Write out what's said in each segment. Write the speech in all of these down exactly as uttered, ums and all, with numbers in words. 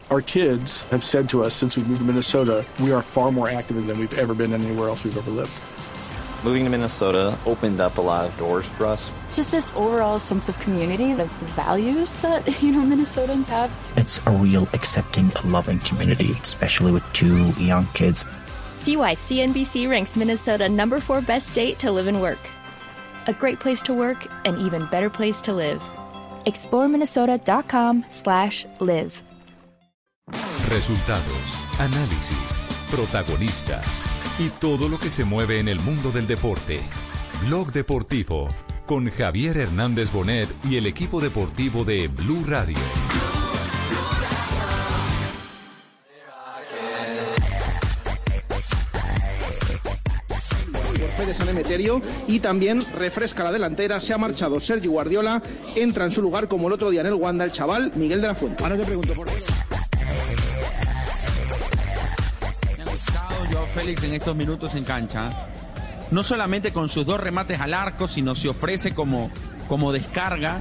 Our kids have said to us since we moved to Minnesota, we are far more active than we've ever been anywhere else we've ever lived. Moving to Minnesota opened up a lot of doors for us. Just this overall sense of community, the values that, you know, Minnesotans have. It's a real accepting, loving community, especially with two young kids. See why C N B C ranks Minnesota number four best state to live and work. A great place to work, an even better place to live. explore minnesota dot com slash live. Resultados, análisis, protagonistas y todo lo que se mueve en el mundo del deporte. Blog Deportivo con Javier Hernández Bonet y el equipo deportivo de Blue Radio. De San Emeterio, y también refresca la delantera. Se ha marchado Sergi Guardiola, entra en su lugar como el otro día en el Wanda el chaval Miguel de la Fuente. Ahora te pregunto por qué. Me ha gustado Joao Félix en estos minutos en cancha, no solamente con sus dos remates al arco, sino se ofrece como, como descarga.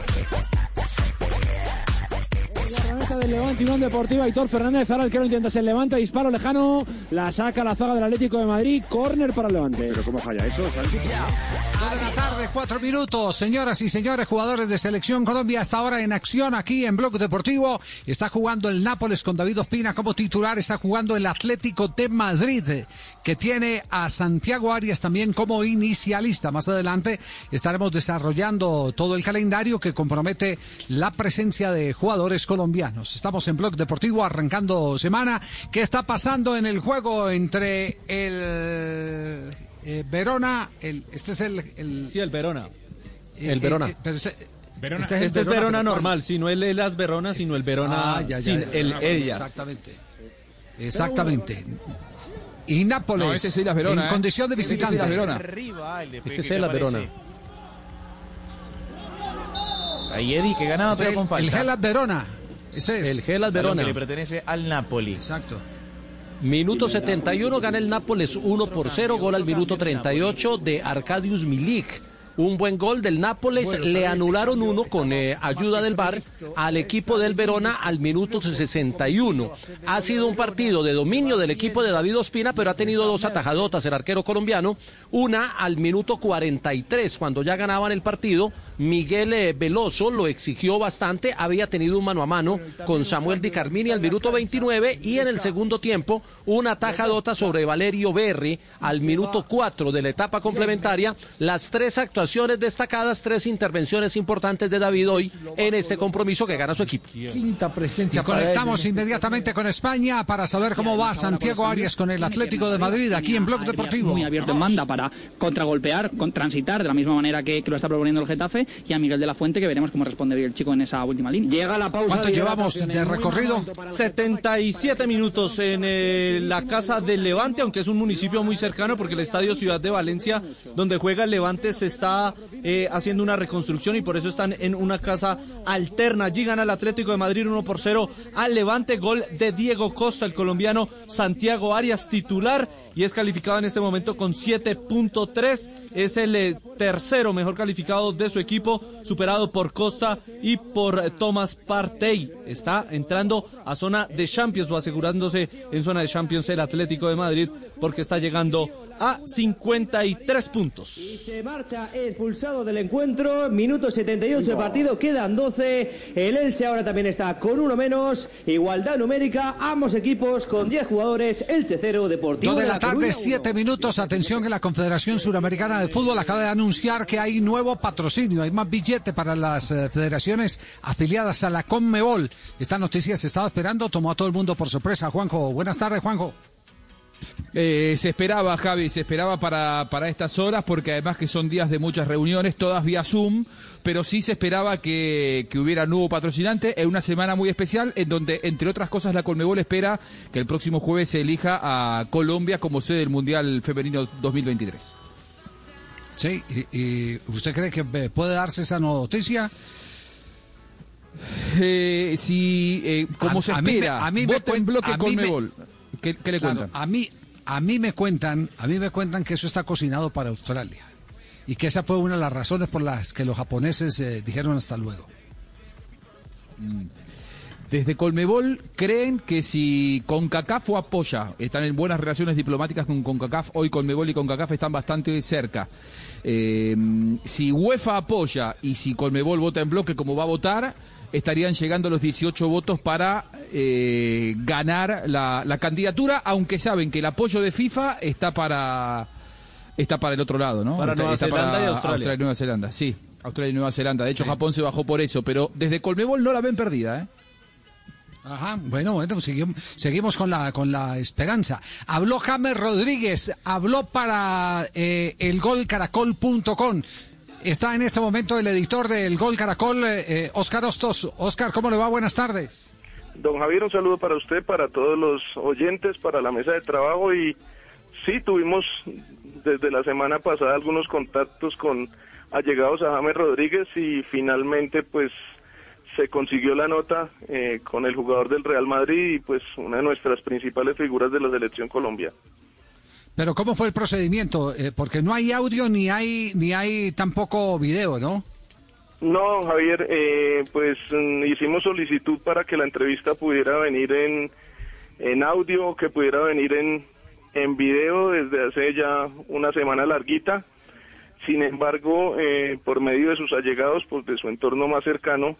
Del Levante, Unión Deportiva, Aitor Fernández, ahora el que lo intenta, se levanta, disparo lejano, la saca la zaga del Atlético de Madrid, córner para el Levante. Pero ¿cómo falla eso? Dos de la tarde, cuatro minutos, señoras y señores, jugadores de Selección Colombia, hasta ahora en acción aquí en Blog Deportivo. Está jugando el Nápoles con David Ospina como titular, está jugando el Atlético de Madrid, que tiene a Santiago Arias también como inicialista. Más adelante estaremos desarrollando todo el calendario que compromete la presencia de jugadores colombianos. Estamos en Blog Deportivo arrancando semana. ¿Qué está pasando en el juego entre el eh, Verona? El, este es el, el... Sí, el Verona. El, el Verona. El, pero este, Verona. Este es, este es Verona, Verona normal, si no el Elas Verona, sino el Verona ah, ya, ya, sin ya, ya, el ya, Ellas. Exactamente. Exactamente. Y Nápoles, no, este es Elas Verona, en eh. condición de visitante. Este es Verona. Arriba, el este es Elas Verona. Ahí Eddie que ganaba pero con falta. El Hellas Verona. Ese es. El Hellas Verona. Que le pertenece al Napoli. Exacto. Minuto setenta y uno, gana el Nápoles uno por cero, gol al minuto treinta y ocho de Arkadiusz Milik. Un buen gol del Nápoles, bueno, le anularon uno con eh, ayuda del V A R al equipo del Verona al minuto sesenta y uno. Ha sido un partido de dominio del equipo de David Ospina, pero ha tenido dos atajadotas el arquero colombiano, una al minuto cuarenta y tres, cuando ya ganaban el partido. Miguel eh, Veloso lo exigió bastante, había tenido un mano a mano con Samuel Di Carmini al minuto veintinueve, y en el segundo tiempo una atajadota sobre Valerio Berri al minuto cuatro de la etapa complementaria. Las tres actuaciones destacadas, tres intervenciones importantes de David hoy en este compromiso que gana su equipo. Quinta presencia. Y conectamos inmediatamente con España para saber cómo va Santiago Arias con el Atlético de Madrid aquí en Blog Deportivo. Muy abierto en banda para contragolpear, con transitar de la misma manera que, que lo está proponiendo el Getafe, y a Miguel de la Fuente, que veremos cómo responde el chico en esa última línea. Llega la pausa. ¿Cuánto llevamos de recorrido? setenta y siete minutos en eh, la casa del Levante, aunque es un municipio muy cercano porque el estadio Ciudad de Valencia, donde juega el Levante, se está eh, haciendo una reconstrucción y por eso están en una casa alterna. Allí gana el Atlético de Madrid uno por cero al Levante, gol de Diego Costa, el colombiano. Santiago Arias titular y es calificado en este momento con siete punto tres. Es el eh, tercero mejor calificado de su equipo, superado por Costa y por eh, Thomas Partey. Está entrando a zona de Champions o asegurándose en zona de Champions el Atlético de Madrid, porque está llegando a cincuenta y tres puntos. Y se marcha expulsado del encuentro, minuto setenta y ocho de partido, quedan doce. El Elche ahora también está con uno menos, igualdad numérica, ambos equipos con diez jugadores. Elche cero, Deportivo dos de la tarde, siete minutos. Atención, que la Confederación Suramericana de Fútbol acaba de anunciar que hay nuevo patrocinio, hay más billete para las eh, federaciones afiliadas a la Conmebol. Esta noticia se estaba esperando, tomó a todo el mundo por sorpresa. Juanjo, buenas tardes, Juanjo. Eh, se esperaba, Javi, se esperaba para, para estas horas, porque además que son días de muchas reuniones, todas vía Zoom, pero sí se esperaba que, que hubiera nuevo patrocinante en una semana muy especial, en donde, entre otras cosas, la Conmebol espera que el próximo jueves se elija a Colombia como sede del Mundial Femenino dos mil veintitrés. Sí, y, y ¿usted cree que puede darse esa noticia? Eh, si, eh, como a, se a espera, mí, a mí me voto en bloque Conmebol. ¿Qué, qué le claro, cuentan? A mí, a mí me cuentan, a mí me cuentan que eso está cocinado para Australia y que esa fue una de las razones por las que los japoneses eh, dijeron hasta luego. Mm. Desde Colmebol creen que si CONCACAF o apoya, están en buenas relaciones diplomáticas con CONCACAF, hoy Colmebol y CONCACAF están bastante cerca. Eh, si UEFA apoya y si Colmebol vota en bloque como va a votar, estarían llegando los dieciocho votos para eh, ganar la, la candidatura, aunque saben que el apoyo de FIFA está para está para el otro lado, ¿no? Para está, Nueva está Zelanda para y Australia. Australia y Nueva Zelanda, sí. Australia y Nueva Zelanda. De hecho, Sí. Japón se bajó por eso, pero desde Colmebol no la ven perdida, ¿eh? Ajá, bueno, bueno, seguimos, seguimos con la con la esperanza. Habló James Rodríguez, habló para eh, el gol caracol punto com. Está en este momento el editor del Gol Caracol, eh, Óscar Hostos. Óscar, ¿cómo le va? Buenas tardes. Don Javier, un saludo para usted, para todos los oyentes, para la mesa de trabajo. Y sí, tuvimos desde la semana pasada algunos contactos con allegados a James Rodríguez y finalmente pues se consiguió la nota eh, con el jugador del Real Madrid y pues una de nuestras principales figuras de la selección Colombia. Pero ¿cómo fue el procedimiento? Eh, porque no hay audio ni hay ni hay tampoco video, ¿no? No, Javier, eh, pues mm, hicimos solicitud para que la entrevista pudiera venir en, en audio, que pudiera venir en, en video desde hace ya una semana larguita. Sin embargo, eh, por medio de sus allegados, pues de su entorno más cercano,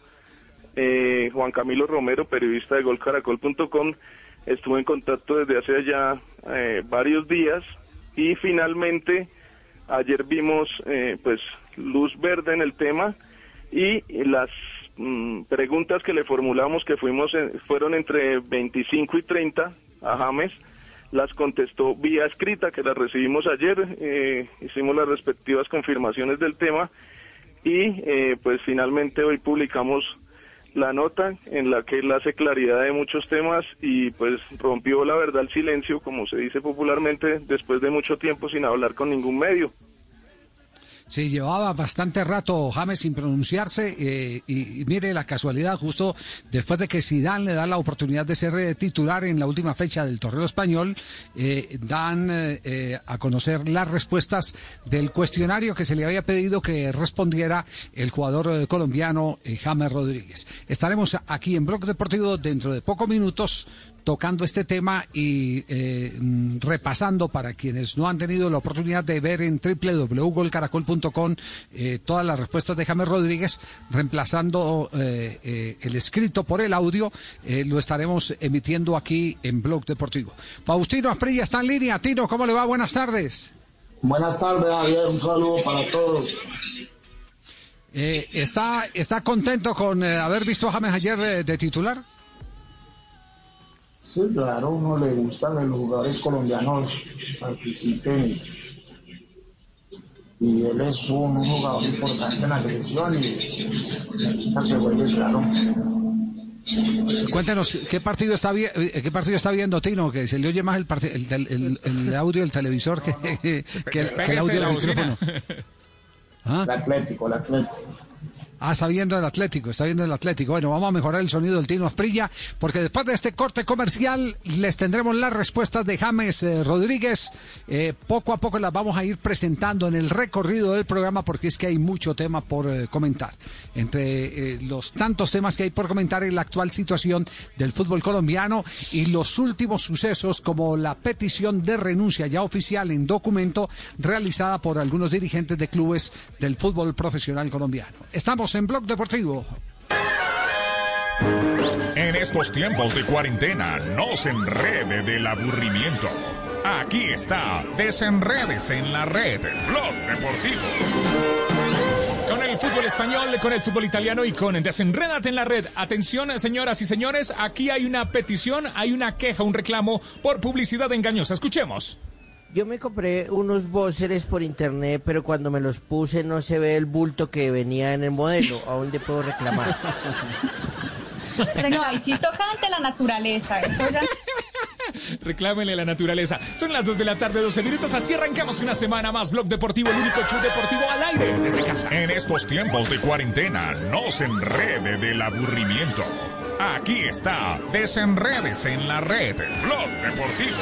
eh, Juan Camilo Romero, periodista de gol caracol punto com, estuvo en contacto desde hace ya eh, varios días y finalmente ayer vimos eh, pues luz verde en el tema y las mm, preguntas que le formulamos, que fuimos en, fueron entre veinticinco y treinta a James, las contestó vía escrita, que las recibimos ayer, eh, hicimos las respectivas confirmaciones del tema y eh, pues finalmente hoy publicamos la nota en la que él hace claridad de muchos temas y pues rompió la verdad el silencio, como se dice popularmente, después de mucho tiempo sin hablar con ningún medio. Sí, llevaba bastante rato James sin pronunciarse eh, y, y mire la casualidad, justo después de que Zidane le da la oportunidad de ser eh, titular en la última fecha del torneo español, eh, dan eh, a conocer las respuestas del cuestionario que se le había pedido que respondiera el jugador eh, colombiano eh, James Rodríguez. Estaremos aquí en Blog Deportivo dentro de pocos minutos tocando este tema y eh, repasando para quienes no han tenido la oportunidad de ver en doble u doble u doble u punto gol caracol punto com eh, todas las respuestas de James Rodríguez, reemplazando eh, eh, el escrito por el audio, eh, lo estaremos emitiendo aquí en Blog Deportivo. Faustino Asprilla está en línea. Tino, ¿cómo le va? Buenas tardes. Buenas tardes, Javier. Un saludo para todos. Eh, ¿está, ¿Está contento con eh, haber visto a James ayer eh, de titular? Sí, claro, a uno le gusta que los jugadores colombianos participen y él es un jugador importante en la selección y necesita que juegue, claro. Cuéntenos, ¿qué partido está vi qué partido está viendo Tino? Que se le oye más el, el, el, el audio del televisor que, que, que, el, que el audio del micrófono. ¿Ah? El Atlético, el Atlético. Ah, está viendo el Atlético, está viendo el Atlético. Bueno, vamos a mejorar el sonido del Tino Asprilla, porque después de este corte comercial les tendremos las respuestas de James eh, Rodríguez. Eh, poco a poco las vamos a ir presentando en el recorrido del programa, porque es que hay mucho tema por eh, comentar. Entre eh, los tantos temas que hay por comentar en la actual situación del fútbol colombiano y los últimos sucesos, como la petición de renuncia ya oficial en documento realizada por algunos dirigentes de clubes del fútbol profesional colombiano. Estamos en Blog Deportivo. En estos tiempos de cuarentena, no se enrede del aburrimiento. Aquí está, Desenredes en la Red, Blog Deportivo. Con el fútbol español, con el fútbol italiano y con Desenrédate en la Red. Atención, señoras y señores, aquí hay una petición, hay una queja, un reclamo por publicidad engañosa. Escuchemos. Yo me compré unos boxers por internet, pero cuando me los puse no se ve el bulto que venía en el modelo. ¿A dónde puedo reclamar? No, ahí sí toca ante la naturaleza. Eso ya... Reclámenle a la naturaleza. Son las dos de la tarde, doce minutos. Así arrancamos una semana más. Blog Deportivo, el único show deportivo al aire desde casa. En estos tiempos de cuarentena, no se enrede del aburrimiento. Aquí está, Desenredes en la Red, Blog Deportivo.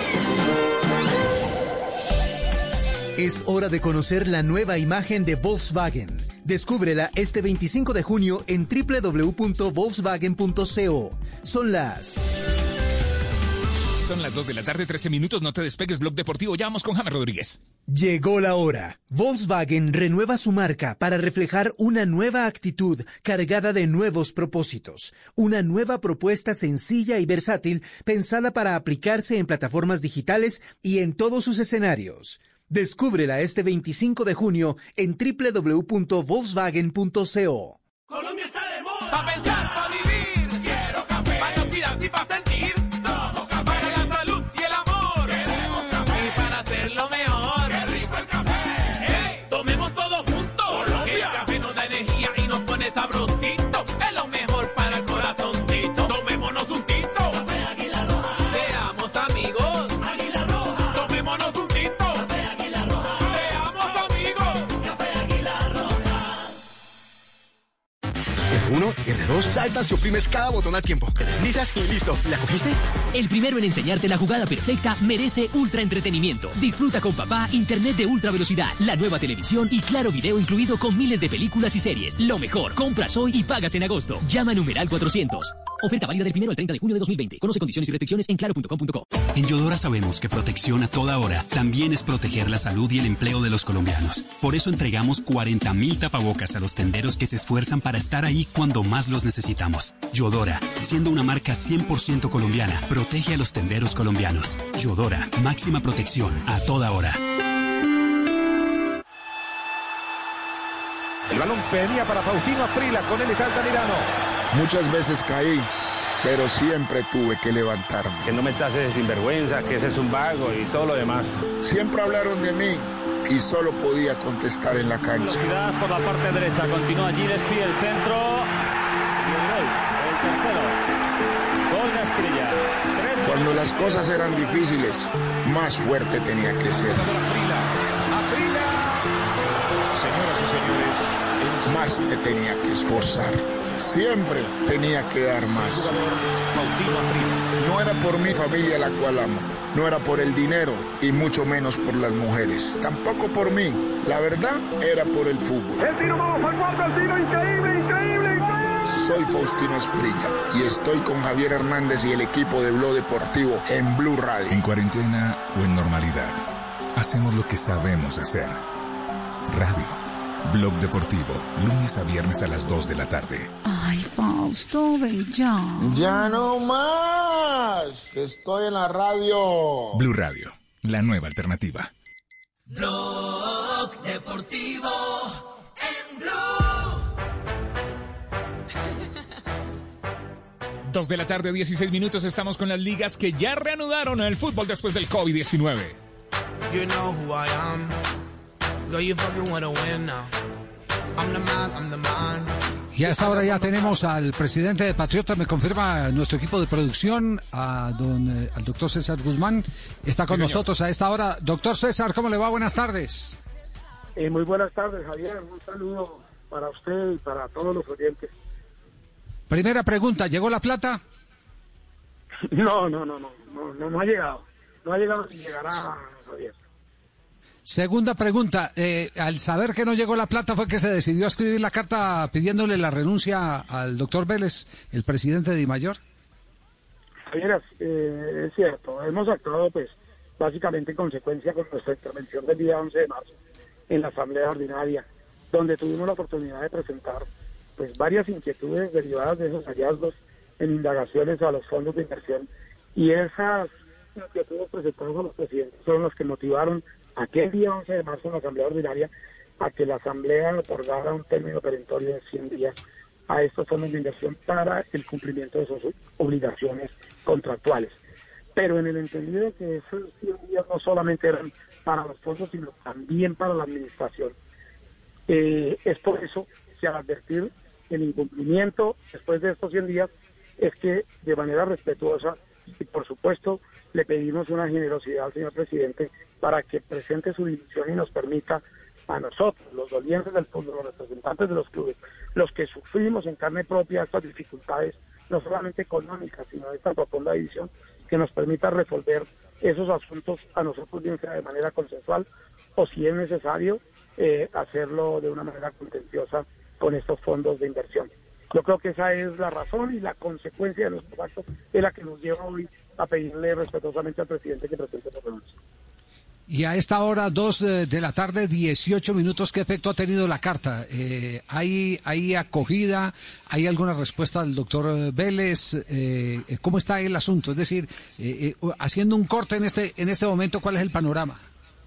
Es hora de conocer la nueva imagen de Volkswagen. Descúbrela este veinticinco de junio en doble u doble u doble u punto volkswagen punto co. Son las... Son las dos de la tarde, trece minutos. No te despegues, Blog Deportivo. Ya vamos con James Rodríguez. Llegó la hora. Volkswagen renueva su marca para reflejar una nueva actitud cargada de nuevos propósitos. Una nueva propuesta sencilla y versátil pensada para aplicarse en plataformas digitales y en todos sus escenarios. Descúbrela este veinticinco de junio en doble u doble u doble u punto volkswagen punto co. Colombia está de moda. Pa' pensar, pa' vivir. Quiero café. Para olvidar y pa' sentir. Todo café. Para la salud y el amor. Queremos café. Y para hacerlo mejor. Qué rico el café. Hey, tomemos todos juntos. Colombia. El café nos da energía y nos pone sabrosito. Es lo mejor para el corazoncito. Tomémonos un tinto. Café Águila Roja. Seamos amigos. Águila Roja. Tomémonos un tinto. Café Águila Roja. Seamos amigos. Café Águila Roja. erre uno, erre dos, saltas y oprimes cada botón al tiempo. Te deslizas y listo. ¿La cogiste? El primero en enseñarte la jugada perfecta merece ultra entretenimiento. Disfruta con papá internet de ultra velocidad, la nueva televisión y Claro Video incluido con miles de películas y series. Lo mejor, compras hoy y pagas en agosto. Llama a numeral cuatrocientos. Oferta válida del primero al treinta de junio de dos mil veinte. Conoce condiciones y restricciones en claro punto com punto co. En Yodora sabemos que protección a toda hora también es proteger la salud y el empleo de los colombianos. Por eso entregamos cuarenta mil tapabocas a los tenderos que se esfuerzan para estar ahí cuando más los necesitamos. Yodora, siendo una marca cien por ciento colombiana, protege a los tenderos colombianos. Yodora, máxima protección a toda hora. El balón venía para Faustino Asprilla, con él está Altamirano. Muchas veces caí, pero siempre tuve que levantarme. Que no me tases de sinvergüenza, que ese es un vago y todo lo demás. Siempre hablaron de mí y solo podía contestar en la cancha. Velocidad por la parte derecha, continúa allí, despide el centro. Y el gol, el tercero. Gol de Asprilla. Cuando las cosas eran difíciles, más fuerte tenía que ser. Señoras y señores, más me tenía que esforzar. Siempre tenía que dar más. No era por mi familia la cual amo, no era por el dinero y mucho menos por las mujeres. Tampoco por mí, la verdad era por el fútbol. El tiro, vamos al cuarto, el tiro, increíble, increíble, increíble. Soy Faustino Asprilla y estoy con Javier Hernández y el equipo de Blog Deportivo en Blue Radio. En cuarentena o en normalidad, hacemos lo que sabemos hacer. Radio. Blog Deportivo, lunes a viernes a las dos de la tarde. Ay, Fausto, ven ya. Ya no más. Estoy en la radio. Blue Radio, la nueva alternativa. Blog Deportivo en Blue. Dos de la tarde, dieciséis minutos. Estamos con las ligas que ya reanudaron el fútbol después del COVID diecinueve. You know who I am. Girl, you fucking wanna win now. I'm the man, I'm the man. Y a esta hora ya tenemos al presidente de Patriota, me confirma nuestro equipo de producción, a don, eh, al doctor César Guzmán. Está con sí, nosotros a esta hora. Doctor César, ¿cómo le va? Buenas tardes. Eh, muy buenas tardes, Javier. Un saludo para usted y para todos los oyentes. Primera pregunta, ¿llegó la plata? No, no, no, no, no, no, no ha llegado. No ha llegado ni llegará, Javier. Segunda pregunta, eh, al saber que no llegó la plata fue que se decidió a escribir la carta pidiéndole la renuncia al doctor Vélez, el presidente de Dimayor. Javier, eh, es cierto, hemos actuado pues básicamente en consecuencia con nuestra intervención del día once de marzo en la Asamblea Ordinaria, donde tuvimos la oportunidad de presentar pues varias inquietudes derivadas de esos hallazgos en indagaciones a los fondos de inversión, y esas inquietudes presentadas a los presidentes son las que motivaron aquel día once de marzo en la Asamblea Ordinaria a que la Asamblea otorgara un término perentorio de cien días a estos fondos de inversión para el cumplimiento de sus obligaciones contractuales. Pero en el entendido que esos cien días no solamente eran para los fondos, sino también para la administración. Eh, es por eso que al advertir el incumplimiento después de estos cien días, es que de manera respetuosa y por supuesto le pedimos una generosidad al señor presidente para que presente su dimisión y nos permita a nosotros, los dolientes del fútbol, los representantes de los clubes, los que sufrimos en carne propia estas dificultades, no solamente económicas, sino de esta profunda división, que nos permita resolver esos asuntos a nosotros, bien sea de manera consensual o, si es necesario, eh, hacerlo de una manera contenciosa con estos fondos de inversión. Yo creo que esa es la razón y la consecuencia de nuestro acto es la que nos lleva hoy a pedirle respetuosamente al presidente que presente la renuncia. Y a esta hora, dos de la tarde, dieciocho minutos, ¿qué efecto ha tenido la carta? Eh, ¿hay, ¿Hay acogida? ¿Hay alguna respuesta del doctor Vélez? Eh, ¿Cómo está el asunto? Es decir, eh, eh, haciendo un corte en este, en este momento, ¿cuál es el panorama?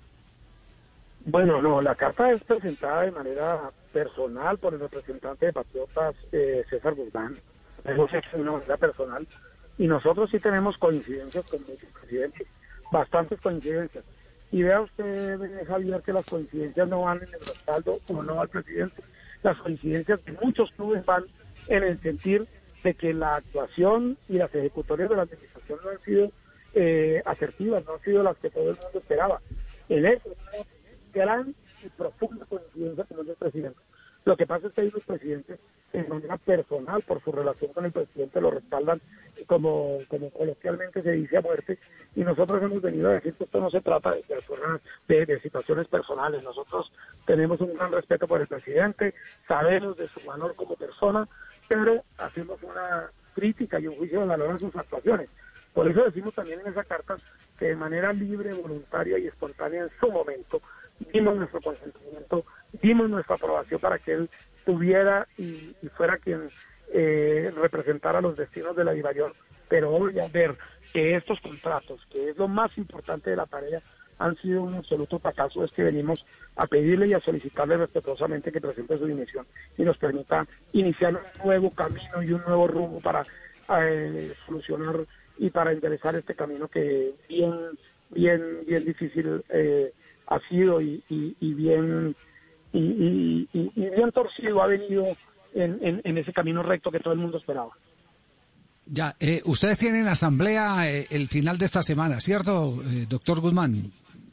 Bueno, no, la carta es presentada de manera personal por el representante de Patriotas, eh, César Guzmán. Eso es de una manera personal. Y nosotros sí tenemos coincidencias con muchos presidentes, bastantes coincidencias. Y vea usted, Javier, que las coincidencias no van en el respaldo o no al presidente. Las coincidencias de muchos clubes van en el sentir de que la actuación y las ejecutorias de la administración no han sido eh, asertivas, no han sido las que todo el mundo esperaba. En eso, una gran y profunda coincidencia con el presidente. Lo que pasa es que hay los presidentes, de manera personal, por su relación con el presidente, lo respaldan como, como coloquialmente se dice a muerte, y nosotros hemos venido a decir que esto no se trata de, de, de situaciones personales. Nosotros tenemos un gran respeto por el presidente, sabemos de su valor como persona, pero hacemos una crítica y un juicio de valor a sus actuaciones. Por eso decimos también en esa carta que de manera libre, voluntaria y espontánea en su momento dimos nuestro consentimiento, dimos nuestra aprobación para que él tuviera y, y fuera quien eh, representara los destinos de la Dimayor. Pero hoy al ver que estos contratos, que es lo más importante de la tarea, han sido un absoluto fracaso, es que venimos a pedirle y a solicitarle respetuosamente que presente su dimisión y nos permita iniciar un nuevo camino y un nuevo rumbo para eh, solucionar y para enderezar este camino que bien, bien, bien difícil eh, ha sido y, y, y bien y, y, y, y bien torcido ha venido en, en, en ese camino recto que todo el mundo esperaba. Ya, eh, ustedes tienen asamblea eh, el final de esta semana, ¿cierto, eh, doctor Guzmán?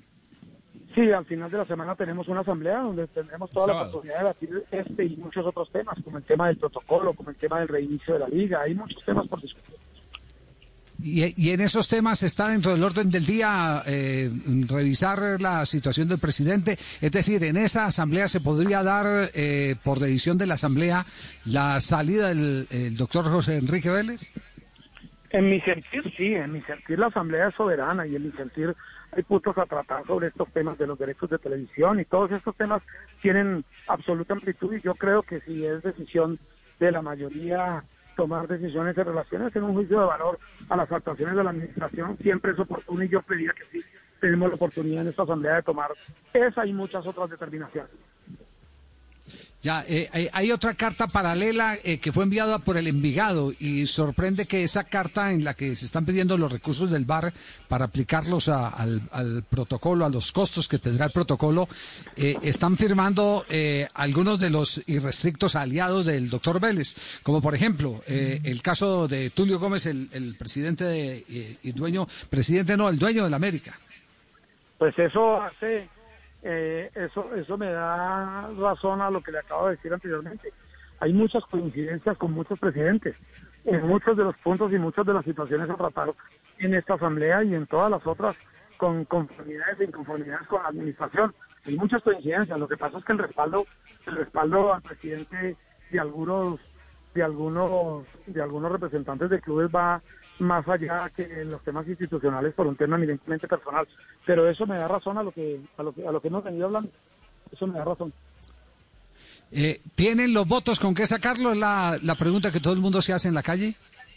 Sí, al final de la semana tenemos una asamblea donde tendremos toda Sábado. la oportunidad de debatir este y muchos otros temas, como el tema del protocolo, como el tema del reinicio de la liga. Hay muchos temas por discutir. Y, y en esos temas está dentro del orden del día eh, revisar la situación del presidente. Es decir, en esa asamblea se podría dar, eh, por decisión de la asamblea, la salida del el doctor José Enrique Vélez. En mi sentir, sí, en mi sentir la asamblea es soberana y en mi sentir hay puntos a tratar sobre estos temas de los derechos de televisión y todos estos temas tienen absoluta amplitud y yo creo que si es decisión de la mayoría tomar decisiones en relación a hacer un juicio de valor a las actuaciones de la administración, siempre es oportuno y yo pediría que sí, tenemos la oportunidad en esta asamblea de tomar esa y muchas otras determinaciones. Ya, eh, hay, hay otra carta paralela eh, que fue enviada por el Envigado y sorprende que esa carta en la que se están pidiendo los recursos del V A R para aplicarlos a, al, al protocolo, a los costos que tendrá el protocolo, eh, están firmando eh, algunos de los irrestrictos aliados del doctor Vélez, como por ejemplo eh, el caso de Tulio Gómez, el, el presidente de, eh, y dueño, presidente no, el dueño de la América. Pues eso hace... Eh, eso eso me da razón a lo que le acabo de decir anteriormente. Hay muchas coincidencias con muchos presidentes en muchos de los puntos y muchas de las situaciones a tratar en esta asamblea y en todas las otras con conformidades e inconformidades con la administración. Hay muchas coincidencias. Lo que pasa es que el respaldo el respaldo al presidente de algunos de algunos de algunos representantes de clubes va más allá que en los temas institucionales por un tema eminentemente personal, pero eso me da razón a lo que a lo que, a lo que hemos venido hablando. Eso me da razón. Eh, ¿Tienen los votos con qué sacarlo? Es la, la pregunta que todo el mundo se hace en la calle.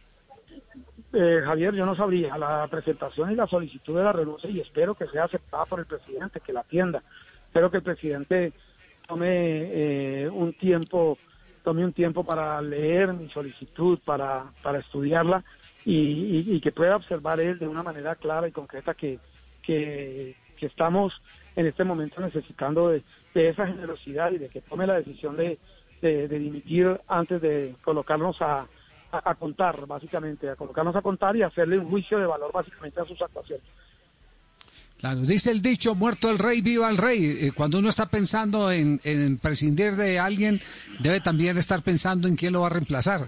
Eh, Javier, yo no sabría. La presentación y la solicitud de la renuncia y espero que sea aceptada por el presidente, que la atienda. Espero que el presidente tome eh, un tiempo tome un tiempo para leer mi solicitud, para, para estudiarla y, y, y que pueda observar él de una manera clara y concreta que, que, que estamos en este momento necesitando de, de esa generosidad y de que tome la decisión de, de, de dimitir antes de colocarnos a, a, a contar, básicamente, a colocarnos a contar y hacerle un juicio de valor básicamente a sus actuaciones. Claro, dice el dicho, muerto el rey, viva el rey. Eh, cuando uno está pensando en, en prescindir de alguien, debe también estar pensando en quién lo va a reemplazar.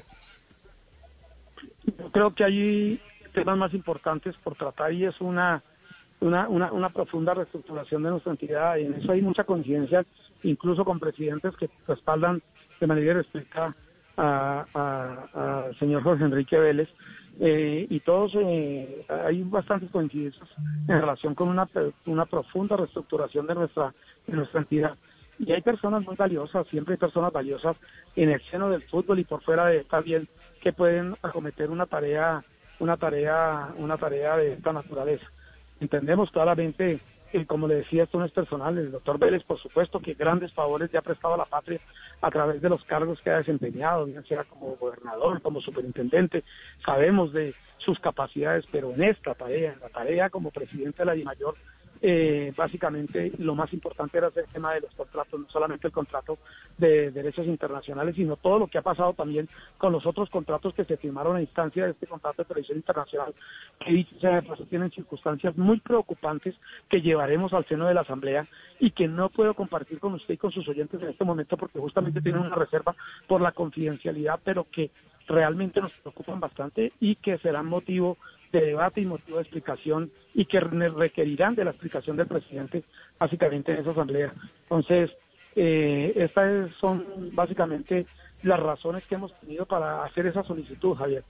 Yo creo que hay temas más importantes por tratar y es una, una, una, una profunda reestructuración de nuestra entidad y en eso hay mucha coincidencia, incluso con presidentes que respaldan de manera irrestricta a, a, a señor José Enrique Vélez, eh, y todos, eh, hay bastantes coincidencias en relación con una, una profunda reestructuración de nuestra, de nuestra entidad. Y hay personas muy valiosas, siempre hay personas valiosas en el seno del fútbol y por fuera de esta bien que pueden acometer una tarea, una tarea, una tarea de esta naturaleza. Entendemos claramente, eh, como le decía, esto no es personal, el doctor Vélez, por supuesto, que grandes favores le ha prestado a la patria a través de los cargos que ha desempeñado, bien sea como gobernador, como superintendente, sabemos de sus capacidades, pero en esta tarea, en la tarea como presidente de la DIMAYOR, Eh, básicamente lo más importante era el tema de los contratos, no solamente el contrato de derechos internacionales, sino todo lo que ha pasado también con los otros contratos que se firmaron a instancia de este contrato de televisión internacional, que dicho sea de paso, tienen circunstancias muy preocupantes que llevaremos al seno de la Asamblea y que no puedo compartir con usted y con sus oyentes en este momento porque justamente tienen una reserva por la confidencialidad, pero que realmente nos preocupan bastante y que serán motivo de debate y motivo de explicación y que requerirán de la explicación del presidente básicamente en esa asamblea. Entonces, eh, estas son básicamente las razones que hemos tenido para hacer esa solicitud, Javier.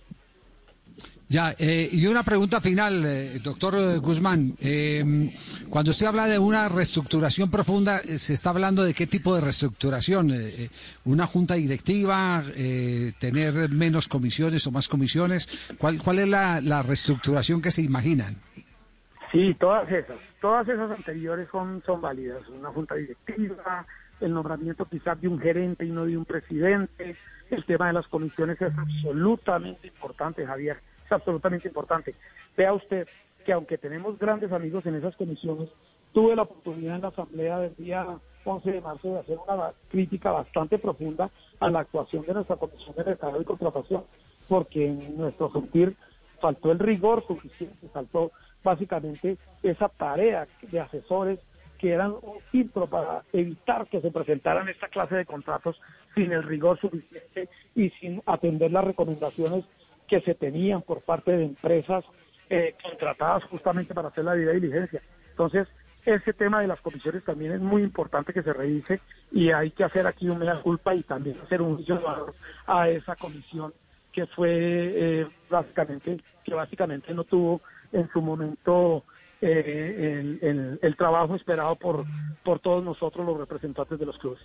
Ya, eh, y una pregunta final, eh, doctor Guzmán. Eh, cuando usted habla de una reestructuración profunda, eh, ¿se está hablando de qué tipo de reestructuración? Eh, ¿Una junta directiva? Eh, ¿Tener menos comisiones o más comisiones? ¿Cuál, cuál es la, la reestructuración que se imaginan? Sí, todas esas. Todas esas anteriores son, son válidas. Una junta directiva, el nombramiento quizás de un gerente y no de un presidente. El tema de las comisiones es absolutamente importante, Javier. Es absolutamente importante. Vea usted que aunque tenemos grandes amigos en esas comisiones, tuve la oportunidad en la asamblea del día once de marzo de hacer una crítica bastante profunda a la actuación de nuestra Comisión de Mercado y Contratación, porque en nuestro sentir faltó el rigor suficiente, faltó básicamente esa tarea de asesores que eran un filtro para evitar que se presentaran esta clase de contratos sin el rigor suficiente y sin atender las recomendaciones que se tenían por parte de empresas eh, contratadas justamente para hacer la debida diligencia. Entonces, ese tema de las comisiones también es muy importante que se revise y hay que hacer aquí un mea culpa y también hacer un juicio de valor a esa comisión que fue eh, básicamente, que básicamente no tuvo en su momento eh, el, el, el trabajo esperado por, por todos nosotros los representantes de los clubes.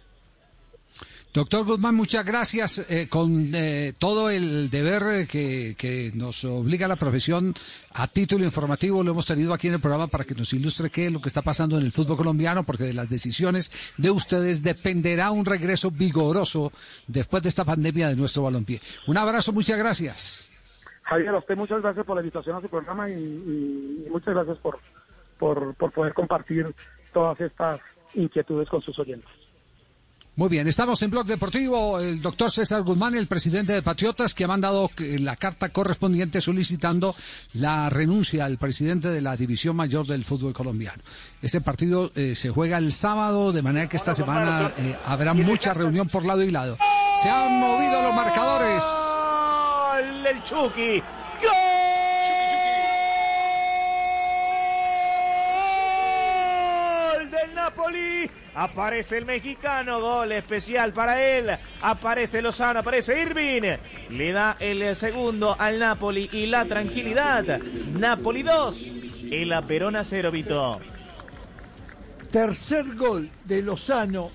Doctor Guzmán, muchas gracias. Eh, con eh, todo el deber que, que nos obliga la profesión, a título informativo lo hemos tenido aquí en el programa para que nos ilustre qué es lo que está pasando en el fútbol colombiano, porque de las decisiones de ustedes dependerá un regreso vigoroso después de esta pandemia de nuestro balompié. Un abrazo, muchas gracias. Javier, a usted muchas gracias por la invitación a su programa y, y, y muchas gracias por, por, por poder compartir todas estas inquietudes con sus oyentes. Muy bien, estamos en Blog Deportivo. El doctor César Guzmán, el presidente de Patriotas, que ha mandado la carta correspondiente solicitando la renuncia al presidente de la División Mayor del fútbol colombiano. Este partido eh, se juega el sábado, de manera que esta semana eh, habrá mucha reunión por lado y lado. Se han movido los marcadores. ¡Gol del Chucky! ¡Gol del Napoli! Aparece el mexicano, gol especial para él. Aparece Lozano, aparece Irving. Le da el segundo al Napoli y la tranquilidad. Napoli dos, el Verona cero, Vito. Tercer gol de Lozano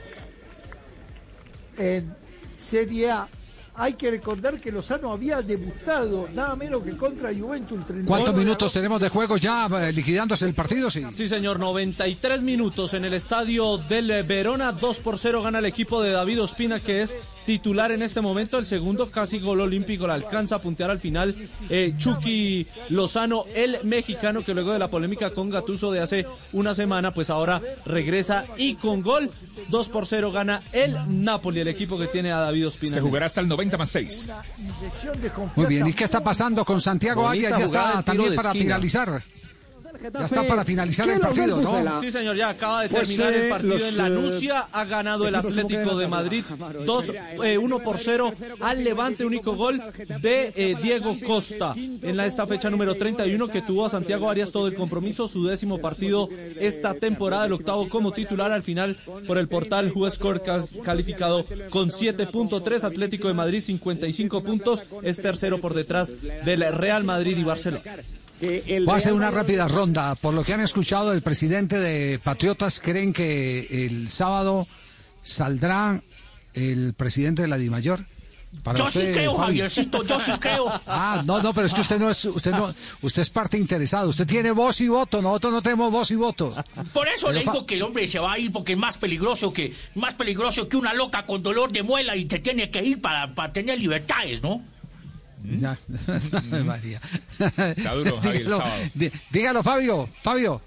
en Serie A. Hay que recordar que Lozano había debutado nada menos que contra Juventus. ¿Cuántos minutos tenemos de juego ya eh, liquidándose el partido? Sí. Sí, señor, noventa y tres minutos en el estadio del Verona. dos por cero gana el equipo de David Ospina, que es titular en este momento. El segundo casi gol olímpico, le alcanza a puntear al final eh, Chucky Lozano, el mexicano, que luego de la polémica con Gattuso de hace una semana, pues ahora regresa y con gol. dos por cero gana el Napoli, el equipo que tiene a David Ospina. Se jugará hasta el noventa más seis. Muy bien, ¿y qué está pasando con Santiago Arias? Ya está también para finalizar. Ya está para finalizar el partido, ¿no? Sí, señor, ya acaba de Pues, terminar eh, el partido los, en la eh, Nucia. Ha ganado el Atlético de Madrid dos, eh, uno por cero al Levante, único gol de eh, Diego Costa en la, esta fecha número treinta y uno, que tuvo a Santiago Arias todo el compromiso, su décimo partido esta temporada, el octavo como titular. Al final, por el portal WhoScore, calificado con siete punto tres, Atlético de Madrid cincuenta y cinco puntos, es tercero por detrás del Real Madrid y Barcelona. Voy a hacer una rápida ronda. Por lo que han escuchado, el presidente de Patriotas creen que el sábado saldrá el presidente de la DIMAYOR. Para yo usted, sí creo, Fabi. Javiercito, yo sí creo. Ah, no, no, pero es que usted no es, usted no, usted es parte interesada. Usted tiene voz y voto, nosotros no tenemos voz y voto. Por eso Pero le digo que el hombre se va a ir porque es más peligroso que más peligroso que una loca con dolor de muela y te tiene que ir para, para tener libertades, ¿no? Ya, Ave María. Está duro, Javi, el dígalo, sábado. dí- dígalo, Fabio, Fabio.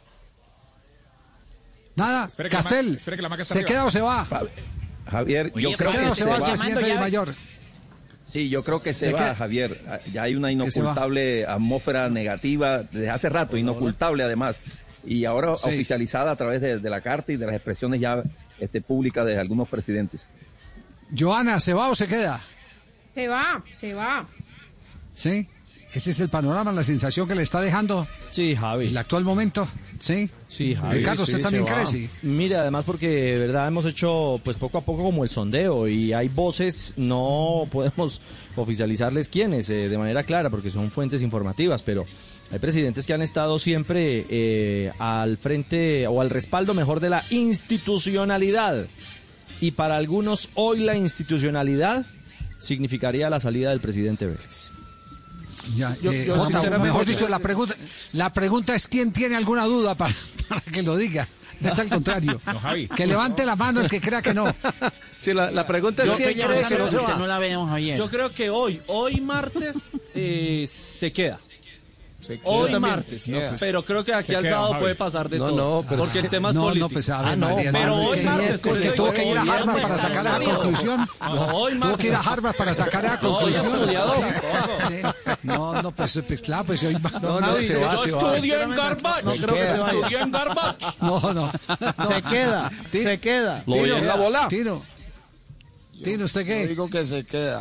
Nada, Espere que la Castel, ma- espere que la maca está ¿se arriba. queda o se va? Javier, yo ¿se creo queda que o se va el presidente de Mayor? Sí, yo creo que se, ¿Se va, queda? Javier. Ya hay una Que se va. inocultable atmósfera negativa desde hace rato, inocultable además. Y ahora Sí. oficializada a través de, de la carta y de las expresiones ya este, públicas de algunos presidentes. Joana, ¿se va o se queda? Se va, se va. Sí, ese es el panorama, la sensación que le está dejando. Sí, Javi. El actual momento, sí. Sí, Javi. Ricardo, ¿usted sí, también se va. cree? Sí. Mira, además porque de verdad hemos hecho pues poco a poco como el sondeo y hay voces, no podemos oficializarles quiénes eh, de manera clara porque son fuentes informativas, pero hay presidentes que han estado siempre eh, al frente o al respaldo mejor de la institucionalidad, y para algunos hoy la institucionalidad significaría la salida del presidente Vélez. Ya, Yo- eh, yo Jota, sinceramente- mejor dicho, la pregunta, la pregunta es quién tiene alguna duda para, para que lo diga. Es al contrario. No, Javi. Que levante la mano el que crea que no. Sí, la, la pregunta es Yo quién creo cree que que no se usted va. no la vemos, Javier. Yo creo que hoy, hoy martes, eh, se queda. queda. Hoy Yo también. martes, No, pues, pero creo que aquí se al queda, sábado Javi. puede pasar de No, todo, no, pero- porque el tema es No, no, político. pues, a ver, Ah, no, María, pero no, hoy que- martes, por porque eso tuvo digo que ir a hoy Harvard martes, para sacar la sábado. conclusión. No, hoy Tuvo martes. que ir a Harvard para sacar la No, hoy conclusión. estudiado. Sí. No, no, pues, pues, claro, pues hoy va. No, no, se va, Yo se va. estudié en Garbage. No creo que se vaya. Estudié en Garbage. No, no. Se queda, se queda. Lo voy a Tino, bola. Tino. Tino, ¿usted qué? Yo digo que se queda.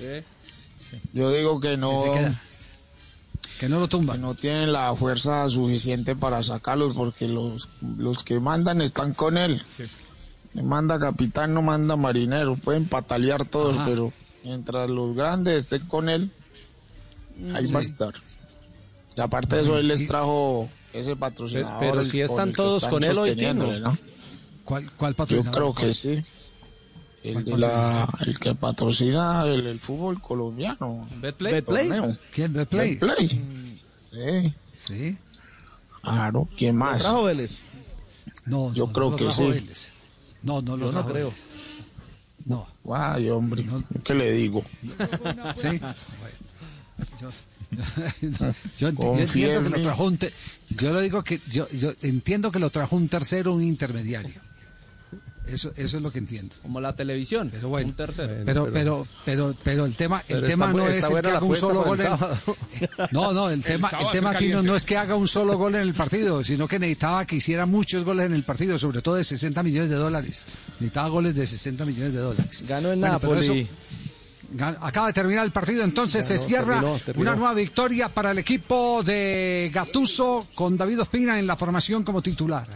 Yo digo que no. Que se queda. Que no lo tumba. Que no tienen la fuerza suficiente para sacarlos porque los, los que mandan están con él. Le manda capitán, no manda marinero. Pueden patalear todos, Ajá. pero mientras los grandes estén con él, ahí Sí. va a estar. Y aparte de eso, él les trajo ese patrocinador. Pero el- si por están el que todos están con él hoy, sosteniéndole, Tino. ¿no? ¿Cuál, cuál Yo patrocinador? creo que sí. El, de la, el que patrocina el, el fútbol colombiano. ¿Betplay? ¿Betplay? Torneo. ¿Quién? ¿Betplay? Betplay. Sí. Sí. Claro, ¿quién más? ¿Trajo Vélez? No, Yo no, creo no lo que trajo sí. Vélez. No, no lo Yo no trajo creo. Vélez. No. Ay, hombre, ¿qué le digo? Sí. Yo, yo, yo enti- yo Confía entiendo en que lo mí. trajo un te- yo le digo que yo, yo entiendo que lo trajo un tercero, un intermediario. Eso, eso es lo que entiendo. Como la televisión, Pero bueno, un tercero. Pero, pero, pero, pero el tema, el Pero tema está no bu- es está el buena que la haga un apuesta solo para gol. el en- sábado. No, no, el tema, sábado el tema se aquí no, caliente. no es que haga un solo gol en el partido, sino que necesitaba que hiciera muchos goles en el partido, sobre todo de sesenta millones de dólares. Necesitaba goles de sesenta millones de dólares. Ganó el Bueno, pero Napoli. eso- Gan- Acaba de terminar el partido, entonces Ganó, se cierra terminó, terminó. una nueva victoria para el equipo de Gattuso con David Ospina en la formación como titular.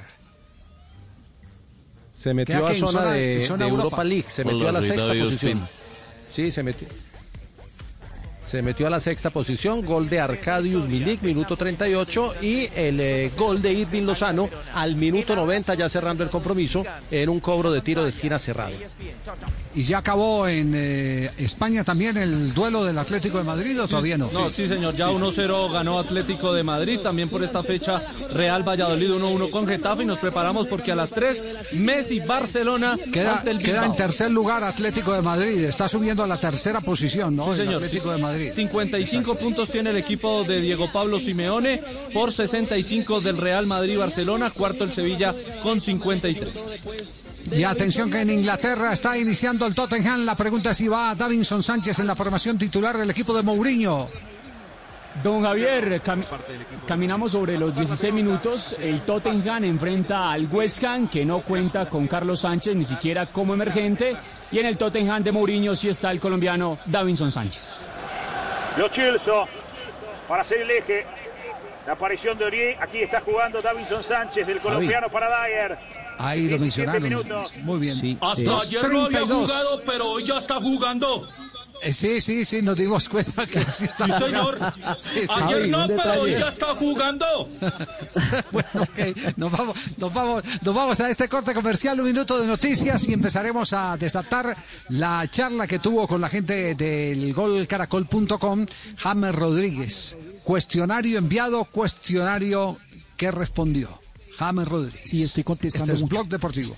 Se metió Queda a que en zona zona- de, en zona de Europa. Europa League, se metió Hola, a la soy sexta David posición. Ospina. Sí, se metió. Se metió a la sexta posición, gol de Arkadiusz Milik, minuto treinta y ocho, y el eh, gol de Irving Lozano al minuto noventa, ya cerrando el compromiso, en un cobro de tiro de esquina cerrado. ¿Y ya acabó en eh, España también el duelo del Atlético de Madrid o todavía no? No, sí, señor, ya uno cero ganó Atlético de Madrid, también por esta fecha Real Valladolid uno uno con Getafe, y nos preparamos porque a las tres Messi Barcelona Queda, ante el queda en Bilbao. tercer lugar Atlético de Madrid, está subiendo a la tercera posición, ¿no? Sí, el señor. Atlético de Madrid. cincuenta y cinco puntos tiene el equipo de Diego Pablo Simeone por sesenta y cinco del Real Madrid-Barcelona, cuarto el Sevilla con cincuenta y tres. Y atención que en Inglaterra está iniciando el Tottenham. La pregunta es si va Davinson Sánchez en la formación titular del equipo de Mourinho. Don Javier, cam caminamos sobre los dieciséis minutos. El Tottenham enfrenta al West Ham, que no cuenta con Carlos Sánchez ni siquiera como emergente. Y en el Tottenham de Mourinho sí está el colombiano Davinson Sánchez. Lo Chilso para hacer el eje. La aparición de Orié. Aquí está jugando Davinson Sánchez, del colombiano para Dyer. Ahí lo mencionaron. Muy bien. Sí, Hasta ayer no había jugado, pero hoy ya está jugando. Eh, sí, sí, sí, nos dimos cuenta que sí está Sí, señor. Sí, sí. Ayer Javi, no, un pero detalle. hoy ya está jugando. Bueno, ok, nos vamos, nos vamos, nos vamos a este corte comercial, un minuto de noticias y empezaremos a desatar la charla que tuvo con la gente del gol caracol punto com, James Rodríguez. Cuestionario enviado, cuestionario que respondió. James Rodríguez. Sí, estoy contestando Este es mucho. Blog Deportivo.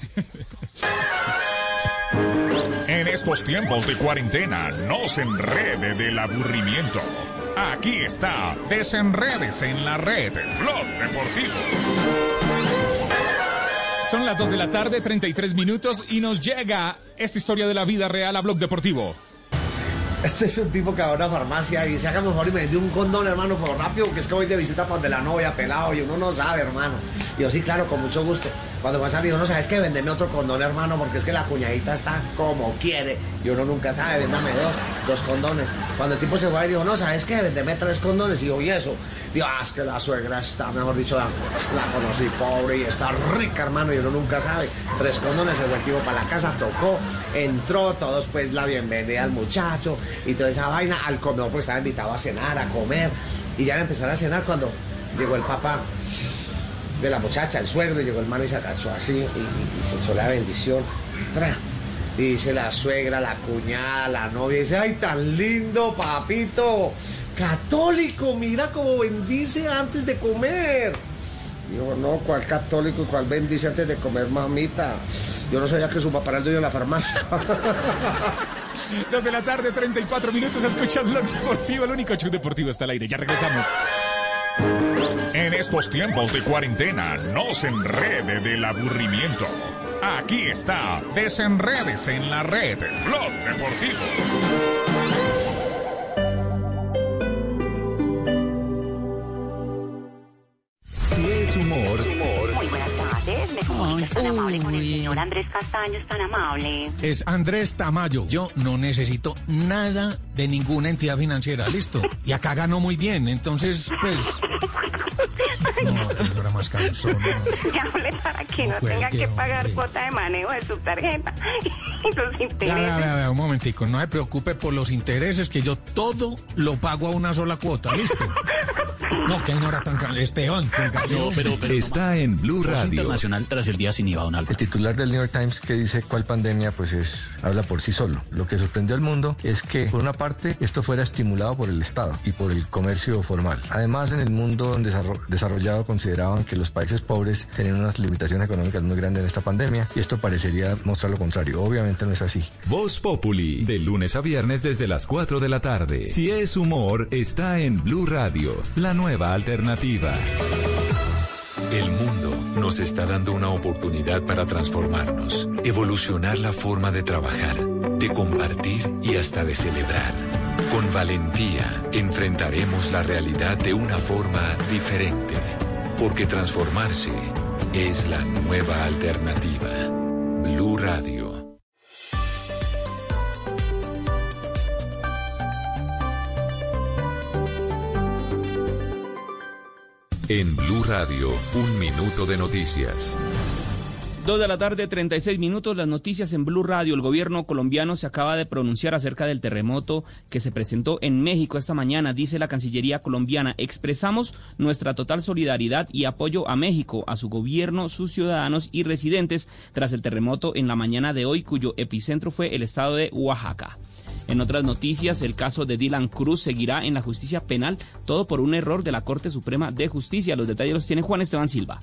En estos tiempos de cuarentena, no se enrede del aburrimiento. Aquí está, Desenredes en la red, Blog Deportivo. Son las dos de la tarde, treinta y tres minutos, y nos llega esta historia de la vida real a Blog Deportivo. Este es un tipo que va a una farmacia y dice, hágame un favor y me dio un condón, hermano, por rápido, que es que voy de visita para donde la novia, pelado, y uno no sabe, hermano. Y yo, sí, claro, con mucho gusto. Cuando va a salir, uno sabe, es que vendeme otro condón, hermano, porque es que la cuñadita está como quiere. Y uno nunca sabe, véndame dos, dos condones. Cuando el tipo se va y dijo, no, ¿sabes qué? Vendeme tres condones. Y yo, ¿y eso? Digo, ah, es que la suegra está, mejor dicho, la, la conocí, pobre, y está rica, hermano, y uno nunca sabe. Tres condones, se fue el tipo para la casa, tocó, entró, todos pues la bienvenida al muchacho y toda esa vaina. Al comedor pues estaba invitado a cenar, a comer, y ya empezaron a cenar cuando llegó el papá de la muchacha, el suegro, y llegó el man y se agachó así y, y, y se echó la bendición. Tra. Y dice la suegra, la cuñada, la novia, dice, ay, tan lindo, papito, católico, mira cómo bendice antes de comer. Digo, no, ¿cuál católico y cuál bendice antes de comer, mamita? Yo no sabía que su papá era el dueño de la farmacia. Dos de la tarde, treinta y cuatro minutos, escuchas Blog Deportivo, el único show deportivo está al aire. Ya regresamos. En estos tiempos de cuarentena, no se enrede del aburrimiento. Aquí está, Desenredes en la red, Blog Deportivo. Si es humor, Muy buenas tardes, me comunico tan amable con el señor Andrés Castaño, es tan amable. Es Andrés Tamayo. Yo no necesito nada de ninguna entidad financiera, listo. Y acá gano muy bien, entonces, pues... No, señora más cansón. Llámale para que no, No tenga cuelgue, que pagar hombre. cuota de manejo de su tarjeta y los Ya, intereses. ya, ya, ya, un momentico, no se preocupe por los intereses, que yo todo lo pago a una sola cuota, listo. No, que no era tan caro. Esteban, No, pero, pero está en Blue Radio. Internacional tras el día sin I V A, don Álvaro. El titular del New York Times que dice cuál pandemia, pues es habla por sí solo. Lo que sorprendió al mundo es que, por una parte, esto fuera estimulado por el Estado y por el comercio formal. Además, en el mundo desarro- desarrollado consideraban que los países pobres tenían unas limitaciones económicas muy grandes en esta pandemia y esto parecería mostrar lo contrario. Obviamente no es así. Voz Populi, de lunes a viernes desde las cuatro de la tarde. Si es humor, está en Blue Radio, la nueva alternativa. El mundo nos está dando una oportunidad para transformarnos, evolucionar la forma de trabajar, de compartir y hasta de celebrar. Con valentía enfrentaremos la realidad de una forma diferente, porque transformarse es la nueva alternativa. Blue Radio. En Blue Radio, un minuto de noticias. Dos de la tarde, treinta y seis minutos, las noticias en Blue Radio. El gobierno colombiano se acaba de pronunciar acerca del terremoto que se presentó en México esta mañana. Dice la Cancillería colombiana, expresamos nuestra total solidaridad y apoyo a México, a su gobierno, sus ciudadanos y residentes tras el terremoto en la mañana de hoy, cuyo epicentro fue el estado de Oaxaca. En otras noticias, el caso de Dylan Cruz seguirá en la justicia penal, todo por un error de la Corte Suprema de Justicia. Los detalles los tiene Juan Esteban Silva.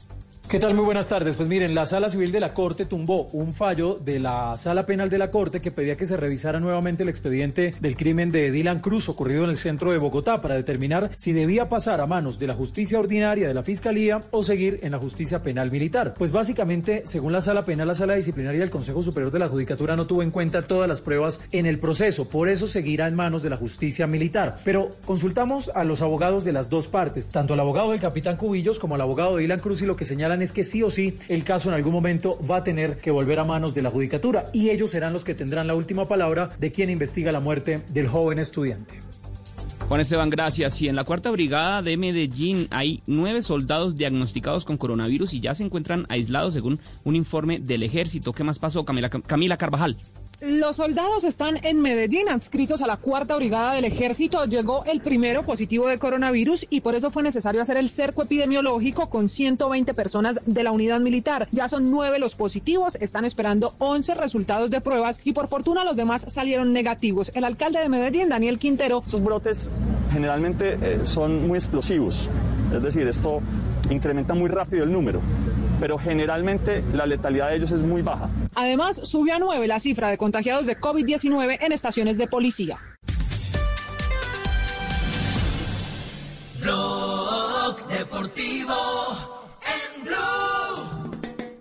¿Qué tal? Muy buenas tardes. Pues miren, la Sala Civil de la Corte tumbó un fallo de la Sala Penal de la Corte que pedía que se revisara nuevamente el expediente del crimen de Dylan Cruz ocurrido en el centro de Bogotá para determinar si debía pasar a manos de la justicia ordinaria de la Fiscalía o seguir en la justicia penal militar. Pues básicamente, según la Sala Penal, la Sala Disciplinaria del Consejo Superior de la Judicatura no tuvo en cuenta todas las pruebas en el proceso, por eso seguirá en manos de la justicia militar. Pero consultamos a los abogados de las dos partes, tanto al abogado del capitán Cubillos como al abogado de Dylan Cruz, y lo que señalan es que sí o sí el caso en algún momento va a tener que volver a manos de la Judicatura y ellos serán los que tendrán la última palabra de quien investiga la muerte del joven estudiante. Juan Esteban, gracias. Y en la cuarta brigada de Medellín hay nueve soldados diagnosticados con coronavirus y ya se encuentran aislados según un informe del ejército. ¿Qué más pasó, Camila, Camila Carvajal? Los soldados están en Medellín, adscritos a la cuarta brigada del ejército. Llegó el primero positivo de coronavirus y por eso fue necesario hacer el cerco epidemiológico con ciento veinte personas de la unidad militar. Ya son nueve los positivos, están esperando once resultados de pruebas y por fortuna los demás salieron negativos. El alcalde de Medellín, Daniel Quintero. Estos brotes generalmente eh, son muy explosivos, es decir, esto incrementa muy rápido el número, pero generalmente la letalidad de ellos es muy baja. Además, subió a nueve la cifra de contagiados de COVID diecinueve en estaciones de policía. Blog Deportivo en Blue.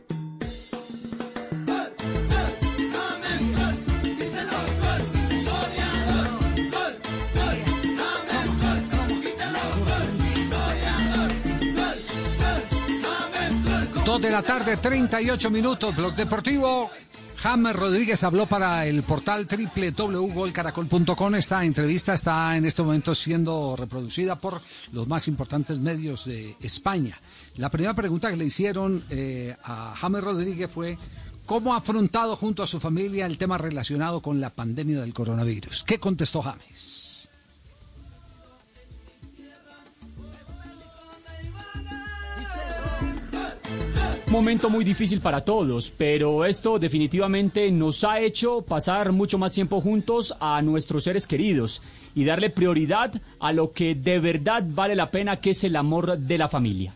Dos de la tarde, treinta y ocho minutos, Blog Deportivo. James Rodríguez habló para el portal doble u doble u doble u punto gol caracol punto com. Esta entrevista está en este momento siendo reproducida por los más importantes medios de España. La primera pregunta que le hicieron eh, a James Rodríguez fue ¿cómo ha afrontado junto a su familia el tema relacionado con la pandemia del coronavirus? ¿Qué contestó James? Momento muy difícil para todos, pero esto definitivamente nos ha hecho pasar mucho más tiempo juntos a nuestros seres queridos y darle prioridad a lo que de verdad vale la pena, que es el amor de la familia.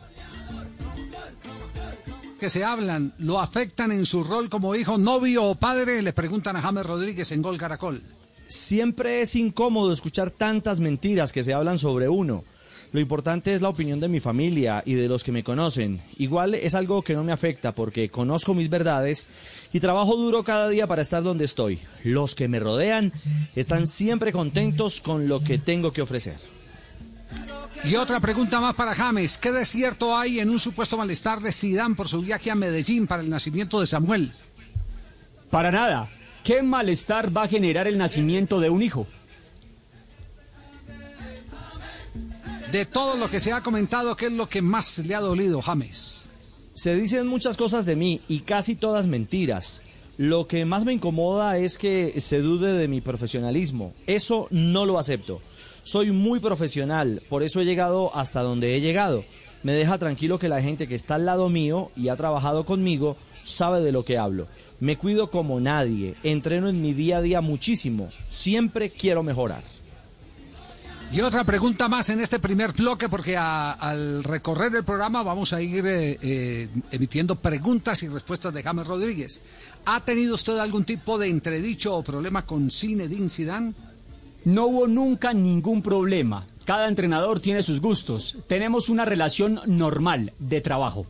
Que se hablan, ¿lo afectan en su rol como hijo, novio o padre? Le preguntan a James Rodríguez en Gol Caracol. Siempre es incómodo escuchar tantas mentiras que se hablan sobre uno. Lo importante es la opinión de mi familia y de los que me conocen. Igual es algo que no me afecta porque conozco mis verdades y trabajo duro cada día para estar donde estoy. Los que me rodean están siempre contentos con lo que tengo que ofrecer. Y otra pregunta más para James. ¿Qué de cierto hay en un supuesto malestar de Zidane por su viaje a Medellín para el nacimiento de Samuel? Para nada. ¿Qué malestar va a generar el nacimiento de un hijo? De todo lo que se ha comentado, ¿qué es lo que más le ha dolido, James? Se dicen muchas cosas de mí y casi todas mentiras. Lo que más me incomoda es que se dude de mi profesionalismo. Eso no lo acepto. Soy muy profesional, por eso he llegado hasta donde he llegado. Me deja tranquilo que la gente que está al lado mío y ha trabajado conmigo sabe de lo que hablo. Me cuido como nadie, entreno en mi día a día muchísimo. Siempre quiero mejorar. Y otra pregunta más en este primer bloque, porque a, al recorrer el programa vamos a ir eh, eh, emitiendo preguntas y respuestas de James Rodríguez. ¿Ha tenido usted algún tipo de entredicho o problema con Zinedine Zidane? No hubo nunca ningún problema. Cada entrenador tiene sus gustos. Tenemos una relación normal de trabajo.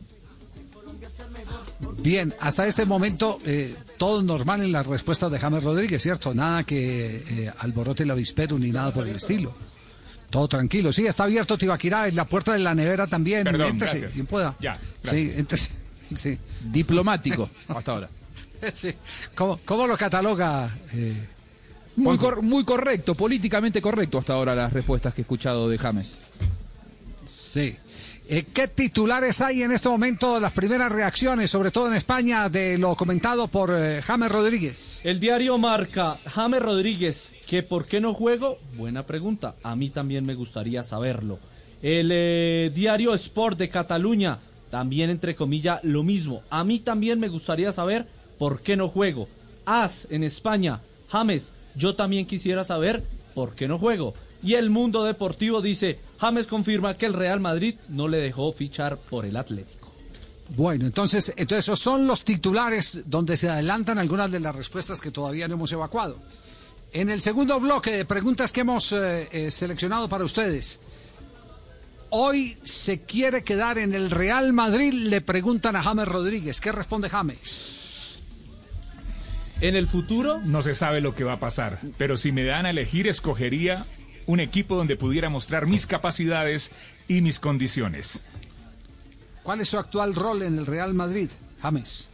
Bien, hasta este momento eh, todo normal en las respuestas de James Rodríguez, ¿cierto? Nada que eh, alborote el avispero ni nada por el estilo. Todo tranquilo. Sí, está abierto Tibaquirá, en la puerta de la nevera también. Perdón, Éntrese, gracias. quien pueda. Ya, sí, éntrese. Sí. Diplomático, hasta ahora. Sí. ¿Cómo, cómo lo cataloga? Eh, muy, cor- muy correcto, políticamente correcto hasta ahora las respuestas que he escuchado de James. Sí. Eh, ¿Qué titulares hay en este momento? Las primeras reacciones, sobre todo en España, de lo comentado por eh, James Rodríguez. El diario Marca, James Rodríguez, que ¿por qué no juego? Buena pregunta, a mí también me gustaría saberlo. El eh, diario Sport de Cataluña, también entre comillas lo mismo, a mí también me gustaría saber por qué no juego. As en España, James, yo también quisiera saber por qué no juego. Y el Mundo Deportivo dice, James confirma que el Real Madrid no le dejó fichar por el Atlético. Bueno, entonces, entonces esos son los titulares donde se adelantan algunas de las respuestas que todavía no hemos evacuado. En el segundo bloque de preguntas que hemos eh, eh, seleccionado para ustedes, hoy se quiere quedar en el Real Madrid, le preguntan a James Rodríguez. ¿Qué responde James? En el futuro no se sabe lo que va a pasar, pero si me dan a elegir, escogería un equipo donde pudiera mostrar mis capacidades y mis condiciones. ¿Cuál es su actual rol en el Real Madrid, James?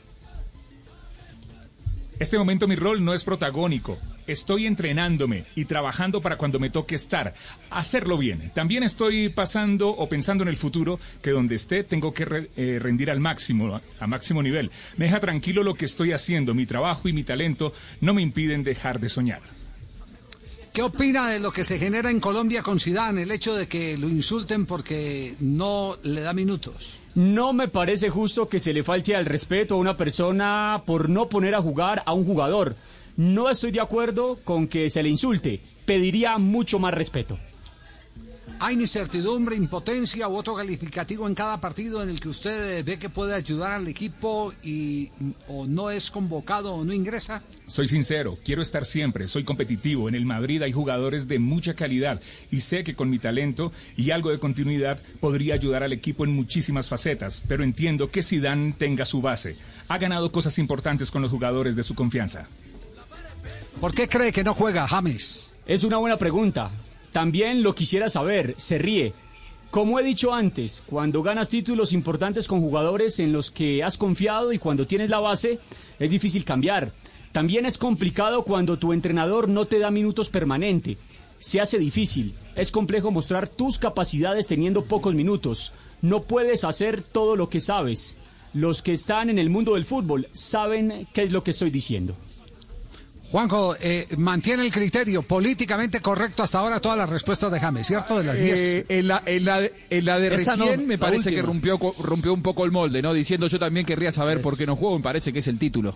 Este momento mi rol no es protagónico. Estoy entrenándome y trabajando para cuando me toque estar, hacerlo bien. También estoy pasando o pensando en el futuro, que donde esté tengo que re, eh, rendir al máximo, a máximo nivel. Me deja tranquilo lo que estoy haciendo. Mi trabajo y mi talento no me impiden dejar de soñar. ¿Qué opina de lo que se genera en Colombia con Zidane, el hecho de que lo insulten porque no le da minutos? No me parece justo que se le falte al respeto a una persona por no poner a jugar a un jugador. No estoy de acuerdo con que se le insulte. Pediría mucho más respeto. ¿Hay incertidumbre, impotencia u otro calificativo en cada partido en el que usted ve que puede ayudar al equipo y o no es convocado o no ingresa? Soy sincero, quiero estar siempre, soy competitivo. En el Madrid hay jugadores de mucha calidad y sé que con mi talento y algo de continuidad podría ayudar al equipo en muchísimas facetas, pero entiendo que Zidane tenga su base. Ha ganado cosas importantes con los jugadores de su confianza. ¿Por qué cree que no juega, James? Es una buena pregunta. También lo quisiera saber, se ríe. Como he dicho antes, cuando ganas títulos importantes con jugadores en los que has confiado y cuando tienes la base, es difícil cambiar. También es complicado cuando tu entrenador no te da minutos permanente. Se hace difícil. Es complejo mostrar tus capacidades teniendo pocos minutos. No puedes hacer todo lo que sabes. Los que están en el mundo del fútbol saben qué es lo que estoy diciendo. Juanjo, eh, mantiene el criterio políticamente correcto hasta ahora todas las respuestas de James, ¿cierto? De las diez. Eh, en, la, en, la, en la de Esa recién no, me la parece última. que rompió, rompió un poco el molde, ¿no? Diciendo yo también querría saber por qué no juego, me parece que es el título.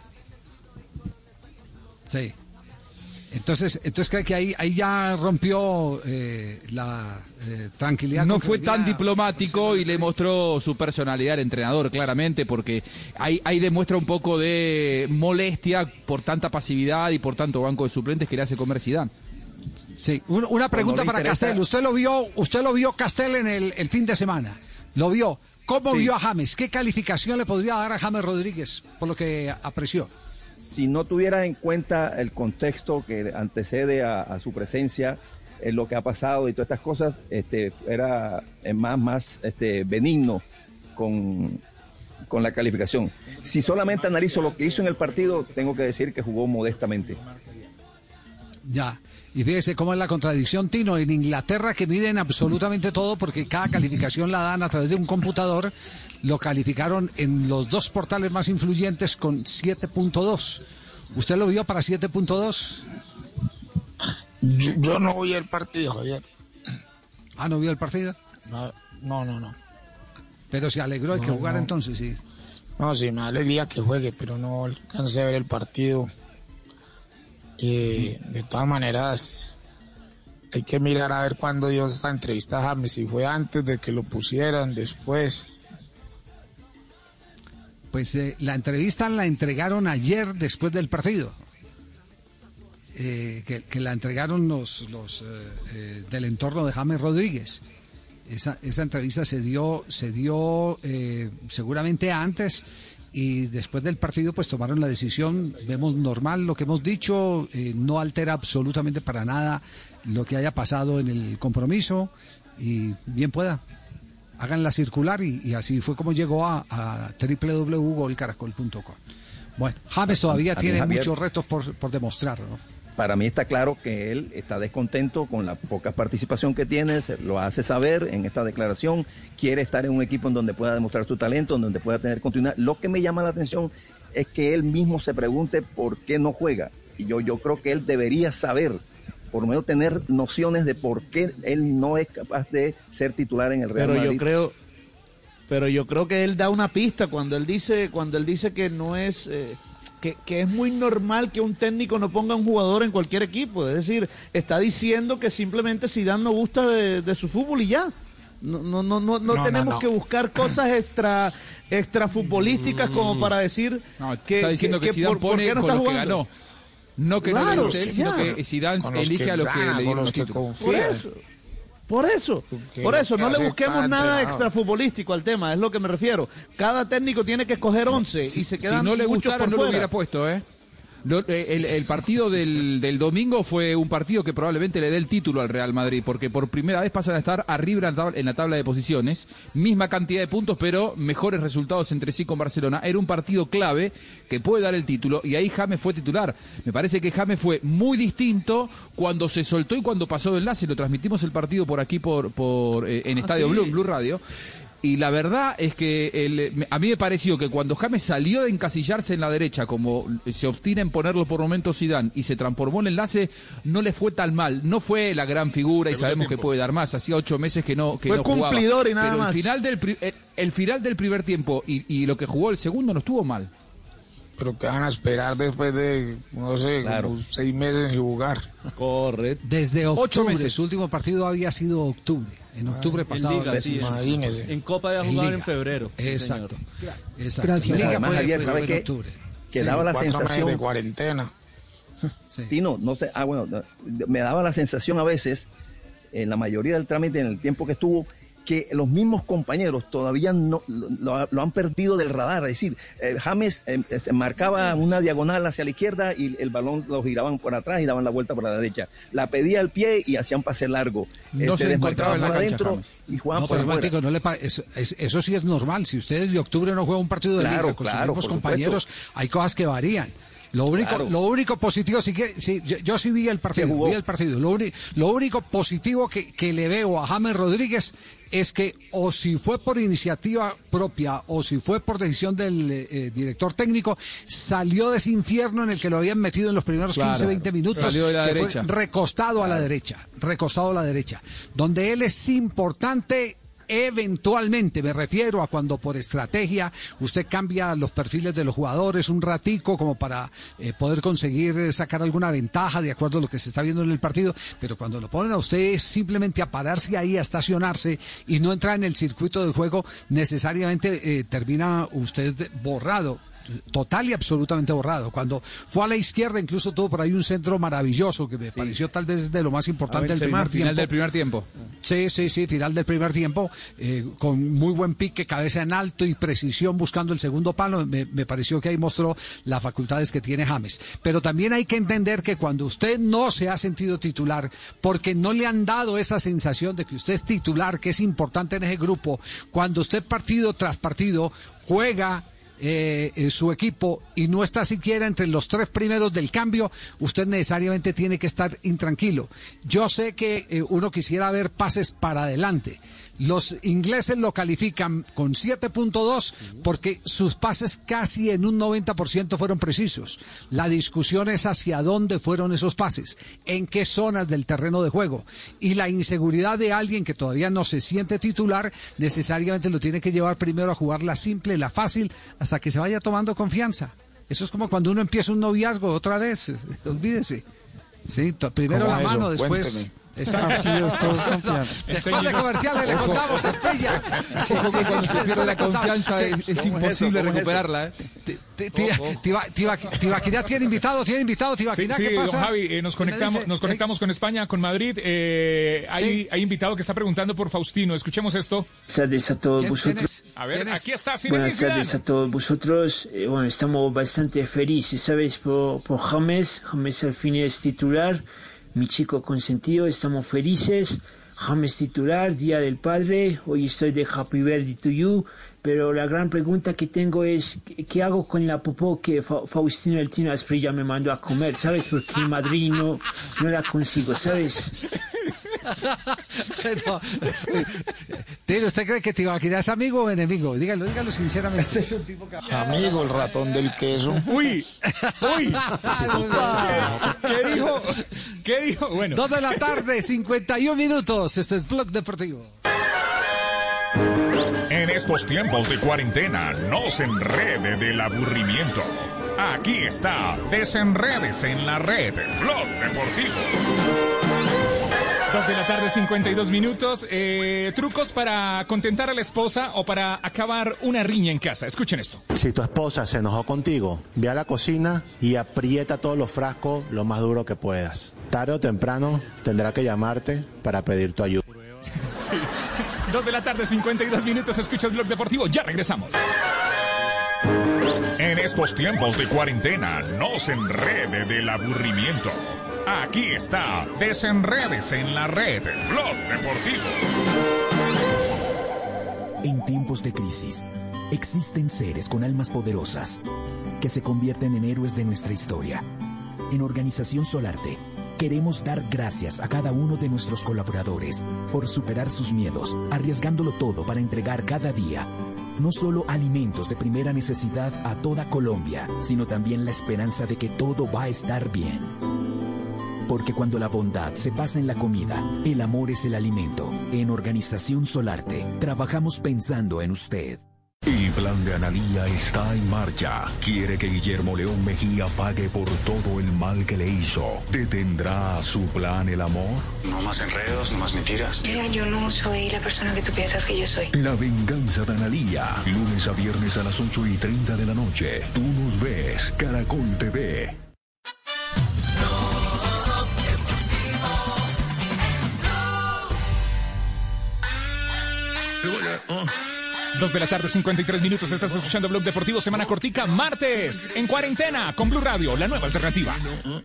Sí. Entonces, entonces cree que ahí, ahí ya rompió eh, la eh, tranquilidad. No con que fue venía tan diplomático y le mostró su personalidad al entrenador, claramente, porque ahí, ahí demuestra un poco de molestia por tanta pasividad y por tanto banco de suplentes que le hace comer Zidane. Sí, un- una pregunta para Castel. Usted lo vio, usted lo vio Castel en el, el fin de semana. Lo vio. ¿Cómo Sí. vio a James? ¿Qué calificación le podría dar a James Rodríguez por lo que apreció? Si no tuviera en cuenta el contexto que antecede a, a su presencia, en lo que ha pasado y todas estas cosas, este, era eh, más, más este, benigno con, con la calificación. Si solamente analizo lo que hizo en el partido, tengo que decir que jugó modestamente. Ya. Y fíjese cómo es la contradicción, Tino. En Inglaterra, que miden absolutamente todo porque cada calificación la dan a través de un computador, lo calificaron en los dos portales más influyentes con siete punto dos. ¿Usted lo vio para siete punto dos? Yo, yo no vi el partido, Javier. Ah, ¿no vio el partido? No, no, no. no. Pero se alegró de que No, jugara no. entonces, sí. No, sí, me alegría que juegue, pero no alcancé a ver el partido. Y de todas maneras, hay que mirar a ver cuándo dio esta entrevista a James, si fue antes de que lo pusieran, después. Pues eh, la entrevista la entregaron ayer después del partido. Eh, que, que la entregaron los, los eh, eh, del entorno de James Rodríguez. Esa, esa entrevista se dio, se dio eh, seguramente antes y después del partido pues tomaron la decisión. Vemos normal lo que hemos dicho, eh, no altera absolutamente para nada lo que haya pasado en el compromiso y bien pueda. Háganla circular y, y así fue como llegó a, a doble u doble u doble u punto gol caracol punto com. Bueno, James todavía A mí, tiene Javier, muchos retos por, por demostrar, ¿no? Para mí está claro que él está descontento con la poca participación que tiene, se lo hace saber en esta declaración, quiere estar en un equipo en donde pueda demostrar su talento, en donde pueda tener continuidad. Lo que me llama la atención es que él mismo se pregunte por qué no juega. Y yo, yo creo que él debería saber, por lo menos tener nociones de por qué él no es capaz de ser titular en el Real Pero Madrid. yo creo, pero yo creo que él da una pista cuando él dice, cuando él dice que no es, eh, que, que es muy normal que un técnico no ponga un jugador en cualquier equipo. Es decir, está diciendo que simplemente Zidane no gusta de, de su fútbol y ya. No, no, no, no, no No, tenemos no, no. que buscar cosas extra, extra futbolísticas como para decir No, que, está diciendo que, que, Zidane por, ¿por pone qué no con está los que jugando? ganó. No que Claro, no le es guste él, que sino ya. que Zidane Con los elige que a los que gana, le con dieron los los que títulos. Por eso, por eso, Que por lo eso, que no le hace busquemos cada nada entrenador. extra futbolístico al tema, es lo que me refiero. Cada técnico tiene que escoger once y se quedan Si no le muchos gustara, por no lo fuera. hubiera puesto, ¿eh? Lo- eh, el, el partido del, del domingo fue un partido que probablemente le dé el título al Real Madrid, porque por primera vez pasan a estar arriba en la tabla, en la tabla de posiciones, misma cantidad de puntos, pero mejores resultados entre sí con Barcelona. Era un partido clave que puede dar el título, y ahí James fue titular. Me parece que James fue muy distinto cuando se soltó y cuando pasó de enlace. Lo transmitimos el partido por aquí, por, por eh, en Estadio ¿Ah, sí? Blue, en Blue Radio. Y la verdad es que el, a mí me pareció que cuando James salió de encasillarse en la derecha, como se obstina en ponerlo por momentos Zidane, y se transformó en enlace, no le fue tan mal. No fue la gran figura y Segundo sabemos tiempo. que puede dar más. Hacía ocho meses que no, que Fue no jugaba. cumplidor y nada Pero más. El final del, pri- el, el final del primer tiempo y, y lo que jugó el segundo no estuvo mal. Pero que van a esperar después de, no sé, Claro. como seis meses sin jugar. Correcto. Desde Ocho octubre, meses. su último partido había sido octubre. En octubre En pasado. Liga, sí, en- Imagínese. En Copa había En jugado Liga. en febrero. sí, Exacto. señor. Exacto. Gracias. En Liga Además, fue, Javier, fue- ¿sabe fue en qué? octubre. Que Sí. daba la Cuatro meses de sensación, cuarentena. Sí. Tino, no sé, ah, bueno, no, me daba la sensación a veces, en la mayoría del trámite, en el tiempo que estuvo, que los mismos compañeros todavía no lo, lo han perdido del radar. Es decir, eh, James eh, se marcaba una diagonal hacia la izquierda y el balón lo giraban por atrás y daban la vuelta por la derecha. La pedía al pie y hacían pase largo. Eh, No se le encontraba desmarcaban en la por cancha, adentro James. y jugaban No, por pero afuera. Matico, no le pa- eso, es- eso sí es normal. Si ustedes de octubre no juegan un partido de Claro, liga con claro, sus mismos por compañeros, hay cosas que varían. Lo único, Claro. lo único positivo, sí que, sí, yo, yo sí vi el partido, Se jugó. vi el partido. Lo, uni- lo único positivo que, que le veo a James Rodríguez es que o si fue por iniciativa propia o si fue por decisión del eh, director técnico, salió de ese infierno en el que lo habían metido en los primeros Claro. quince, veinte minutos, Salió de la que derecha. fue recostado a la derecha, recostado a la derecha, donde él es importante. Eventualmente, me refiero a cuando por estrategia usted cambia los perfiles de los jugadores un ratico como para eh, poder conseguir eh, sacar alguna ventaja de acuerdo a lo que se está viendo en el partido, pero cuando lo ponen a usted simplemente a pararse ahí, a estacionarse y no entrar en el circuito del juego, necesariamente eh, termina usted borrado. Total y absolutamente borrado. Cuando fue a la izquierda, incluso tuvo por ahí un centro maravilloso que me pareció tal vez de lo más importante del primer tiempo. Final del primer tiempo. Sí, sí, sí, final del primer tiempo, eh, con muy buen pique, cabeza en alto y precisión buscando el segundo palo. Me, me pareció que ahí mostró las facultades que tiene James. Pero también hay que entender que cuando usted no se ha sentido titular, porque no le han dado esa sensación de que usted es titular, que es importante en ese grupo, cuando usted partido tras partido juega Eh, eh, su equipo y no está siquiera entre los tres primeros del cambio, usted necesariamente tiene que estar intranquilo. Yo sé que eh, uno quisiera ver pases para adelante. Los ingleses lo califican con siete punto dos porque sus pases casi en un noventa por ciento fueron precisos. La discusión es hacia dónde fueron esos pases, en qué zonas del terreno de juego. Y la inseguridad de alguien que todavía no se siente titular necesariamente lo tiene que llevar primero a jugar la simple, la fácil, hasta que se vaya tomando confianza. Eso es como cuando uno empieza un noviazgo otra vez, olvídese. Sí, to- primero ¿Cómo la es eso? mano, después... Cuénteme. Exacto. Sí, es todo confianza. Después de comerciales le contamos en Pilla. Sí, Ojo sí, que sí, cuando se después pierde le la contamos. confianza Sí. es, es ¿Cómo es imposible eso? ¿Cómo es recuperarla. ¿eh? Ti- ti- Tiba- Tiba- Tiba- Tibaquirá tiene invitado, tiene invitado, Sí, Tibaquirá, sí, ¿qué don pasa? Javi, eh, nos ¿Qué me conectamos, dice? nos conectamos con España, con Madrid. Eh, hay, Sí. hay invitado que está preguntando por Faustino. Escuchemos esto. Buenas tardes a todos ¿Quién- quién vosotros. es? A ver, ¿Quién es? aquí está Buenas Zinedine tardes a Zidane. todos vosotros. Eh, bueno, estamos bastante felices, ¿sabes? Por, por James. James al fin es titular. Mi chico consentido, estamos felices. James titular, Día del Padre. Hoy estoy de Happy Birthday to you. Pero la gran pregunta que tengo es, ¿qué, qué hago con la popó que Fa- Faustino el Tino Asprilla me mandó a comer? ¿Sabes? Porque en Madrid no, no la consigo, ¿sabes? No. Tino, ¿usted cree que Tibaquirá es amigo o enemigo? Dígalo, dígalo sinceramente. Este es un tipo que... Amigo, el ratón del queso. Uy, uy. ¿Qué dijo? ¿Qué dijo? Bueno. Dos de la tarde, cincuenta y un minutos. Este es Blog Deportivo. En estos tiempos de cuarentena, no se enrede del aburrimiento. Aquí está, Desenredes en la red, Blog Deportivo. Dos de la tarde, cincuenta y dos minutos. Eh, trucos para contentar a la esposa o para acabar una riña en casa. Escuchen esto. Si tu esposa se enojó contigo, ve a la cocina y aprieta todos los frascos lo más duro que puedas. Tarde o temprano tendrá que llamarte para pedir tu ayuda. Sí. Dos de la tarde, cincuenta y dos minutos. Escucha el Blog Deportivo. Ya regresamos. En estos tiempos de cuarentena, no se enrede del aburrimiento. Aquí está, Desenredes en la Red, Blog Deportivo. En tiempos de crisis, existen seres con almas poderosas que se convierten en héroes de nuestra historia. En Organización Solarte, queremos dar gracias a cada uno de nuestros colaboradores por superar sus miedos, arriesgándolo todo para entregar cada día no solo alimentos de primera necesidad a toda Colombia, sino también la esperanza de que todo va a estar bien. Porque cuando la bondad se pasa en la comida, el amor es el alimento. En Organización Solarte, trabajamos pensando en usted. El plan de Analía está en marcha. Quiere que Guillermo León Mejía pague por todo el mal que le hizo. ¿Detendrá su plan el amor? No más enredos, no más mentiras. Mira, yo no soy la persona que tú piensas que yo soy. La venganza de Analía. Lunes a viernes a las ocho y treinta de la noche. Tú nos ves. Caracol T V. Dos de la tarde, cincuenta y tres minutos. Estás escuchando Blog Deportivo, semana cortica, martes, en cuarentena, con Blue Radio, la nueva alternativa.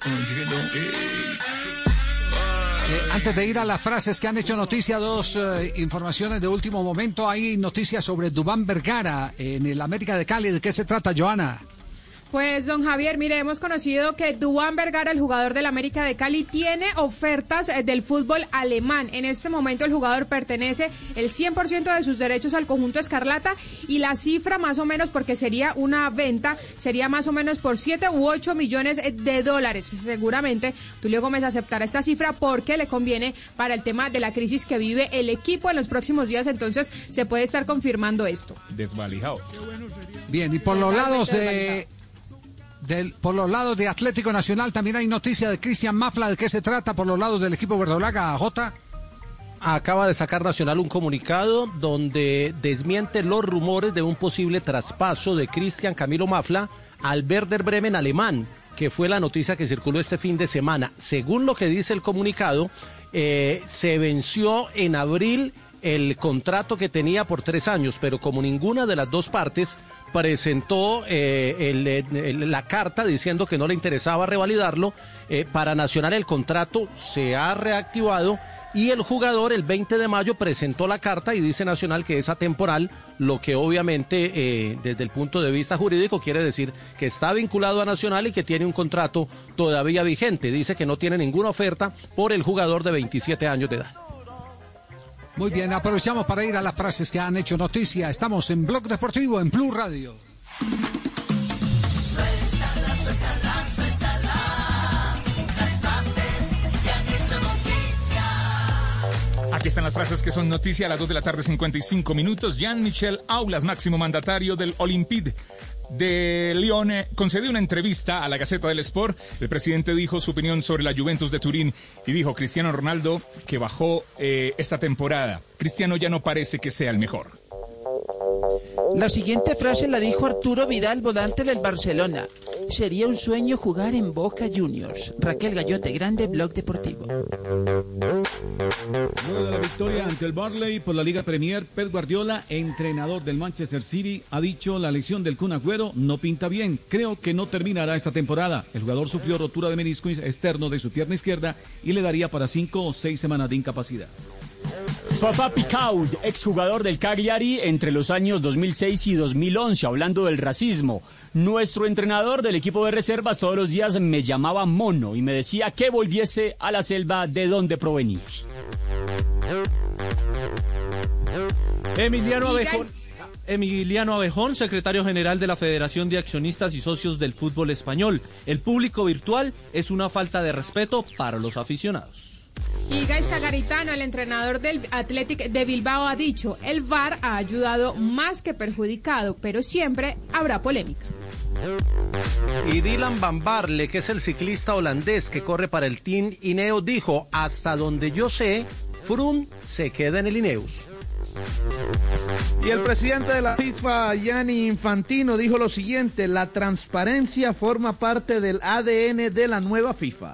Eh, antes de ir a las frases que han hecho noticia, dos eh, informaciones de último momento. Hay noticias sobre Duván Vergara en el América de Cali. ¿De qué se trata, Joana? Pues, don Javier, mire, hemos conocido que Duván Vergara, el jugador del América de Cali, tiene ofertas eh, del fútbol alemán. En este momento el jugador pertenece el cien por ciento de sus derechos al conjunto escarlata y la cifra más o menos, porque sería una venta, sería más o menos por siete u ocho millones de dólares. Seguramente Tulio Gómez aceptará esta cifra porque le conviene para el tema de la crisis que vive el equipo en los próximos días, entonces se puede estar confirmando esto. Desvalijado. Bien, y por los lados de... Del, por los lados de Atlético Nacional también hay noticia de Cristian Mafla. ¿De qué se trata por los lados del equipo verdolaga, Jota? Acaba de sacar Nacional un comunicado donde desmiente los rumores de un posible traspaso de Cristian Camilo Mafla al Werder Bremen alemán, que fue la noticia que circuló este fin de semana. Según lo que dice el comunicado, eh, se venció en abril el contrato que tenía por tres años, pero como ninguna de las dos partes presentó eh, el, el, la carta diciendo que no le interesaba revalidarlo, eh, para Nacional el contrato se ha reactivado y el jugador el veinte de mayo presentó la carta y dice Nacional que es atemporal, lo que obviamente eh, desde el punto de vista jurídico quiere decir que está vinculado a Nacional y que tiene un contrato todavía vigente. Dice que no tiene ninguna oferta por el jugador de veintisiete años de edad. Muy bien, aprovechamos para ir a las frases que han hecho noticia. Estamos en Blog Deportivo, en Blue Radio. Suéltala, suéltala, suéltala. Las frases que han hecho noticia. Aquí están las frases que son noticia a las dos de la tarde, cincuenta y cinco minutos. Jean-Michel Aulas, máximo mandatario del Olympique de Lyon, concedió una entrevista a la Gaceta del Sport. El presidente dijo su opinión sobre la Juventus de Turín y dijo: Cristiano Ronaldo, que bajó eh, esta temporada. Cristiano ya no parece que sea el mejor. La siguiente frase la dijo Arturo Vidal, volante del Barcelona. Sería un sueño jugar en Boca Juniors. Raquel Gallote, grande, Blog Deportivo. Luego de la victoria ante el Burnley por la Liga Premier, Pep Guardiola, entrenador del Manchester City, ha dicho: la lesión del Kun Agüero no pinta bien. Creo que no terminará esta temporada. El jugador sufrió rotura de menisco externo de su pierna izquierda y le daría para cinco o seis semanas de incapacidad. Fafá Picaud, exjugador del Cagliari entre los años dos mil seis y dos mil once, hablando del racismo. Nuestro entrenador del equipo de reservas todos los días me llamaba mono y me decía que volviese a la selva de donde provenimos. Emiliano Abejón, Emiliano Abejón, secretario general de la Federación de Accionistas y Socios del Fútbol Español. El público virtual es una falta de respeto para los aficionados. Y Gaisca Garitano, el entrenador del Athletic de Bilbao, ha dicho: el V A R ha ayudado más que perjudicado, pero siempre habrá polémica. Y Dylan van Baarle, que es el ciclista holandés que corre para el Team Ineos, dijo: hasta donde yo sé, Froome se queda en el Ineos. Y el presidente de la FIFA, Gianni Infantino, dijo lo siguiente: la transparencia forma parte del A D N de la nueva FIFA.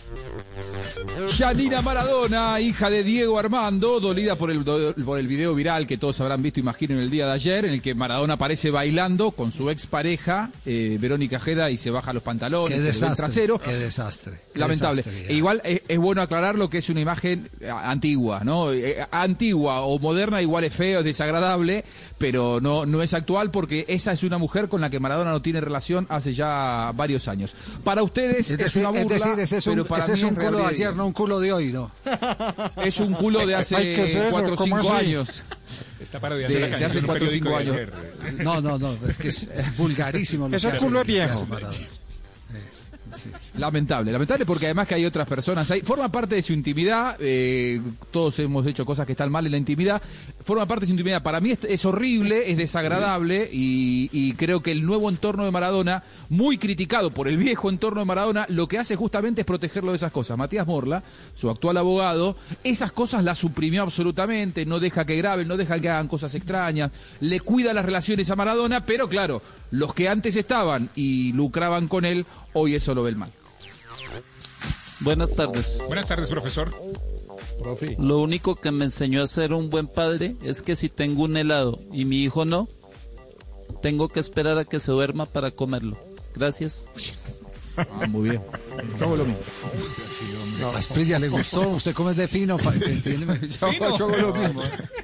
Yanina Maradona, hija de Diego Armando, dolida por el, por el video viral que todos habrán visto, imagino, en el día de ayer, en el que Maradona aparece bailando con su expareja, eh, Verónica Jeda, y se baja los pantalones, Qué se ve el desastre, trasero. qué desastre. Qué Lamentable. desastre, E igual es, es bueno aclarar lo que es una imagen antigua, ¿no? Eh, antigua o moderna igual es feo, es desagradable, pero no, no es actual, porque esa es una mujer con la que Maradona no tiene relación hace ya varios años. Para ustedes Es es, decir, una burla, es decir, ese es un, pero para ese mí es un es culo de realidad. ayer, no un culo de hoy, ¿no? Es un culo de hace Ay, ¿qué es eso? cuatro o ¿Cómo cinco así? años. Está parodiando Sí, la de canción hace de un cuatro o cinco periódico de años. ayer. No, no, no, es que es, es vulgarísimo. Lo Ese que culo hace- es viejo. lo que hace Maradona. Sí. Lamentable, lamentable porque además que hay otras personas ahí, forma parte de su intimidad, eh, todos hemos hecho cosas que están mal en la intimidad, forma parte de su intimidad, para mí es, es horrible, es desagradable y, y creo que el nuevo entorno de Maradona, muy criticado por el viejo entorno de Maradona, lo que hace justamente es protegerlo de esas cosas. Matías Morla, su actual abogado, esas cosas las suprimió absolutamente, no deja que graben, no deja que hagan cosas extrañas, le cuida las relaciones a Maradona, pero claro, los que antes estaban y lucraban con él, hoy eso lo ven mal. Buenas tardes. Buenas tardes, profesor. Lo único que me enseñó a ser un buen padre es que si tengo un helado y mi hijo no, tengo que esperar a que se duerma para comerlo. Gracias. Ah, muy bien. Yo hago lo mismo. No, a Asprilla le gustó, usted come de fino. Pa, ¿Fino? Yo, yo hago lo mismo.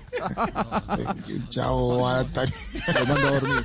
Chao, va a estar. Lo mando a dormir.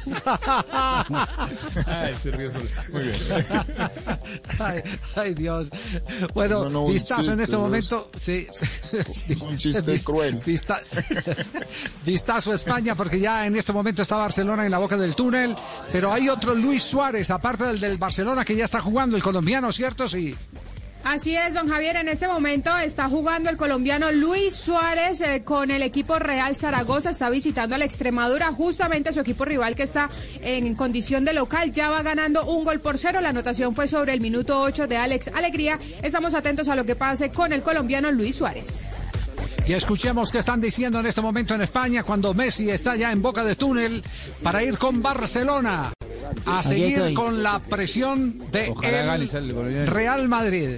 Ah, ese río solo. Muy bien. Ay, ay, Dios. Bueno, No, no, un vistazo chiste, en este ¿no? momento. Sí. Un chiste Vis- cruel. vista- vistazo a España, porque ya en este momento está Barcelona en la boca del túnel. Pero hay otro Luis Suárez, aparte del del Barcelona, que ya está jugando, el colombiano, ¿cierto? Sí. Así es, don Javier, en este momento está jugando el colombiano Luis Suárez eh, con el equipo Real Zaragoza, está visitando a la Extremadura, justamente su equipo rival que está en condición de local, ya va ganando un gol por cero, la anotación fue sobre el minuto ocho de Alex Alegría, estamos atentos a lo que pase con el colombiano Luis Suárez. Y escuchemos qué están diciendo en este momento en España cuando Messi está ya en boca de túnel para ir con Barcelona a Aquí seguir estoy. con la presión de Ojalá gane, el sale el colombiano. Real Madrid.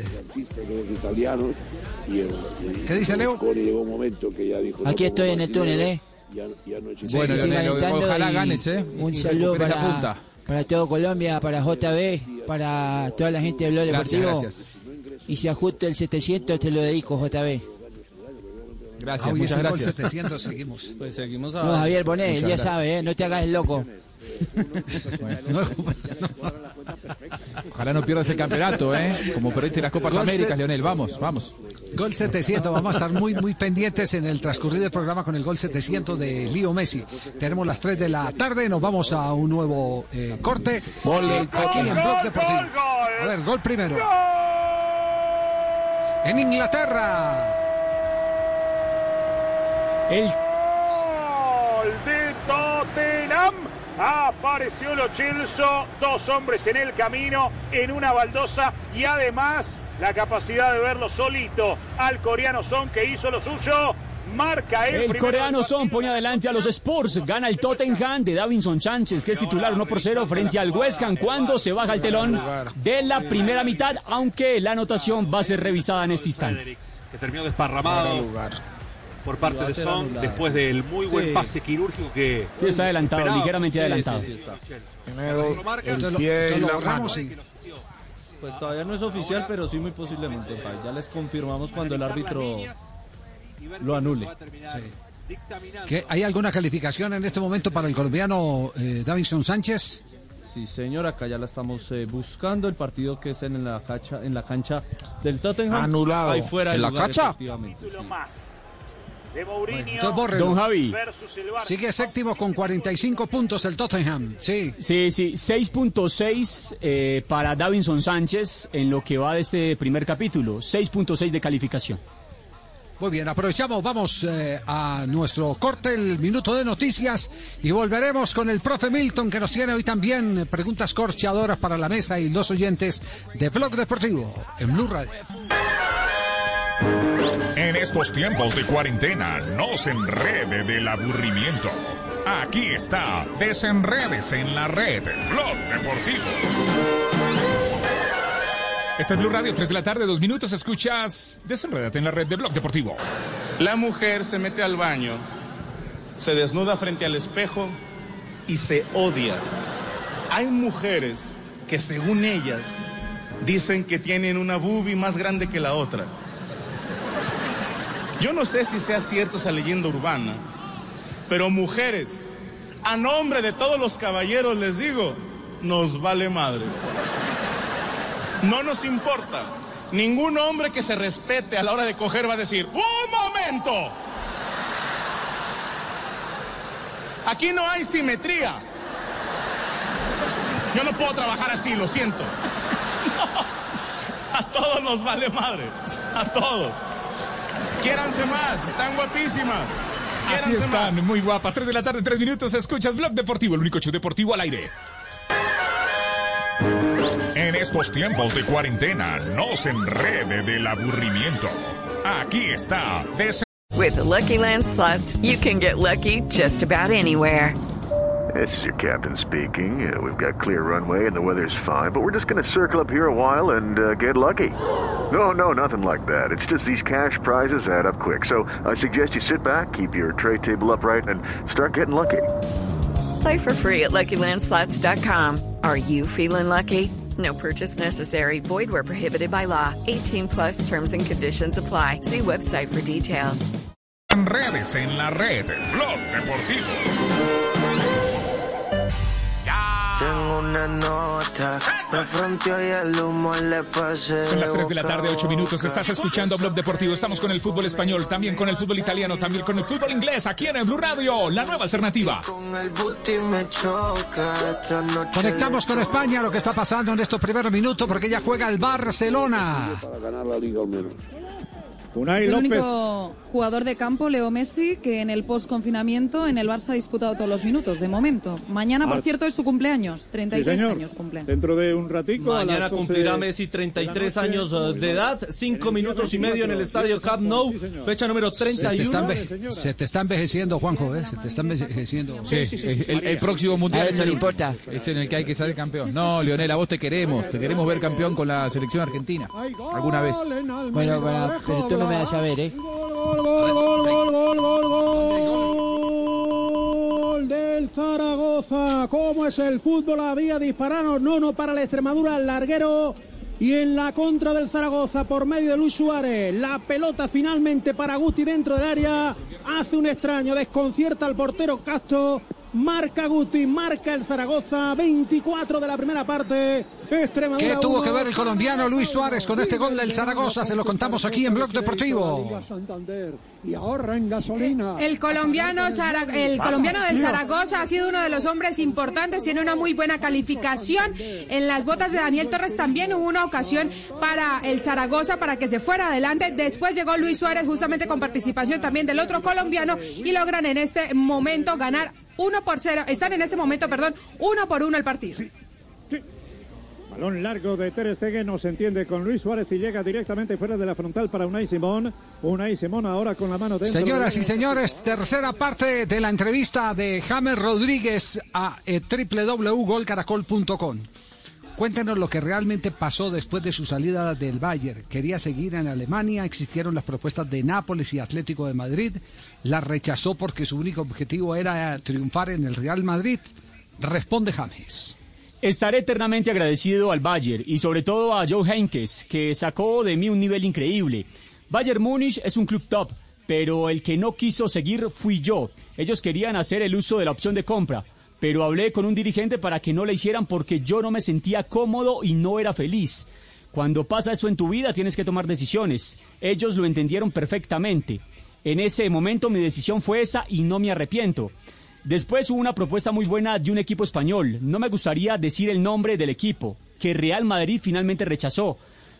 ¿Qué dice Leo? Aquí estoy en el túnel, ¿eh? Bueno, Estoy Leonel, calentando ojalá y ganes, ¿eh? Un Y saludo recuperes la para, punta. para todo Colombia, para J B, para toda la gente de Blog Gracias, Deportivo. gracias. Y si ajusto el setecientos, te lo dedico, J B. Gracias, Ah, hoy es muchas el gol gracias. setecientos, seguimos. Pues seguimos a... No, Javier, poné, él Muchas ya gracias. sabe, ¿eh? No te hagas el loco. Ojalá no pierdas el campeonato, ¿eh? Como perdiste las Copas Gol Américas, set- Leonel. Vamos, vamos. Gol setecientos, vamos a estar muy muy pendientes en el transcurrir del programa con el gol setecientos de Leo Messi. Tenemos las tres de la tarde, nos vamos a un nuevo eh, corte Gol, eh, gol, aquí en gol, Blog gol, Deportivo. gol. A ver, gol primero. En Inglaterra. El Gol de Tottenham. Apareció Lo Celso, dos hombres en el camino, en una baldosa y además la capacidad de verlo solito al coreano Son, que hizo lo suyo. Marca el, El primero coreano del Son pone adelante a los Spurs, gana el Tottenham de Davinson Sánchez, que es titular uno por cero frente al West Ham cuando se baja el telón de la primera mitad, aunque la anotación va a ser revisada en este instante. Que terminó desparramado por parte de Son después del muy buen Sí. pase quirúrgico que... Sí, está adelantado, esperaba. ligeramente Sí, adelantado. sí, sí, está. Tiene do- el Entonces lo- pie y entonces lo la borramos mano. y- Pues todavía no es oficial, pero sí muy posiblemente. Pa. Ya les confirmamos cuando el árbitro lo anule. Sí. ¿Qué, ¿Hay alguna calificación en este momento para el colombiano eh, Davinson Sánchez? Sí, señor, acá ya la estamos eh, buscando. El partido que es en la cancha, en la cancha del Tottenham. Anulado. Ahí fuera ¿En del la lugar, cancha? efectivamente, sí. de Mourinho Entonces, bórrelo. Don Javi. versus el Barça. Sigue séptimo con cuarenta y cinco puntos el Tottenham. Sí. Sí, sí, seis punto seis eh, para Davinson Sánchez en lo que va de este primer capítulo, seis punto seis de calificación. Muy bien, aprovechamos, vamos eh, a nuestro corte, el minuto de noticias, y volveremos con el profe Milton, que nos tiene hoy también preguntas corchadoras para la mesa y los oyentes de Blog Deportivo en Blue Radio. En estos tiempos de cuarentena, no se enrede del aburrimiento. Aquí está, Desenrédese en la red, Blog Deportivo. Este es Blue Radio, tres de la tarde, dos minutos, escuchas Desenrédate en la red de Blog Deportivo. La mujer se mete al baño, se desnuda frente al espejo y se odia. Hay mujeres que según ellas dicen que tienen una boobie más grande que la otra. Yo no sé si sea cierta esa leyenda urbana, pero mujeres, a nombre de todos los caballeros les digo, nos vale madre. No nos importa. Ningún hombre que se respete a la hora de coger va a decir, ¡un momento! Aquí no hay simetría. Yo no puedo trabajar así, lo siento. No, a todos nos vale madre. A todos. Quiéranse más, están guapísimas. Así están, más. Muy guapas. tres de la tarde, tres minutos, escuchas Blog Deportivo, el único show deportivo al aire. En estos tiempos de cuarentena, no se enrede del aburrimiento. Aquí está. Des- With the Lucky Land Slots, you can get lucky just about anywhere. This is your captain speaking. Uh, we've got clear runway and the weather's fine, but we're just going to circle up here a while and uh, get lucky. No, no, nothing like that. It's just these cash prizes add up quick. So I suggest you sit back, keep your tray table upright, and start getting lucky. Play for free at Lucky Land Slots dot com. Are you feeling lucky? No purchase necessary. Void where prohibited by law. eighteen plus terms and conditions apply. See website for details. Enredes en la red, Blog Deportivo. Tengo una nota, me fronteó y el humo le pasé. Son las tres de la tarde, ocho minutos. Estás escuchando Blog Deportivo. Estamos con el fútbol español, también con el fútbol italiano, también con el fútbol inglés, aquí en el Blue Radio, la nueva alternativa. Conectamos con España, lo que está pasando en estos primeros minutos, porque ya juega el Barcelona. Para ganar la liga al menos. Unai López. El único jugador de campo, Leo Messi, que en el post-confinamiento en el Barça ha disputado todos los minutos, de momento. Mañana, por cierto, es su cumpleaños, treinta y tres sí, años cumple. Dentro de un ratico. Mañana cumplirá Messi treinta y tres años de edad, cinco minutos y medio en el estadio Camp Nou, fecha número treinta y uno. Se te está, enveje- se te está envejeciendo, Juanjo, ¿eh? Se te está envejeciendo. Sí, el, el próximo mundial es, no el, importa. es en el que hay que salir campeón. No, Lionel, a vos te queremos, te queremos ver campeón con la selección argentina, alguna vez. Bueno, para, pero tú no me vas a ver, ¿eh? Gol, gol, gol, gol, gol, gol, gol del Zaragoza. ¿Cómo es el fútbol? Había disparado, no, no para la Extremadura, el larguero. Y en la contra del Zaragoza por medio de Luis Suárez, la pelota finalmente para Guti dentro del área. Hace un extraño, desconcierta al portero Castro. Marca Guti, marca el Zaragoza, veinticuatro de la primera parte. Extremadura ¿Qué tuvo uno. que ver el colombiano Luis Suárez con este gol del Zaragoza? Se lo contamos aquí en Blog Deportivo. Y ahorra en gasolina. El colombiano, Zara- el colombiano del Zaragoza ha sido uno de los hombres importantes, tiene una muy buena calificación. En las botas de Daniel Torres también hubo una ocasión para el Zaragoza para que se fuera adelante. Después llegó Luis Suárez justamente con participación también del otro colombiano y logran en este momento ganar uno por cero. Están en este momento, perdón, uno por uno el partido. Sí, sí. Balón largo de Ter Stegen, no se entiende con Luis Suárez y llega directamente fuera de la frontal para Unai Simón. Unai Simón ahora con la mano dentro. Señoras de... y señores, tercera parte de la entrevista de James Rodríguez a eh, doble u doble u doble u punto gol caracol punto com. Cuéntenos lo que realmente pasó después de su salida del Bayern. Quería seguir en Alemania, existieron las propuestas de Nápoles y Atlético de Madrid. La rechazó porque su único objetivo era triunfar en el Real Madrid. Responde James. Estaré eternamente agradecido al Bayern y sobre todo a Joe Heynckes, que sacó de mí un nivel increíble. Bayern Múnich es un club top, pero el que no quiso seguir fui yo. Ellos querían hacer el uso de la opción de compra, pero hablé con un dirigente para que no la hicieran porque yo no me sentía cómodo y no era feliz. Cuando pasa eso en tu vida tienes que tomar decisiones. Ellos lo entendieron perfectamente. En ese momento mi decisión fue esa y no me arrepiento. Después hubo una propuesta muy buena de un equipo español. No me gustaría decir el nombre del equipo, que Real Madrid finalmente rechazó.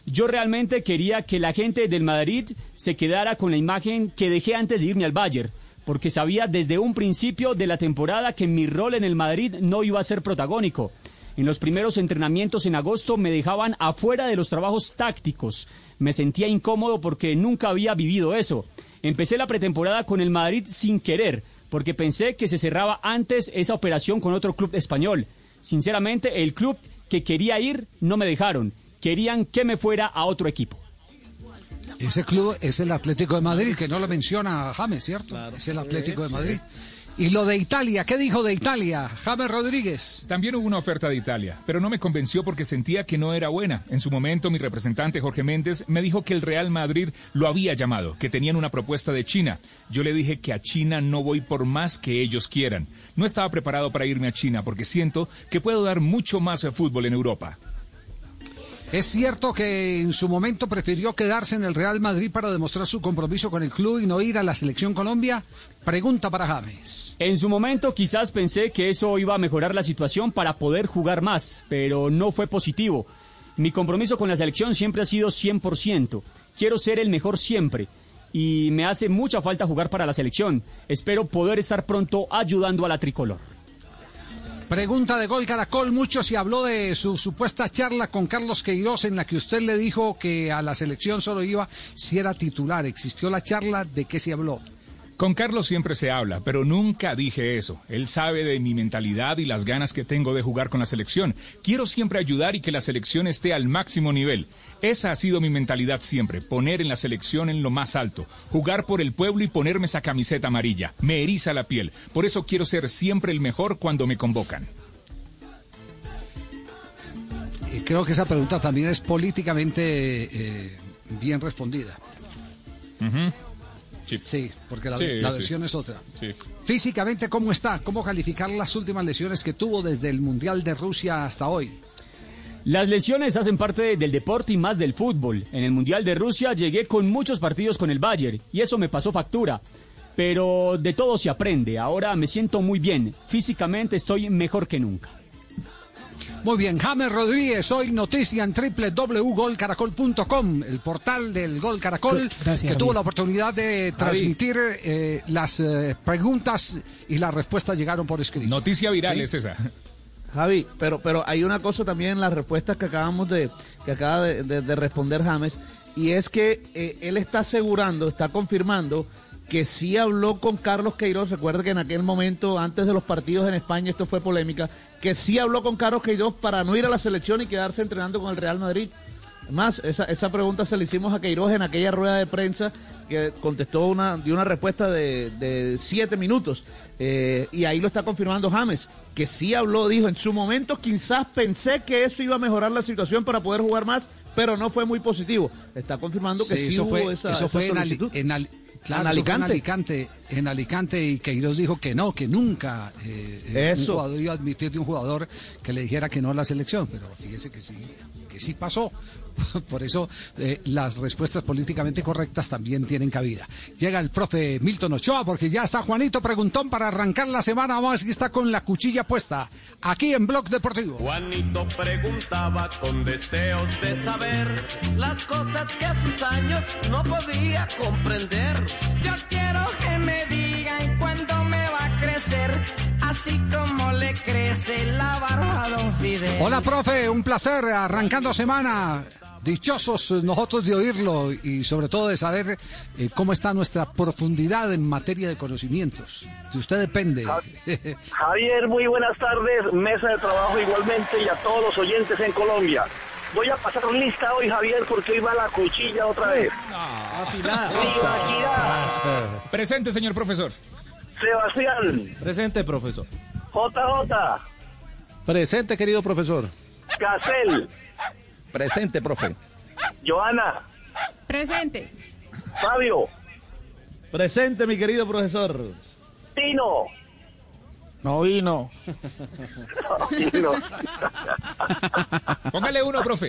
Yo realmente quería que la gente del Madrid se quedara con la imagen que dejé antes de irme al Bayern, porque sabía desde un principio de la temporada que mi rol en el Madrid no iba a ser protagónico. En los primeros entrenamientos en agosto me dejaban afuera de los trabajos tácticos. Me sentía incómodo porque nunca había vivido eso. Empecé la pretemporada con el Madrid sin querer, porque pensé que se cerraba antes esa operación con otro club español. Sinceramente, el club que quería ir no me dejaron. Querían que me fuera a otro equipo. Ese club es el Atlético de Madrid, que no lo menciona James, ¿cierto? Claro. Es el Atlético de Madrid. Y lo de Italia, ¿qué dijo de Italia, James Rodríguez? También hubo una oferta de Italia, pero no me convenció porque sentía que no era buena. En su momento, mi representante Jorge Méndez me dijo que el Real Madrid lo había llamado, que tenían una propuesta de China. Yo le dije que a China no voy por más que ellos quieran. No estaba preparado para irme a China porque siento que puedo dar mucho más fútbol en Europa. ¿Es cierto que en su momento prefirió quedarse en el Real Madrid para demostrar su compromiso con el club y no ir a la Selección Colombia? Pregunta para James. En su momento quizás pensé que eso iba a mejorar la situación para poder jugar más, pero no fue positivo. Mi compromiso con la selección siempre ha sido cien por ciento. Quiero ser el mejor siempre y me hace mucha falta jugar para la selección. Espero poder estar pronto ayudando a la tricolor. Pregunta de Gol Caracol. Mucho se habló de su supuesta charla con Carlos Queiroz en la que usted le dijo que a la selección solo iba si era titular. ¿Existió la charla? ¿De qué se habló? Con Carlos siempre se habla, pero nunca dije eso. Él sabe de mi mentalidad y las ganas que tengo de jugar con la selección. Quiero siempre ayudar y que la selección esté al máximo nivel. Esa ha sido mi mentalidad siempre, poner en la selección en lo más alto, jugar por el pueblo y ponerme esa camiseta amarilla. Me eriza la piel. Por eso quiero ser siempre el mejor cuando me convocan. Y creo que esa pregunta también es políticamente eh, bien respondida. Uh-huh. Sí. sí, porque la, sí, la sí. versión es otra. Sí. Físicamente, ¿cómo está? ¿Cómo calificar las últimas lesiones que tuvo desde el Mundial de Rusia hasta hoy? Las lesiones hacen parte del deporte y más del fútbol. En el Mundial de Rusia llegué con muchos partidos con el Bayern y eso me pasó factura. Pero de todo se aprende. Ahora me siento muy bien. Físicamente estoy mejor que nunca. Muy bien, James Rodríguez, hoy noticia en doble u doble u doble u punto gol caracol punto com, el portal del Gol Caracol, Gracias, que Javier. tuvo la oportunidad de transmitir eh, las eh, preguntas y las respuestas llegaron por escrito. Noticia viral ¿Sí? es esa. Javi, pero pero hay una cosa también en las respuestas que acabamos de que acaba de, de, de responder James, y es que eh, él está asegurando, está confirmando que sí habló con Carlos Queiroz. Recuerda que en aquel momento, antes de los partidos en España, esto fue polémica, que sí habló con Carlos Queiroz para no ir a la selección y quedarse entrenando con el Real Madrid. Más, esa, esa pregunta se la hicimos a Queiroz en aquella rueda de prensa, que contestó una, dio una respuesta de, de siete minutos, eh, y ahí lo está confirmando James, que sí habló, dijo, en su momento quizás pensé que eso iba a mejorar la situación para poder jugar más, pero no fue muy positivo. Está confirmando que sí, sí eso hubo fue, esa, eso esa fue solicitud. En, Ali, en, Ali, claro, en, Alicante. en Alicante. En Alicante, y Queiroz dijo que no, que nunca eh, un jugador iba a admitir de un jugador que le dijera que no a la selección, pero fíjese que sí, que sí pasó. Por eso eh, las respuestas políticamente correctas también tienen cabida. Llega el profe Milton Ochoa porque ya está Juanito Preguntón para arrancar la semana. Vamos a ver si está con la cuchilla puesta aquí en Blog Deportivo. Juanito preguntaba con deseos de saber las cosas que a sus años no podía comprender. Yo quiero que me digan cuándo me va a crecer, así como le crece la barba a don Fidel. Hola, profe, un placer arrancando semana. Dichosos nosotros de oírlo y sobre todo de saber eh, cómo está nuestra profundidad en materia de conocimientos. De usted depende. Javier, muy buenas tardes, mesa de trabajo igualmente y a todos los oyentes en Colombia. Voy a pasar lista hoy, Javier, porque hoy va la cuchilla otra vez. Ah, afilada. Presente, señor profesor. Sebastián. Presente, profesor. J J. Presente, querido profesor. Casel. Presente, profe. Joana. Presente. Fabio. Presente, mi querido profesor. Tino. No vino. No vino. Póngale uno, profe.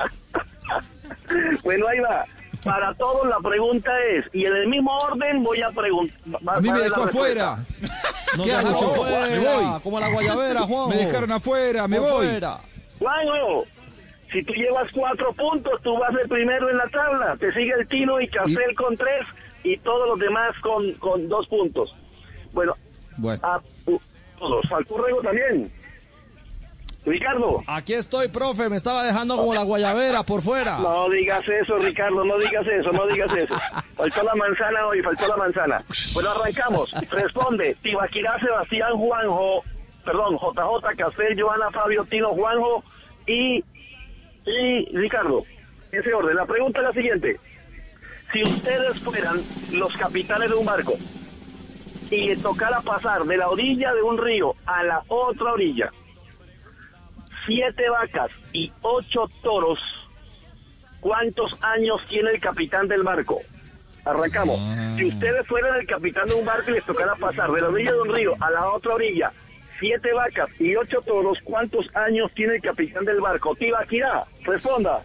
Bueno, ahí va. Para todos la pregunta es, y en el mismo orden voy a preguntar. A mí me dejó afuera. No ¿Qué hago yo? Fuera, Me voy. Como la guayabera, Juan. Me dejaron afuera, me voy. Juanjo, Si tú llevas cuatro puntos, tú vas de primero en la tabla. Te sigue el Tino y Castel ¿Y? con tres y todos los demás con, con dos puntos. Bueno, bueno. A, uh, todos. Faltó Rego también. Ricardo. Aquí estoy, profe, me estaba dejando como la guayabera por fuera. No digas eso, Ricardo, no digas eso, no digas eso. Faltó la manzana hoy, faltó la manzana. Bueno, arrancamos. Responde, Tibaquirá, Sebastián, Juanjo, perdón, J J, Castel, Joana, Fabio, Tino, Juanjo y, y Ricardo. En ese orden. La pregunta es la siguiente. Si ustedes fueran los capitanes de un barco y les tocara pasar de la orilla de un río a la otra orilla, siete vacas y ocho toros, ¿cuántos años tiene el capitán del barco? Arrancamos. Si ustedes fueran el capitán de un barco y les tocara pasar de la orilla de un río a la otra orilla, siete vacas y ocho toros, ¿cuántos años tiene el capitán del barco? Tibaquirá, responda.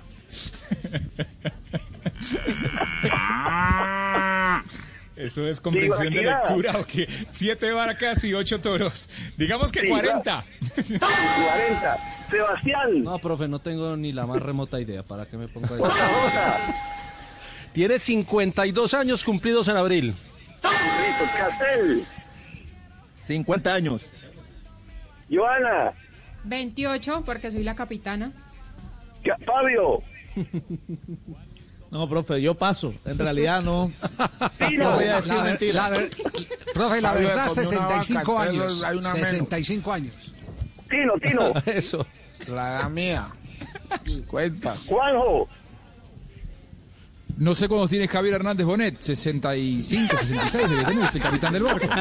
Eso es comprensión de lectura, ¿o qué? Siete vacas y ocho toros. Digamos que sí, cuarenta. cuarenta. Sebastián. No, profe, no tengo ni la más remota idea. ¿Para qué me pongo eso? Tiene cincuenta y dos años cumplidos en abril. Castel. cincuenta años. Joana. veintiocho, porque soy la capitana. Fabio. No, profe, yo paso. En realidad no. Sí, no no voy a decir la, mentira. La, la, profe, la verdad, sesenta y cinco vaca, años. hay una sesenta y cinco años. Tino, Tino. Eso. La edad mía. cincuenta. Juanjo. No sé cuándo tiene Javier Hernández Bonet, sesenta y cinco, sesenta y seis debe tener, es el capitán del barco.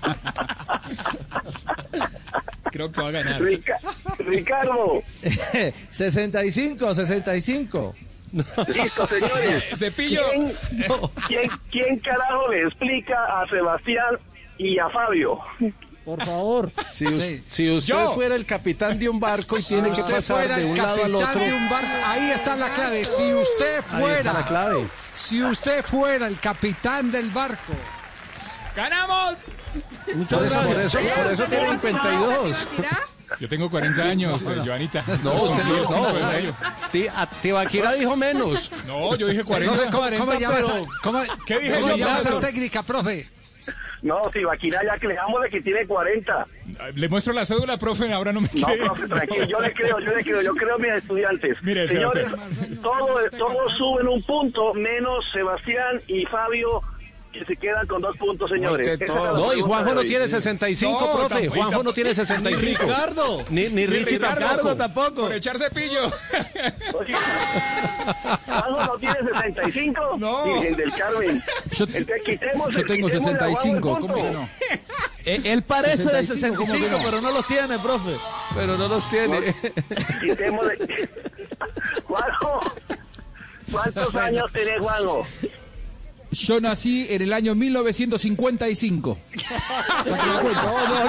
Creo que va a ganar. Rica Ricardo. sesenta y cinco, sesenta y cinco. Listo, señores. Cepillo. ¿Quién, no, ¿quién, ¿Quién carajo le explica a Sebastián y a Fabio? Por favor. Si, sí. si usted Yo. fuera el capitán de un barco y si tiene que pasar de un lado al otro. De un barco, ahí está la clave. Si usted fuera. Ahí está la clave. Si usted fuera el capitán del barco. ¡Ganamos! Muchas por eso, por eso, por eso tiene cincuenta y dos. Yo tengo cuarenta años, eh, Joanita. No, usted no. no. Tibaquirá dijo menos. No, yo dije cuarenta. Profe, ¿cómo, cuarenta, ¿cómo llamas pero... a, ¿cómo, ¿Qué dije ¿cómo yo? llamas a técnica, profe? No, Tibaquirá ya creamos de que tiene cuarenta. Le muestro la cédula, profe, ahora no me cree. No, profe, tranquilo, yo le creo, yo le creo, yo creo a mis estudiantes. Mire, señores, todos todo suben un punto, menos Sebastián y Fabio, que se quedan con dos puntos, señores. No, y Juanjo no tiene sesenta y cinco, no, profe. Juanjo no tiene sesenta y cinco. Ni Ricardo. Ni, ni, ni Richie Ricardo tampoco. Por echar cepillo. Oye, Juanjo no tiene sesenta y cinco. No. Virgen del Carmen. Yo, Entonces, quitemos, yo tengo sesenta y cinco. ¿Cómo que no? Él, él parece sesenta y cinco, de sesenta y cinco, no? Pero no los tiene, profe. Pero no los tiene. Quitemos de... Juanjo, ¿cuántos años tenés, Juanjo? Yo nací en el año mil novecientos cincuenta y cinco. No, no,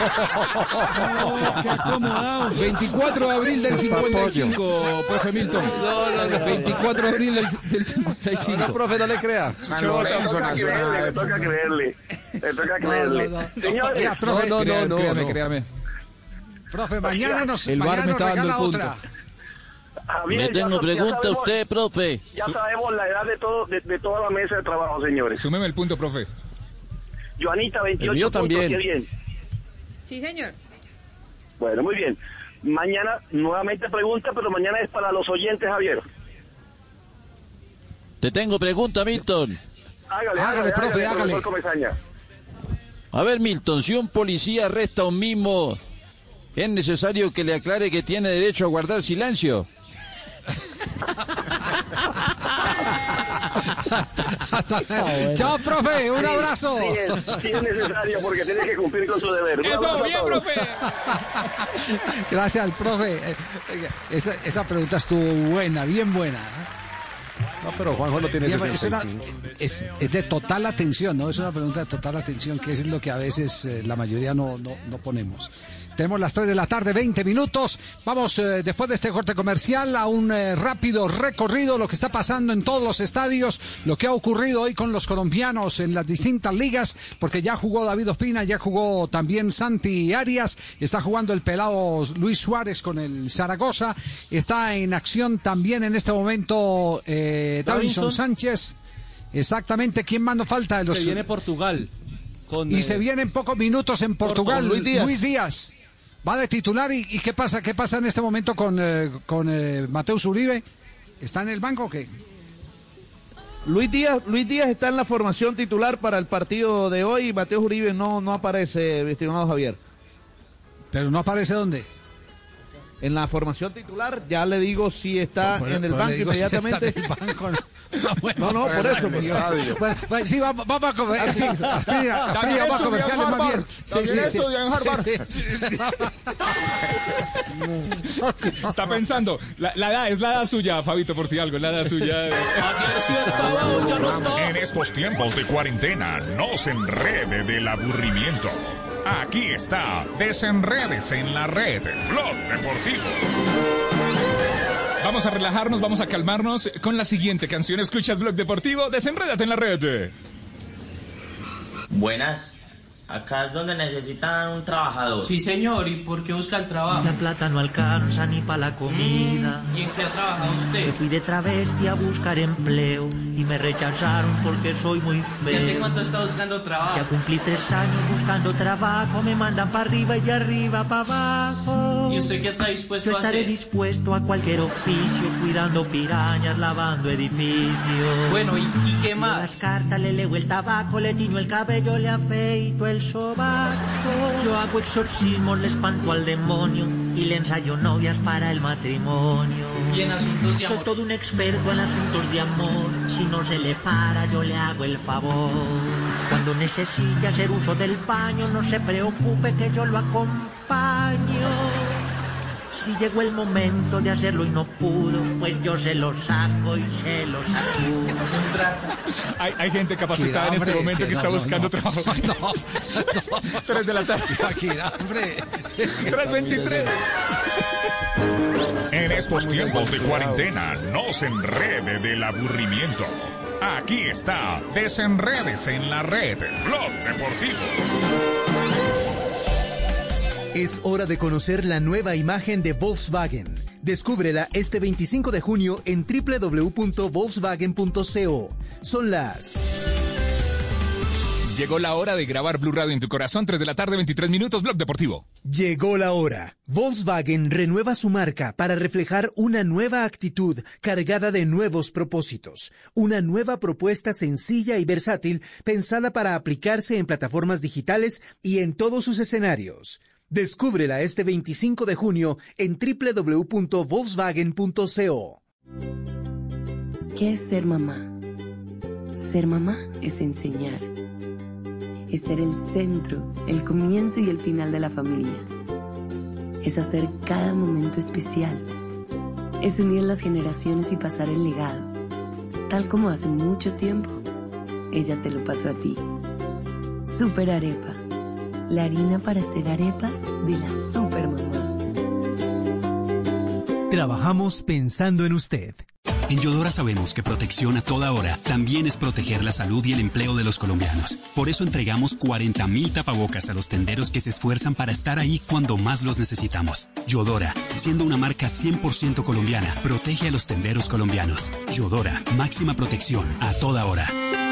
no. veinticuatro de abril del cincuenta y cinco, profe Milton. No, no, no. veinticuatro de abril del, del cincuenta y cinco. No, profe, no le crea. San Lorenzo nació. Le toca creerle, le toca creerle. No, no, no. Señores, Ya, profe, no, no, no, créame, no. créame. Profe, mañana nos, el mañana bar me nos está dando regala el punto. otra. Javier, Me tengo ya, pregunta ya sabemos, usted, profe. Ya sabemos la edad de todo de, de toda la mesa de trabajo, señores. Súmeme el punto, profe. Joanita, veintiocho el mío puntos, también. qué bien. Sí, señor. Bueno, muy bien. Mañana nuevamente pregunta, pero mañana es para los oyentes, Javier. Te tengo pregunta, Milton. Hágale, Hágale, hágale, profe, hágale. hágale. Comesaña. A ver, Milton, si un policía arresta a un mimo, ¿es necesario que le aclare que tiene derecho a guardar silencio? Chao, profe, un abrazo. Sí, es, sí es necesario porque tiene que cumplir con su deber. Un Eso, abrazo a bien, todos. profe. Gracias al profe. Esa, esa pregunta estuvo buena, bien buena. No, pero Juanjo no tiene Diego, sesenta es, y una- cinco. es, es de total atención, ¿no? Es una pregunta de total atención, que es lo que a veces eh, la mayoría no, no, no ponemos. Tenemos las tres de la tarde, veinte minutos. Vamos, eh, después de este corte comercial, a un eh, rápido recorrido, lo que está pasando en todos los estadios, lo que ha ocurrido hoy con los colombianos en las distintas ligas, porque ya jugó David Ospina, ya jugó también Santi Arias, está jugando el pelado Luis Suárez con el Zaragoza, está en acción también en este momento eh, Davinson Davinson. Sánchez. Exactamente, ¿quién más nos falta? De los... Se viene Portugal. Con, Y eh, se vienen pocos minutos en Portugal. Luis Díaz. Luis Díaz va de titular. ¿Y, y qué pasa? ¿Qué pasa en este momento con, eh, con eh, Mateus Uribe? ¿Está en el banco o qué? Luis Díaz, Luis Díaz está en la formación titular para el partido de hoy. Mateus Uribe no, no aparece, estimado Javier. ¿Pero no aparece dónde? En la formación titular, ya le digo si está Pues, en el pues, banco le digo si está inmediatamente. en el banco, no. Ah, bueno, No, no, por eso. pues, pues. Bueno, pues, sí, vamos, vamos a comer. Sí, Astrid, Astrid, vamos a comerciales más bien. Sí, sí, sí. Sí, sí. Está pensando, la, la edad es la edad suya, Fabito, por si algo, la edad suya. En estos tiempos de cuarentena, no se enrede del aburrimiento. Aquí está, Desenrédese en la Red, Blog Deportivo. Vamos a relajarnos, vamos a calmarnos con la siguiente canción. Escuchas Blog Deportivo, Desenrédate en la Red. Buenas. Acá es donde necesitan un trabajador. Sí, señor, ¿y por qué busca el trabajo? La plata no alcanza ni para la comida. ¿Y en qué ha trabajado usted? Me fui de travesti a buscar empleo y me rechazaron porque soy muy feo. ¿Y hace cuánto está buscando trabajo? Ya cumplí tres años buscando trabajo, me mandan para arriba y de arriba para abajo. ¿Y usted qué está dispuesto Yo a estaré hacer? dispuesto a cualquier oficio, cuidando pirañas, lavando edificios. Bueno, ¿y, y qué Yo más? las cartas, le leo el tabaco, le tiño el cabello, le afeito el sobaco. Yo hago exorcismos, le espanto al demonio y le ensayo novias para el matrimonio. ¿Y en asuntos de Soy amor? todo un experto en asuntos de amor. Si no se le para, yo le hago el favor. Cuando necesite hacer uso del baño, no se preocupe que yo lo acompaño. Si llegó el momento de hacerlo y no pudo, pues yo se lo saco y se lo sacudo. Hay, hay gente capacitada en este momento que está buscando trabajo. Tres de la tarde. tres veintitrés. En estos tiempos de cuarentena, no se enrede del aburrimiento. Aquí está, Desenrédese en la Red, Blog Deportivo. Es hora de conocer la nueva imagen de Volkswagen. Descúbrela este veinticinco de junio en doble u doble u doble u punto volkswagen punto co. Son las... Llegó la hora de grabar Blue Radio en tu corazón, tres de la tarde, veintitrés minutos, Blog Deportivo. Llegó la hora. Volkswagen renueva su marca para reflejar una nueva actitud cargada de nuevos propósitos. Una nueva propuesta sencilla y versátil pensada para aplicarse en plataformas digitales y en todos sus escenarios. Descúbrela este veinticinco de junio en doble u doble u doble u punto volkswagen punto co. ¿Qué es ser mamá? Ser mamá es enseñar. Es ser el centro, el comienzo y el final de la familia. Es hacer cada momento especial. Es unir las generaciones y pasar el legado. Tal como hace mucho tiempo, ella te lo pasó a ti. Super Arepa. La harina para hacer arepas de las super mamás. Trabajamos pensando en usted. En Yodora sabemos que protección a toda hora también es proteger la salud y el empleo de los colombianos. Por eso entregamos cuarenta mil tapabocas a los tenderos que se esfuerzan para estar ahí cuando más los necesitamos. Yodora, siendo una marca cien por ciento colombiana, protege a los tenderos colombianos. Yodora, máxima protección a toda hora.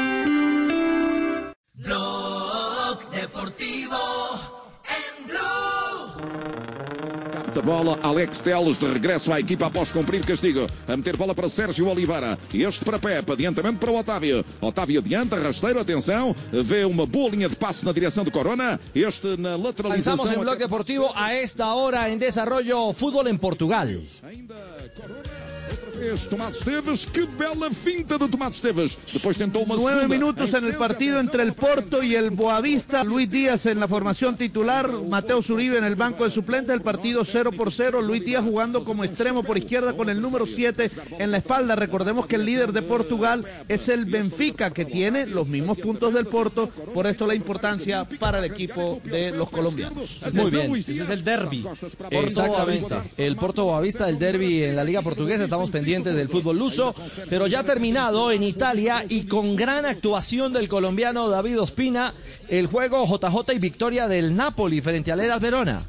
Blog Deportivo en Blue. De bola, Alex Telles de regresso à equipa após cumprir castigo. A meter bola para Sérgio Oliveira. Este para Pepe, adiantamento para o Otávio. Otávio adianta, rasteiro, atenção. Vê uma boa linha de passe na direção do Corona. Este na lateralização. Lanzamos en Blog Deportivo a esta hora en desarrollo fútbol en Portugal. Es Tomás Esteves, qué bela finta de Tomás Esteves. Después tentó una Nueve segunda. minutos en el partido entre el Porto y el Boavista. Luis Díaz en la formación titular, Mateo Zuribe en el banco de suplentes. El partido cero por cero. Luis Díaz jugando como extremo por izquierda con el número siete en la espalda. Recordemos que el líder de Portugal es el Benfica, que tiene los mismos puntos del Porto. Por esto la importancia para el equipo de los colombianos. Muy bien. Ese es el derbi. Exactamente. El Porto Boavista, el derbi en la Liga Portuguesa. Estamos pendientes del fútbol luso, pero ya terminado en Italia y con gran actuación del colombiano David Ospina, el juego J J y victoria del Napoli frente al Hellas Verona.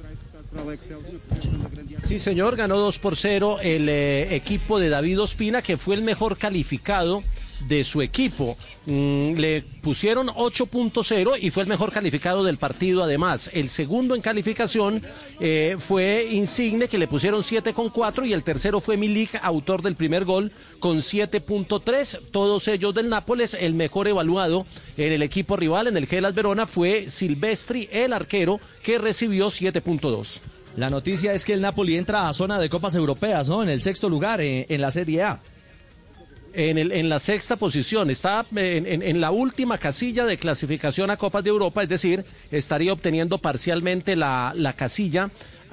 Sí, señor, ganó dos por cero el eh, equipo de David Ospina, que fue el mejor calificado de su equipo. Mm, le pusieron ocho punto cero y fue el mejor calificado del partido. Además, el segundo en calificación eh, fue Insigne, que le pusieron siete punto cuatro, y el tercero fue Milik, autor del primer gol, con siete punto tres. Todos ellos del Nápoles. El mejor evaluado en el equipo rival, en el Hellas Verona, fue Silvestri, el arquero, que recibió siete punto dos. La noticia es que el Napoli entra a zona de copas europeas, ¿no? En el sexto lugar en, en la Serie A. En, el, en la sexta posición, está en, en, en la última casilla de clasificación a Copas de Europa, es decir, estaría obteniendo parcialmente la, la casilla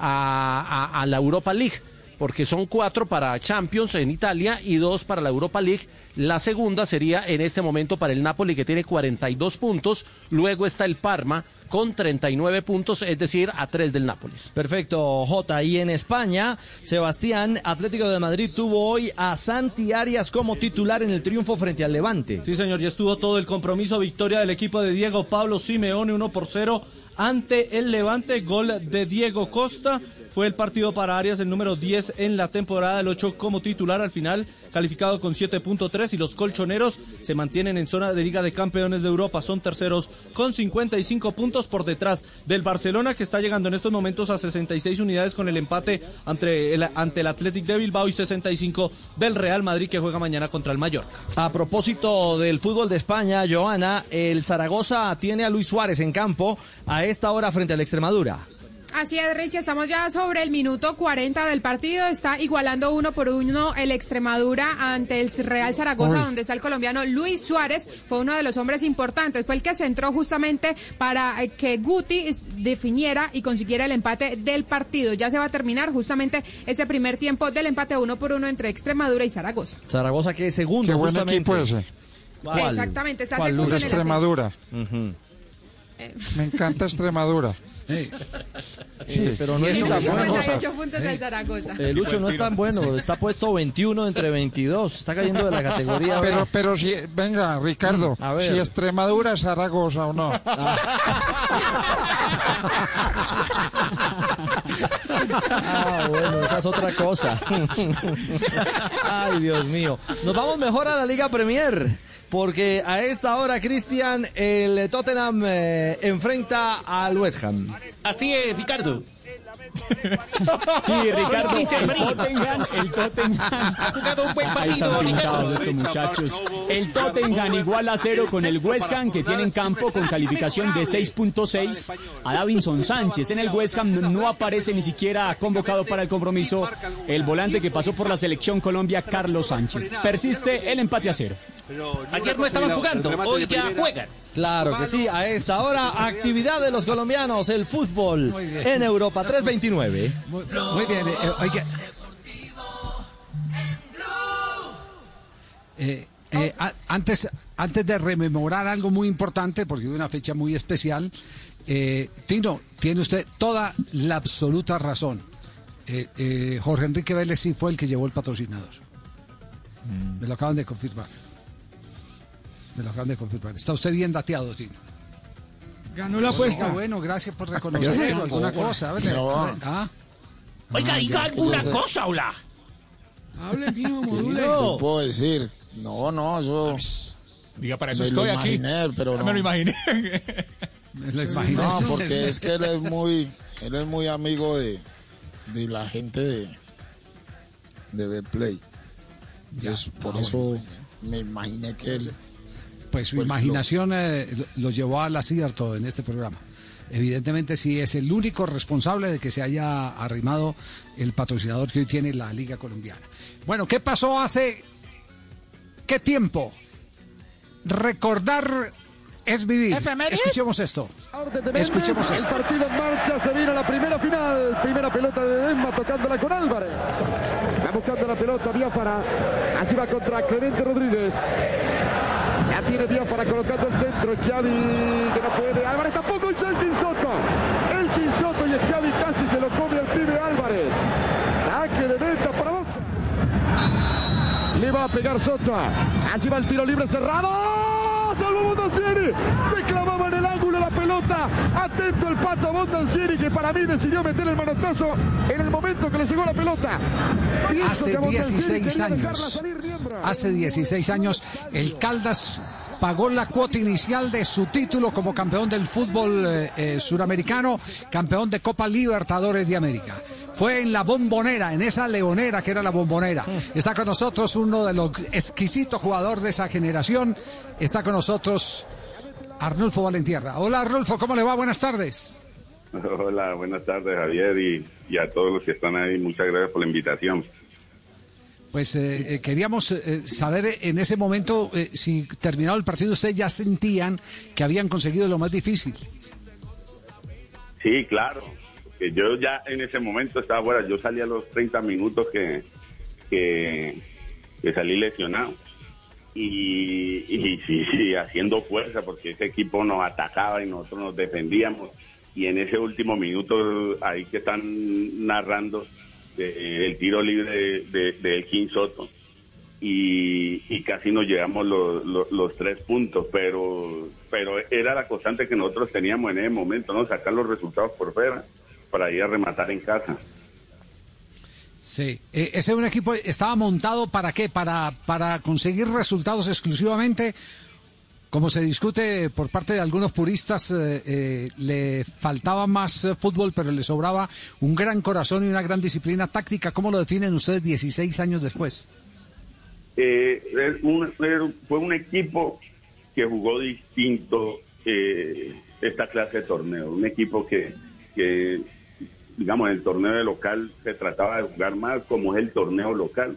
a, a, a la Europa League, porque son cuatro para Champions en Italia y dos para la Europa League. La segunda sería en este momento para el Napoli, que tiene cuarenta y dos puntos, luego está el Parma con treinta y nueve puntos, es decir, a tres del Nápoles. Perfecto, Jota. Y en España, Sebastián, Atlético de Madrid tuvo hoy a Santi Arias como titular en el triunfo frente al Levante. Sí, señor, ya estuvo todo el compromiso, victoria del equipo de Diego Pablo Simeone, uno por cero ante el Levante, gol de Diego Costa. Fue el partido para Arias, el número diez en la temporada, el ocho como titular al final, calificado con siete punto tres, y los colchoneros se mantienen en zona de Liga de Campeones de Europa, son terceros con cincuenta y cinco puntos por detrás del Barcelona, que está llegando en estos momentos a sesenta y seis unidades con el empate ante el, ante el Athletic de Bilbao, y sesenta y cinco del Real Madrid, que juega mañana contra el Mallorca. A propósito del fútbol de España, Joana, el Zaragoza tiene a Luis Suárez en campo a esta hora frente al Extremadura. Así es, Richie, estamos ya sobre el minuto cuarenta del partido, está igualando uno por uno el Extremadura ante el Real Zaragoza, Uy. donde está el colombiano Luis Suárez. Fue uno de los hombres importantes, fue el que se entró justamente para que Guti definiera y consiguiera el empate del partido. Ya se va a terminar justamente ese primer tiempo del empate uno por uno entre Extremadura y Zaragoza. Zaragoza, que es segundo. Qué buen justamente. equipo ese. ¿Cuál? Exactamente, está segundo en el Extremadura. Uh-huh. Me encanta Extremadura. Sí. Sí, pero no es tan bueno. cincuenta y ocho puntos del Zaragoza. Eh, Lucho no es tan bueno, está puesto veintiuno entre veintidós, está cayendo de la categoría. Pero, pero si, venga, Ricardo, A ver. si Extremadura es Zaragoza o no. Ah, bueno, esa es otra cosa. Ay, Dios mío. Nos vamos mejor a la Liga Premier, porque a esta hora, Cristian, el Tottenham eh, enfrenta al West Ham. Así es, Ricardo. Sí, Ricardo, el Tottenham, el Tottenham ha jugado un buen partido, Ricardo. Estos muchachos. El Tottenham igual a cero con el West Ham, que tiene en campo con calificación de seis punto seis a Davinson Sánchez. En el West Ham no aparece ni siquiera convocado para el compromiso el volante que pasó por la selección Colombia, Carlos Sánchez. Persiste el empate a cero. Ayer no estaban jugando, hoy ya juegan. Claro que sí, a esta hora, actividad de los colombianos, el fútbol en Europa tres veintinueve. Muy, muy bien, eh, oiga. Eh, eh, a, antes, antes de rememorar algo muy importante, porque es una fecha muy especial, eh, Tino, tiene usted toda la absoluta razón. Eh, eh, Jorge Enrique Vélez sí fue el que llevó el patrocinador. Mm. Me lo acaban de confirmar. Me lo acaban de confirmar. Está usted bien dateado, Tino. Ganó la apuesta. Oiga, bueno, gracias por reconocerlo. Alguna cosa. A ver, No. ¿ah? Oiga, diga alguna cosa, hola. Hable bien, module. ¿Qué puedo decir? No, no, eso... Diga, para eso me estoy lo aquí. imaginé, pero Ya no. me lo imaginé. No, porque es que él es muy, él es muy amigo de, de la gente de, de Betplay. Entonces, por ah, eso bueno. me imaginé que él... Pues su Pues imaginación eh, lo, lo llevó al acierto en este programa. evidentemente sí es el único responsable de que se haya arrimado el patrocinador que hoy tiene la Liga Colombiana. Bueno, ¿qué pasó hace qué tiempo? Recordar es vivir. ¿Efemérides? Escuchemos esto. Escuchemos El esto. partido en marcha, se viene la primera final. Primera pelota de Desma tocándola con Álvarez. Va buscando la pelota Biafara. Allí va contra Clemente Rodríguez. Ya tiene Biafara colocando el centro. Xavi que no puede. Álvarez tampoco. El Elkin Soto. Elkin Soto y Xavi casi se lo come al pibe Álvarez. Saque de meta para Boca. Le va a pegar Soto. Allí va el tiro libre cerrado. Salvo Bondancieri, se clavaba en el ángulo la pelota, atento el pato Bondancieri que para mí decidió meter el manotazo en el momento que le llegó la pelota. Pienso Hace que dieciséis Bondancieri quería dejarla años, salir miembro. hace dieciséis años, el Caldas pagó la cuota inicial de su título como campeón del fútbol eh, eh, suramericano, campeón de Copa Libertadores de América. Fue en la Bombonera, en esa leonera que era la Bombonera. Está con nosotros uno de los exquisitos jugadores de esa generación. Está con nosotros Arnulfo Valentierra. Hola Arnulfo, ¿cómo le va? Buenas tardes. Hola, buenas tardes Javier y, y a todos los que están ahí. Muchas gracias por la invitación. Pues eh, eh, queríamos eh, saber eh, en ese momento eh, si terminado el partido ustedes ya sentían que habían conseguido lo más difícil. Sí, claro. Que yo ya en ese momento estaba fuera. Yo salí a los treinta minutos que, que, que salí lesionado. Y, y sí, sí, haciendo fuerza porque ese equipo nos atacaba y nosotros nos defendíamos. Y en ese último minuto, ahí que están narrando eh, el tiro libre de, de, de Elkin Soto. Y, y casi nos llegamos los, los, los tres puntos, pero, pero era la constante que nosotros teníamos en ese momento, ¿no? Sacar los resultados por fuera para ir a rematar en casa. Sí, eh, ese un equipo estaba montado para qué, para para conseguir resultados exclusivamente, como se discute por parte de algunos puristas, eh, eh, le faltaba más eh, fútbol, pero le sobraba un gran corazón y una gran disciplina táctica. ¿Cómo lo definen ustedes dieciséis años después? Eh, es un, fue un equipo que jugó distinto eh, esta clase de torneo, un equipo que, que digamos, en el torneo de local se trataba de jugar más como es el torneo local.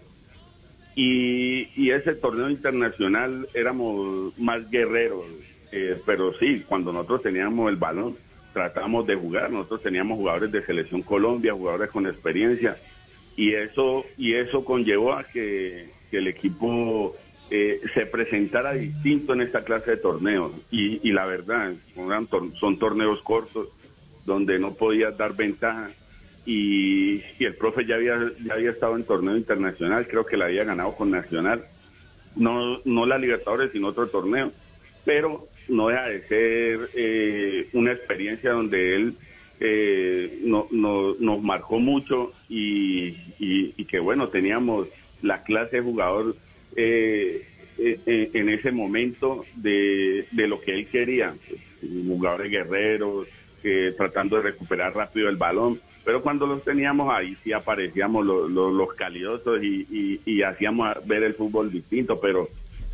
Y, y ese torneo internacional éramos más guerreros, eh, pero sí, cuando nosotros teníamos el balón, tratábamos de jugar. Nosotros teníamos jugadores de Selección Colombia, jugadores con experiencia, y eso, y eso conllevó a que, que el equipo eh, se presentara distinto en esta clase de torneos. Y, y la verdad, son, son torneos cortos, donde no podías dar ventaja, y, y el profe ya había ya había estado en torneo internacional, creo que la había ganado con Nacional, no no la Libertadores sino otro torneo, pero no deja de ser eh, una experiencia donde él eh, no, no, nos marcó mucho y, y, y que bueno, teníamos la clase de jugador eh, eh, en ese momento de, de lo que él quería, jugadores guerreros, Eh, tratando de recuperar rápido el balón, pero cuando los teníamos ahí sí aparecíamos los, los, los calidosos y, y, y hacíamos ver el fútbol distinto, pero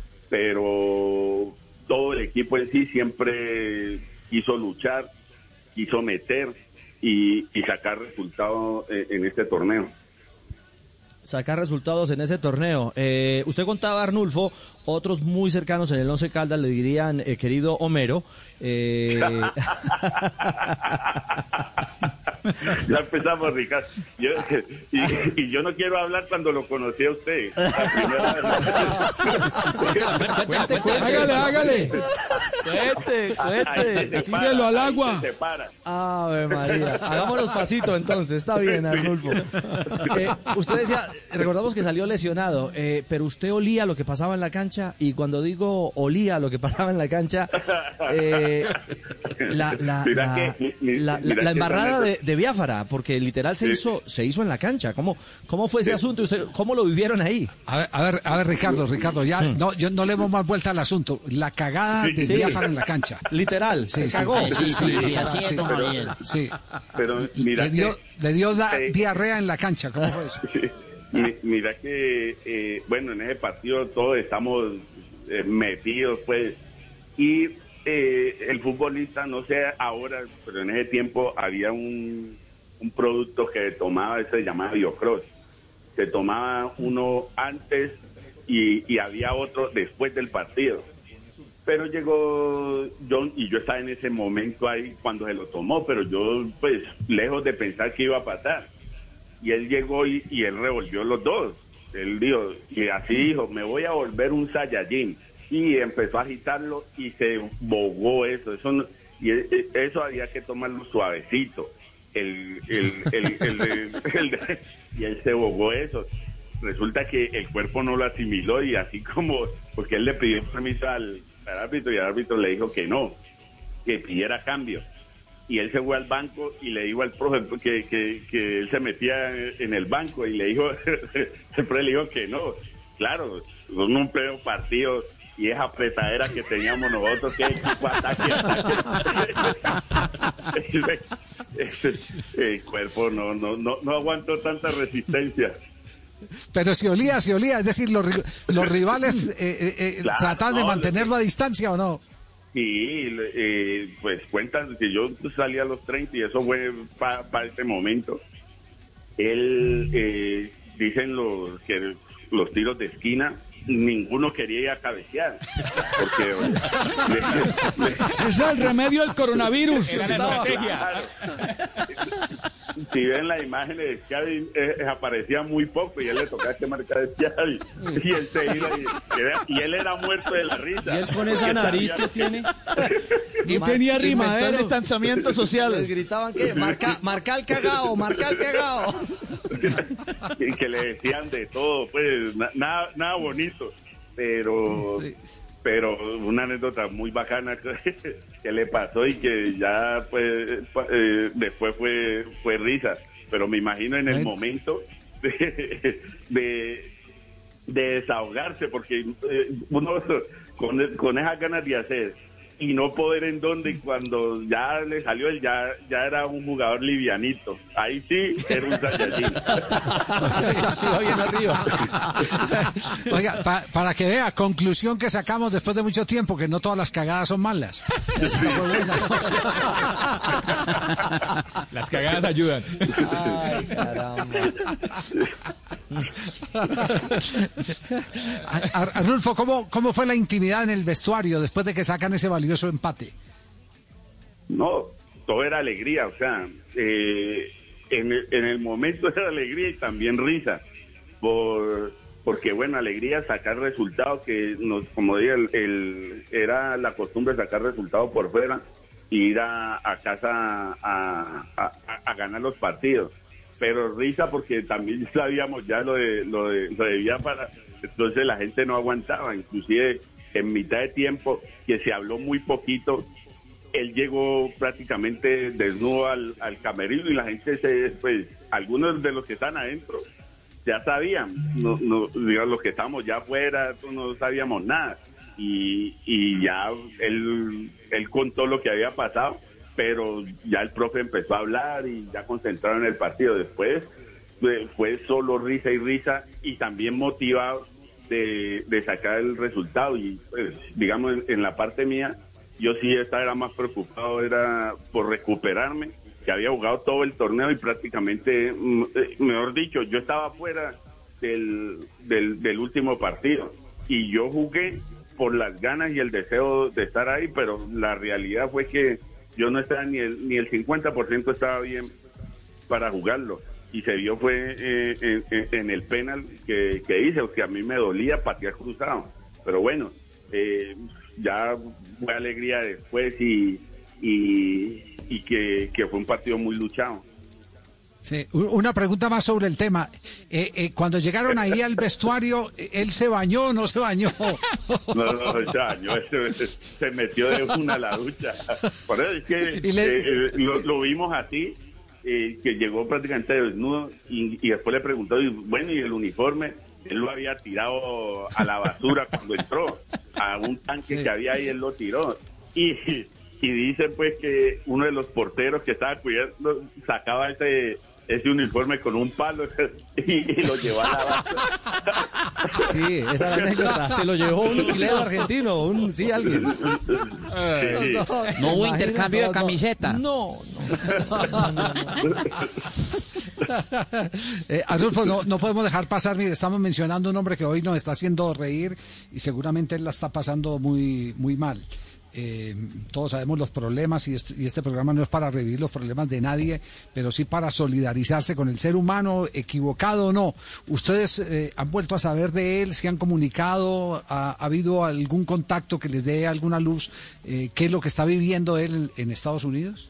pero todo el equipo en sí siempre quiso luchar, quiso meter y, y sacar resultados en, en este torneo. Sacar resultados en ese torneo. Eh, usted contaba, Arnulfo, otros muy cercanos en el Once Caldas le dirían, eh, querido Homero. Eh... Ya empezamos, Ricardo. Yo, y, y yo no quiero hablar cuando lo conocí a usted. Cuente, cuente. Hágale, hágale. Cuente, cuente. Tírelo al agua. Ave María. Hagámonos pasito entonces. Está bien, Arnulfo. Eh, usted decía, recordamos que salió lesionado, eh, pero usted olía lo que pasaba en la cancha, y cuando digo olía lo que pasaba en la cancha, eh, la, la, la, que, mi, la, mira la, la embarrada que de, de Biafara, porque literal se sí. hizo se hizo en la cancha. ¿Cómo, cómo fue ese sí. asunto? ¿Usted, ¿Cómo lo vivieron ahí? A ver, a ver, a ver Ricardo, Ricardo, ya Mm. no, yo no le hemos más vuelta al asunto. La cagada Sí. de Sí. Biafara en la cancha. Literal, sí, se sí. cagó. Sí, sí, sí, así sí, es, don Javier. sí. Pero mira le dio, que, le dio da- eh, diarrea en la cancha. ¿Cómo fue eso? Mi- Mira que, eh, bueno, en ese partido todos estamos eh, metidos, pues, y eh, el futbolista, no sé ahora, pero en ese tiempo había un, un producto que tomaba, ese se llamaba Biocross. Se tomaba uno antes y, y había otro después del partido. Pero llegó John y yo estaba en ese momento ahí cuando se lo tomó, pero yo pues lejos de pensar que iba a pasar. Y él llegó y, y él revolvió los dos. Él dijo, y así dijo, me voy a volver un Saiyajin. Y empezó a agitarlo y se bogó eso. Eso no, y eso había que tomarlo suavecito. El, el, el, el, el, el, el, y él se bogó eso. Resulta que el cuerpo no lo asimiló y así como, porque él le pidió permiso al, al árbitro y el árbitro le dijo que no, que pidiera cambio. Y él se fue al banco y le dijo al profe que, que, que él se metía en el banco y le dijo, el profe le dijo que no. Claro, son un pleno partido y esa apretadera que teníamos nosotros, que equipo ataque, ataque. El cuerpo no, no, no, no aguantó tanta resistencia. Pero si olía, si olía, es decir, los, los rivales eh, eh, claro, tratan no, de mantenerlo a distancia o no. Sí, eh, pues cuentan que yo salí a los treinta y eso fue para pa ese momento. Él, eh, dicen los que los tiros de esquina, ninguno quería ir a cabecear. Porque, ese es el remedio del coronavirus. Era la estrategia. Si ven las imágenes de Xavi, eh, aparecía muy poco y él le tocaba que marcar a Xavi y él se iba y, era, y él era muerto de la risa. Y es con esa nariz que tiene. Y tenía rimadero. Distanciamiento social. Les gritaban que marca, marca el cagao, marca el cagao. Y que le decían de todo, pues na, nada, nada bonito, pero sí. Pero una anécdota muy bacana que, que le pasó y que ya pues eh, después fue fue risa, pero me imagino en el ¿Eh? momento de, de, de desahogarse, porque eh, uno con, con esas ganas de hacer y no poder en dónde, y cuando ya le salió él ya ya era un jugador livianito, ahí sí era un Saiyajin. bien arriba. Oiga, pa, para que vea, conclusión que sacamos después de mucho tiempo, que no todas las cagadas son malas. Sí. Las cagadas ayudan. Ay, caramba. Arnulfo, ¿cómo, ¿cómo fue la intimidad en el vestuario después de que sacan ese valioso empate? No, todo era alegría, o sea, eh, en, el, en el momento era alegría y también risa, por porque bueno, alegría sacar resultados que nos, como dije, el, el, era la costumbre sacar resultados por fuera e ir a, a casa a, a, a ganar los partidos. Pero risa porque también sabíamos ya lo de lo de, lo de Biafara, entonces la gente no aguantaba, inclusive en mitad de tiempo, que se habló muy poquito, él llegó prácticamente desnudo al, al camerino y la gente, se pues algunos de los que están adentro ya sabían, no, no, digamos, los que estamos ya afuera no sabíamos nada, y, y ya él, él contó lo que había pasado, pero ya el profe empezó a hablar y ya concentraron en el partido. Después fue, fue solo risa y risa y también motivado de, de sacar el resultado. Y pues, digamos, en, en la parte mía, yo sí estaba era más preocupado era por recuperarme, que había jugado todo el torneo y prácticamente, mejor dicho, yo estaba fuera del, del, del último partido y yo jugué por las ganas y el deseo de estar ahí, pero la realidad fue que yo no estaba ni el ni el cincuenta por ciento estaba bien para jugarlo, y se vio fue eh, en, en el penal que, que hice, o que a mí me dolía patear cruzado, pero bueno, eh, ya fue alegría después y y, y que, que fue un partido muy luchado. Sí, una pregunta más sobre el tema. Eh, eh, cuando llegaron ahí al vestuario, ¿él se bañó o no se bañó? No, no, se bañó, se, se metió de una a la ducha. Por eso es que le... eh, lo, lo vimos así, eh, que llegó prácticamente desnudo y, y después le preguntó, y, bueno, ¿y el uniforme? Él lo había tirado a la basura cuando entró, a un tanque sí. que había ahí, él lo tiró. Y, y dice pues que uno de los porteros que estaba cuidando sacaba ese... ese uniforme con un palo y, y lo llevó a la base. Sí, esa es la anécdota. Se lo llevó un utilero argentino, un sí, alguien. Sí. No hubo intercambio de camiseta. No, no. eh, Adolfo, no, no podemos dejar pasar, mire, estamos mencionando un hombre que hoy nos está haciendo reír y seguramente él la está pasando muy, muy mal. Eh, todos sabemos los problemas y este, y este programa no es para revivir los problemas de nadie, pero sí para solidarizarse con el ser humano, equivocado o no. ¿Ustedes eh, han vuelto a saber de él? ¿Se han comunicado? ¿Ha, ha habido algún contacto que les dé alguna luz? Eh, ¿Qué es lo que está viviendo él en Estados Unidos?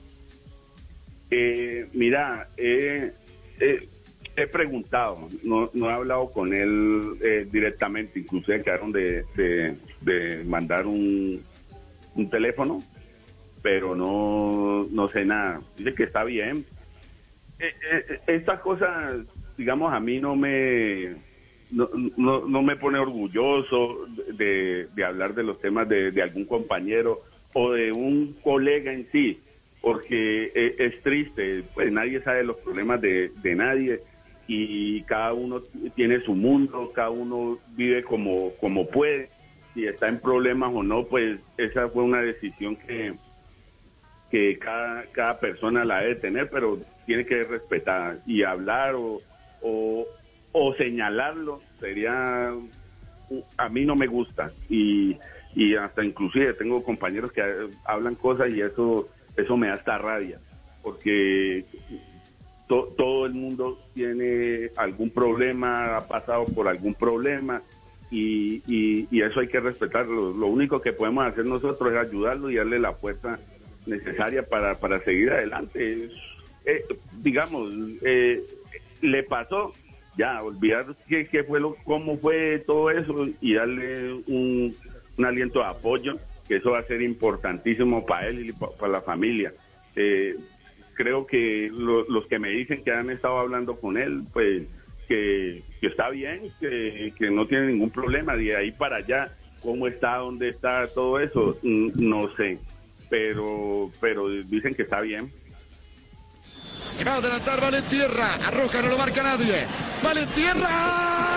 Eh, mira, eh, eh, he preguntado, no, no he hablado con él eh, directamente, incluso quedaron de, de, de mandar un un teléfono, pero no no sé nada. Dice que está bien. Eh, eh, estas cosas, digamos, a mí no me no, no, no me pone orgulloso de, de hablar de los temas de, de algún compañero o de un colega en sí, porque es, es triste, pues nadie sabe los problemas de, de nadie y cada uno tiene su mundo, cada uno vive como, como puede. Si está en problemas o no, pues esa fue una decisión que, que cada, cada persona la debe tener, pero tiene que respetar y hablar o, o, o señalarlo sería, a mí no me gusta y, y hasta inclusive tengo compañeros que hablan cosas y eso, eso me da hasta rabia, porque to, todo el mundo tiene algún problema, ha pasado por algún problema. Y, y, y eso hay que respetarlo. Lo único que podemos hacer nosotros es ayudarlo y darle la fuerza necesaria para, para seguir adelante. Eh, digamos, eh, le pasó, ya, olvidar qué, qué fue lo, cómo fue todo eso y darle un, un aliento de apoyo, que eso va a ser importantísimo para él y para, para la familia. Eh, creo que lo, los que me dicen que han estado hablando con él, pues que, que está bien, que, que no tiene ningún problema. De ahí para allá, cómo está, dónde está, todo eso, no sé, pero pero dicen que está bien. Se va a adelantar Valentierra, arroja, no lo marca nadie. Valentierra.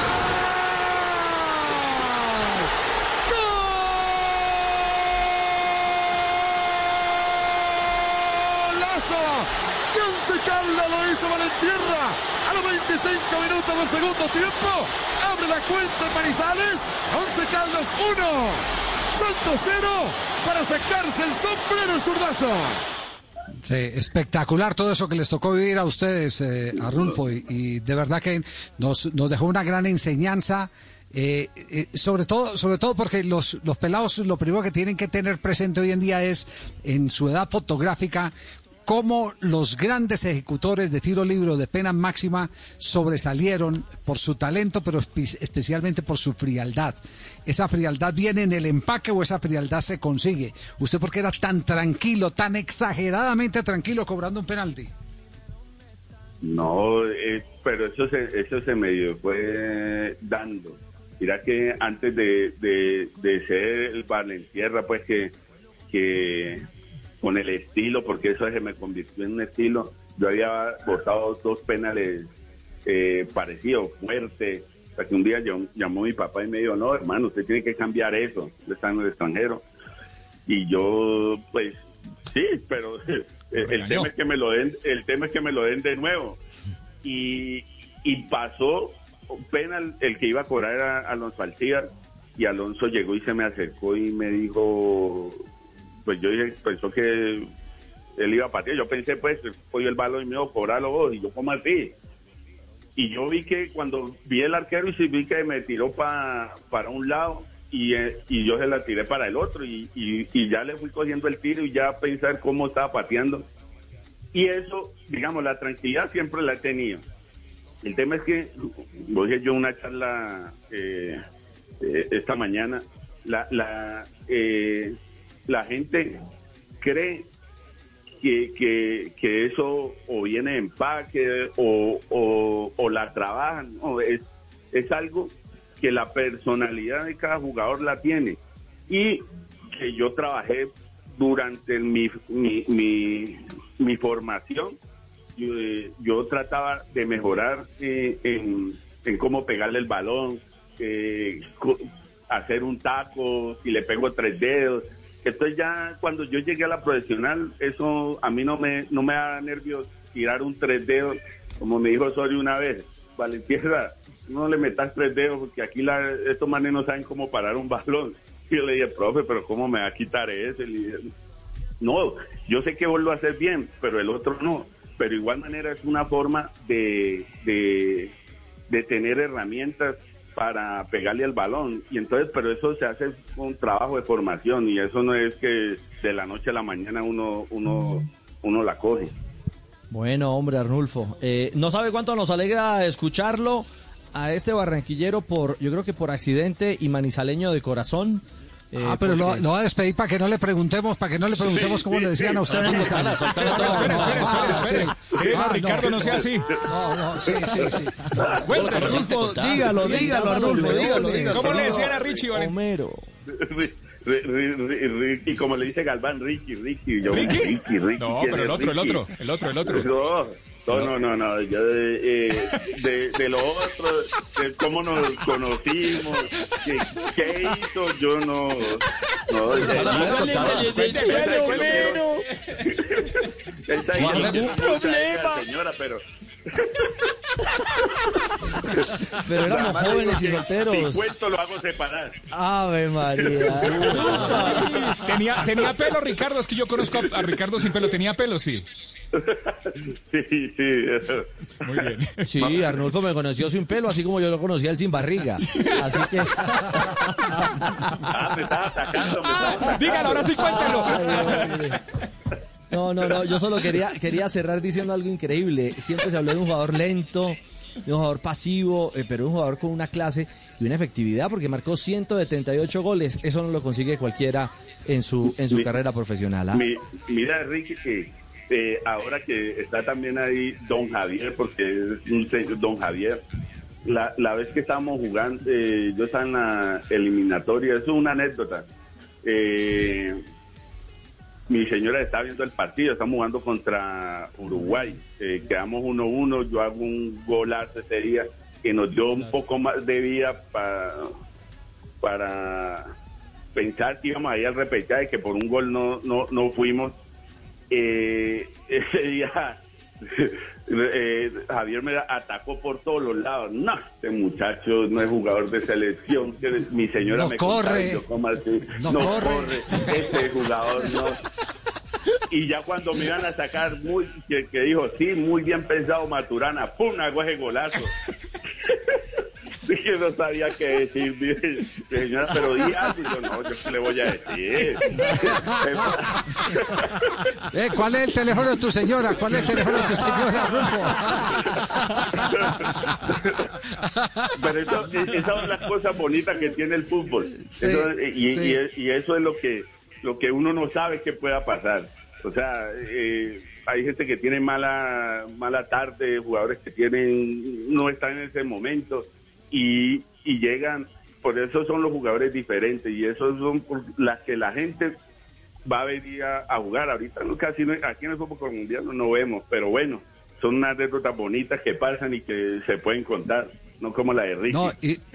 Once Caldas lo hizo Valentierra a los veinticinco minutos del segundo tiempo. Abre la cuenta en Manizales. Once Caldas uno, Santos cero, para sacarse el sombrero el zurdazo. Sí, espectacular todo eso que les tocó vivir a ustedes, eh, Arnulfo, y, y de verdad que nos, nos dejó una gran enseñanza. Eh, eh, sobre todo sobre todo porque los, los pelados lo primero que tienen que tener presente hoy en día es, en su edad fotográfica, cómo los grandes ejecutores de tiro libre o de pena máxima sobresalieron por su talento, pero espe- especialmente por su frialdad. ¿Esa frialdad viene en el empaque o esa frialdad se consigue? ¿Usted por qué era tan tranquilo, tan exageradamente tranquilo cobrando un penalti? No, eh, pero eso se, eso se me fue dando. Mira que antes de, de, de ser el Valentierra, pues que... que con el estilo, porque eso se me convirtió en un estilo. Yo había botado dos penales eh, parecidos, fuertes, hasta que un día yo, llamó mi papá y me dijo, no, hermano, usted tiene que cambiar eso, usted está en el extranjero. Y yo, pues, sí, pero el, el tema es que me lo den, el tema es que me lo den de nuevo. Y, y pasó un penal, el que iba a cobrar era Alonso Alcíbar, y Alonso llegó y se me acercó y me dijo... Pues yo dije, pensó que él iba a patear. Yo pensé, pues, cogió el balón y me dijo, cobralo vos. Y yo, ¿cómo así? Y yo vi que cuando vi el arquero y sí vi que me tiró pa, para un lado y, eh, y yo se la tiré para el otro. Y, y, y ya le fui cogiendo el tiro y ya pensar cómo estaba pateando. Y eso, digamos, la tranquilidad siempre la he tenido. El tema es que, lo dije yo en una charla eh, eh, esta mañana, la... la eh, la gente cree que, que, que eso o viene de empaque o, o, o la trabajan. No, es, es algo que la personalidad de cada jugador la tiene. Y que yo trabajé durante mi, mi, mi, mi formación yo, eh, yo trataba de mejorar eh, en, en cómo pegarle el balón, eh, co- hacer un taco, si le pego tres dedos. Entonces ya cuando yo llegué a la profesional, eso a mí no me no me da nervios tirar un tres dedos, como me dijo Osorio una vez, Valentierra, no le metas tres dedos porque aquí la, estos manes no saben cómo parar un balón. Y yo le dije, profe, pero ¿cómo me va a quitar ese? Le dije, no, yo sé que vos lo haces bien, pero el otro no. Pero igual manera es una forma de, de, de tener herramientas para pegarle al balón. Y entonces, pero eso se hace con trabajo de formación y eso no es que de la noche a la mañana uno, uno, uno la coge. Bueno, hombre, Arnulfo. Eh, no sabe cuánto nos alegra escucharlo a este barranquillero por, yo creo que por accidente y manizaleño de corazón. Eh, ah, pero porque... lo, lo va a despedir para que no le preguntemos, para que no le preguntemos sí, cómo sí, le decían sí, a ustedes. No, no, espera, espera, espera, espera. Sí, no, Ricardo, no sea así. No, no, sí, sí, sí. Cuéntanos, Arnulfo, dígalo, dígalo, Arnulfo, dígalo. ¿Cómo le decían a Richie, Valentín? Homero. Y como le dice Galván, Ricky, Ricky. Yo, ¿Ricky? Ricky, Ricky. No, pero el otro, el otro, el otro, el otro. No, no, no, no, yo de, eh, de, de lo otro, de cómo nos conocimos, qué, qué hizo, yo no, no, ningún problema, señora, pero pero éramos jóvenes y solteros. Si cuento lo hago separar. Ave María. tenía, tenía pelo, Ricardo, es que yo conozco a, a Ricardo sin pelo, tenía pelo, sí. Sí, sí. Muy bien. Sí, Arnulfo me conoció sin pelo, así como yo lo conocía él sin barriga. Así que... Ah, me estaba atacando, me estaba atacando. Dígalo, ahora sí cuéntelo. Ay, no, no, no, yo solo quería, quería cerrar diciendo algo increíble. Siempre se habló de un jugador lento, de un jugador pasivo, eh, pero un jugador con una clase y una efectividad, porque marcó ciento setenta y ocho goles. Eso no lo consigue cualquiera en su en su mi, carrera profesional. ¿Ah? Mi, mira, Enrique, que eh, ahora que está también ahí Don Javier, porque es un Don Javier, la, la vez que estábamos jugando, eh, yo estaba en la eliminatoria, eso es una anécdota. Eh, mi señora está viendo el partido, estamos jugando contra Uruguay, eh, quedamos uno uno, yo hago un golazo ese día que nos dio un poco más de vida para para pensar que íbamos ahí al repechaje, que por un gol no no, no fuimos. Eh, ese día eh, Javier me atacó por todos los lados. No, este muchacho no es jugador de selección. Que mi señora no me corre, yo, ¿cómo así? No, no corre. corre, este jugador no. Y ya cuando me iban a sacar, muy que, que dijo, sí, muy bien pensado Maturana, ¡pum! Hago ese golazo. Yo no sabía qué decir, mi señora, pero di algo. Y yo, no, yo qué le voy a decir. eh, ¿Cuál es el teléfono de tu señora? ¿Cuál es el teléfono de tu señora, Rufo? Pero eso, esas son las cosas bonitas que tiene el fútbol. Sí, eso, y, sí. y, y eso es lo que, lo que uno no sabe que pueda pasar. O sea, eh, hay gente que tiene mala mala tarde, jugadores que tienen no están en ese momento y, y llegan, por eso son los jugadores diferentes y esos son las que la gente va a venir a, a jugar. Ahorita no, casi no, aquí en el fútbol colombiano no vemos, pero bueno, son unas anécdotas bonitas que pasan y que se pueden contar. No como la de Ricky. No, y, y,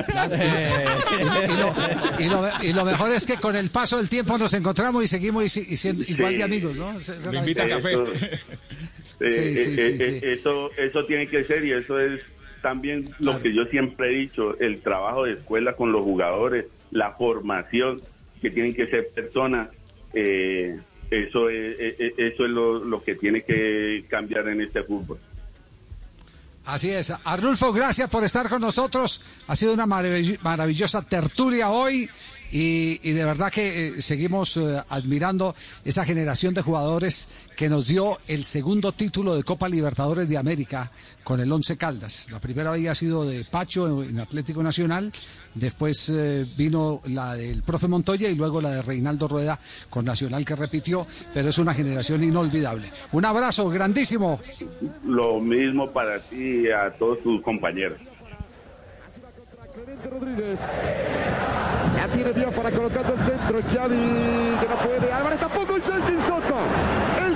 y, lo, y, lo, y lo mejor es que con el paso del tiempo nos encontramos y seguimos y, y siendo igual sí. de amigos, ¿no? Me invita a café. Eso, eh, sí, sí, sí, eh, sí. Eso, eso tiene que ser y eso es también lo claro. que yo siempre he dicho, el trabajo de escuela con los jugadores, la formación, que tienen que ser personas, eh, eso es, eso es lo, lo que tiene que cambiar en este fútbol. Así es. Arnulfo, gracias por estar con nosotros. Ha sido una marav- maravillosa tertulia hoy y, y de verdad que eh, seguimos eh, admirando esa generación de jugadores que nos dio el segundo título de Copa Libertadores de América con el Once Caldas. La primera había sido de Pacho en, en Atlético Nacional, después eh, vino la del profe Montoya y luego la de Reinaldo Rueda con Nacional que repitió, pero es una generación inolvidable. Un abrazo grandísimo. Lo mismo para ti y a todos tus compañeros. Rodríguez. Ya tiene Dios para colocando el centro. Xavi que no puede. Álvarez tampoco el Celtic Soto. El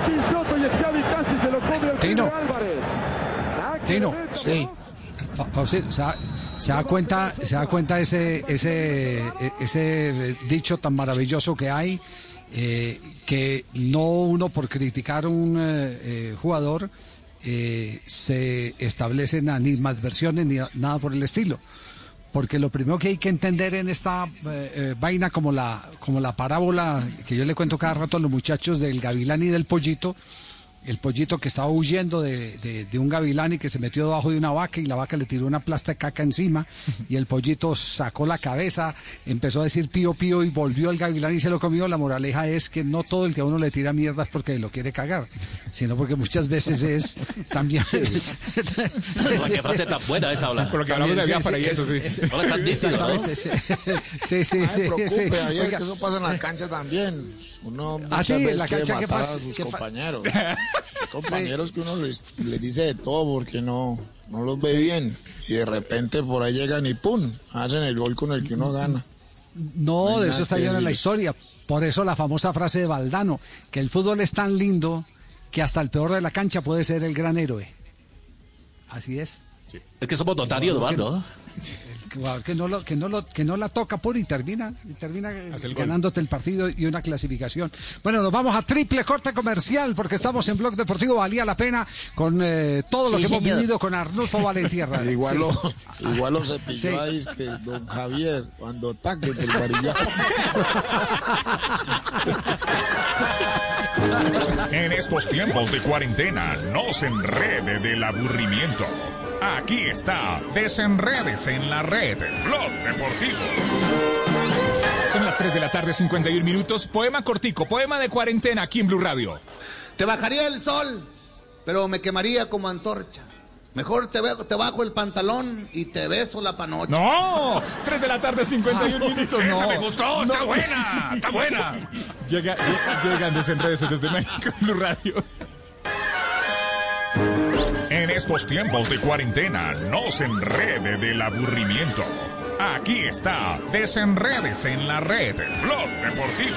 Martín Soto y Schiavi casi se lo come al Tino. Álvarez. Tino, sí. Faustino, ¿se da, se da cuenta, se da cuenta ese, ese, ese dicho tan maravilloso que hay, eh, que no uno por criticar a un eh, eh, jugador eh, se establecen animadversiones ni nada por el estilo? Porque lo primero que hay que entender en esta eh, eh, vaina, como la, como la parábola que yo le cuento cada rato a los muchachos del gavilán y del pollito, el pollito que estaba huyendo de, de, de un gavilán y que se metió debajo de una vaca y la vaca le tiró una plasta de caca encima y el pollito sacó la cabeza, empezó a decir pío pío y volvió el gavilán y se lo comió. La moraleja es que no todo el que a uno le tira mierda es porque lo quiere cagar, sino porque muchas veces es también... Qué frase tan buena esa, habla. Con lo que hablamos de Biafara y eso, sí. Hola, tan nítido, ¿no? Sí, sí, sí. No sí, se preocupe, sí. ayer Oiga. que eso pasa en la cancha también. Uno muchas Ah, sí, en veces la quiere cancha, ¿qué matar pasa? a sus ¿Qué fa- compañeros. Hay compañeros que uno les, les dice de todo porque no, no los ve bien. Y de repente por ahí llegan y ¡pum! Hacen el gol con el que uno gana. No, No hay de nada eso está que llena la decir. historia. Por eso la famosa frase de Valdano, que el fútbol es tan lindo que hasta el peor de la cancha puede ser el gran héroe. Así es. Es que somos notarios, Eduardo. El jugador que no lo, que no lo, que no la toca por y termina, y termina ganándote el partido y una clasificación. Bueno, nos vamos a triple corte comercial porque estamos en Blog Deportivo. Valía la pena con eh, todo lo Sí, que hemos señor. vivido con Arnulfo Valentierra. Igual, Sí. lo, igual lo cepilláis Sí. que don Javier cuando taque del varillaje. En estos tiempos de cuarentena, no se enrede del aburrimiento. Aquí está, Desenrédese en la red, Blog Deportivo. Son las tres de la tarde, cincuenta y un minutos. Poema cortico, poema de cuarentena aquí en Blue Radio. Te bajaría el sol, pero me quemaría como antorcha. Mejor te, ve- te bajo el pantalón y te beso la panocha. ¡No! tres de la tarde, cincuenta y un minutos. Esa No. me gustó, está buena, está buena. Llega, llega- llegan Desenrédese desde México en Blue Radio. En estos tiempos de cuarentena, no se enrede del aburrimiento. Aquí está, Desenrédese en la red, Blog Deportivo.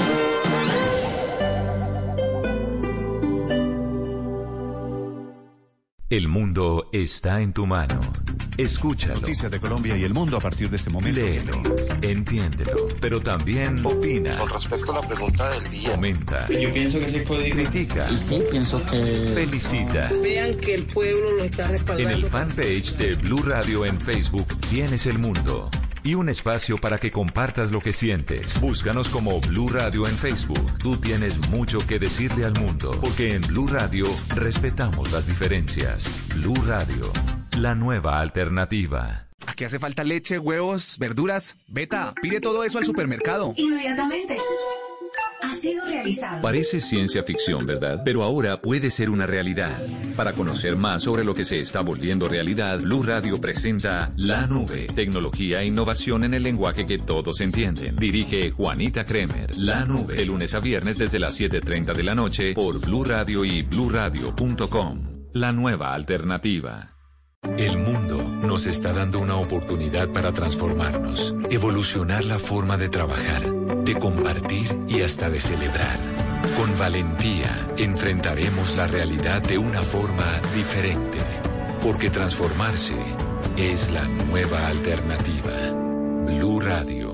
El mundo está en tu mano. Escúchalo. Noticias de Colombia y el mundo a partir de este momento. Léelo, entiéndelo, pero también opina. Con respecto a la pregunta del día. Comenta. Yo pienso que sí puede. Critica. Y sí, pienso que. Felicita. Vean que el pueblo lo está respaldando. En el fanpage de Blue Radio en Facebook tienes el mundo y un espacio para que compartas lo que sientes. Búscanos como Blue Radio en Facebook. Tú tienes mucho que decirle al mundo, porque en Blue Radio respetamos las diferencias. Blue Radio, la nueva alternativa. Aquí hace falta leche, huevos, verduras. Beta, pide todo eso al supermercado. Inmediatamente. Ha sido realizado. Parece ciencia ficción, ¿verdad? Pero ahora puede ser una realidad. Para conocer más sobre lo que se está volviendo realidad, Blue Radio presenta La Nube, tecnología e innovación en el lenguaje que todos entienden. Dirige Juanita Kremer. La Nube, de lunes a viernes desde las siete y media de la noche por Blue Radio y blue radio punto com. La nueva alternativa. El mundo nos está dando una oportunidad para transformarnos, evolucionar la forma de trabajar, de compartir y hasta de celebrar. Con valentía enfrentaremos la realidad de una forma diferente, porque transformarse es la nueva alternativa. Blue Radio.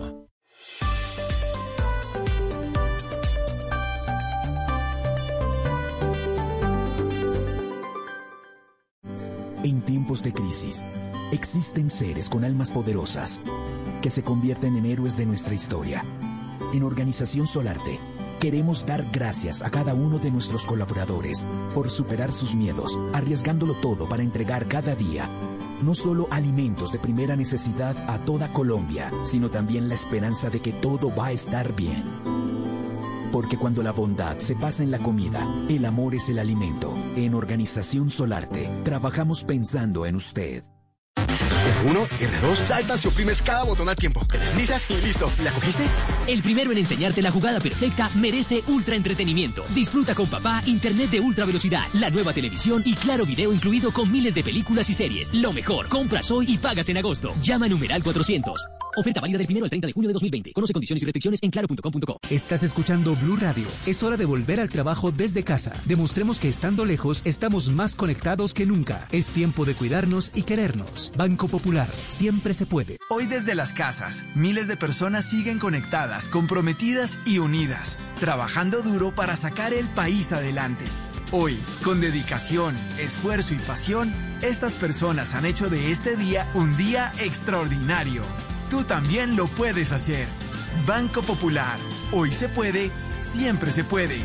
En tiempos de crisis, existen seres con almas poderosas que se convierten en héroes de nuestra historia. En Organización Solarte, queremos dar gracias a cada uno de nuestros colaboradores por superar sus miedos, arriesgándolo todo para entregar cada día no solo alimentos de primera necesidad a toda Colombia, sino también la esperanza de que todo va a estar bien. Porque cuando la bondad se pasa en la comida, el amor es el alimento. En Organización Solarte, trabajamos pensando en usted. erre uno, erre dos, saltas y oprimes cada botón al tiempo. Te deslizas y listo. ¿La cogiste? El primero en enseñarte la jugada perfecta merece ultra entretenimiento. Disfruta con papá internet de ultra velocidad, la nueva televisión y claro video incluido con miles de películas y series. Lo mejor, compras hoy y pagas en agosto. Llama a numeral cuatrocientos. Oferta válida del primero al treinta de junio de dos mil veinte. Conoce condiciones y restricciones en claro punto com punto co. Estás escuchando Blue Radio. Es hora de volver al trabajo desde casa. Demostremos que estando lejos estamos más conectados que nunca. Es tiempo de cuidarnos y querernos. Banco Popular. Siempre se puede. Hoy desde las casas, miles de personas siguen conectadas, comprometidas y unidas, trabajando duro para sacar el país adelante. Hoy, con dedicación, esfuerzo y pasión, estas personas han hecho de este día un día extraordinario. Tú también lo puedes hacer. Banco Popular. Hoy se puede, siempre se puede.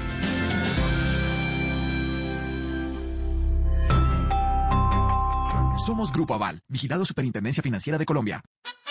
Somos Grupo Aval, vigilado Superintendencia Financiera de Colombia.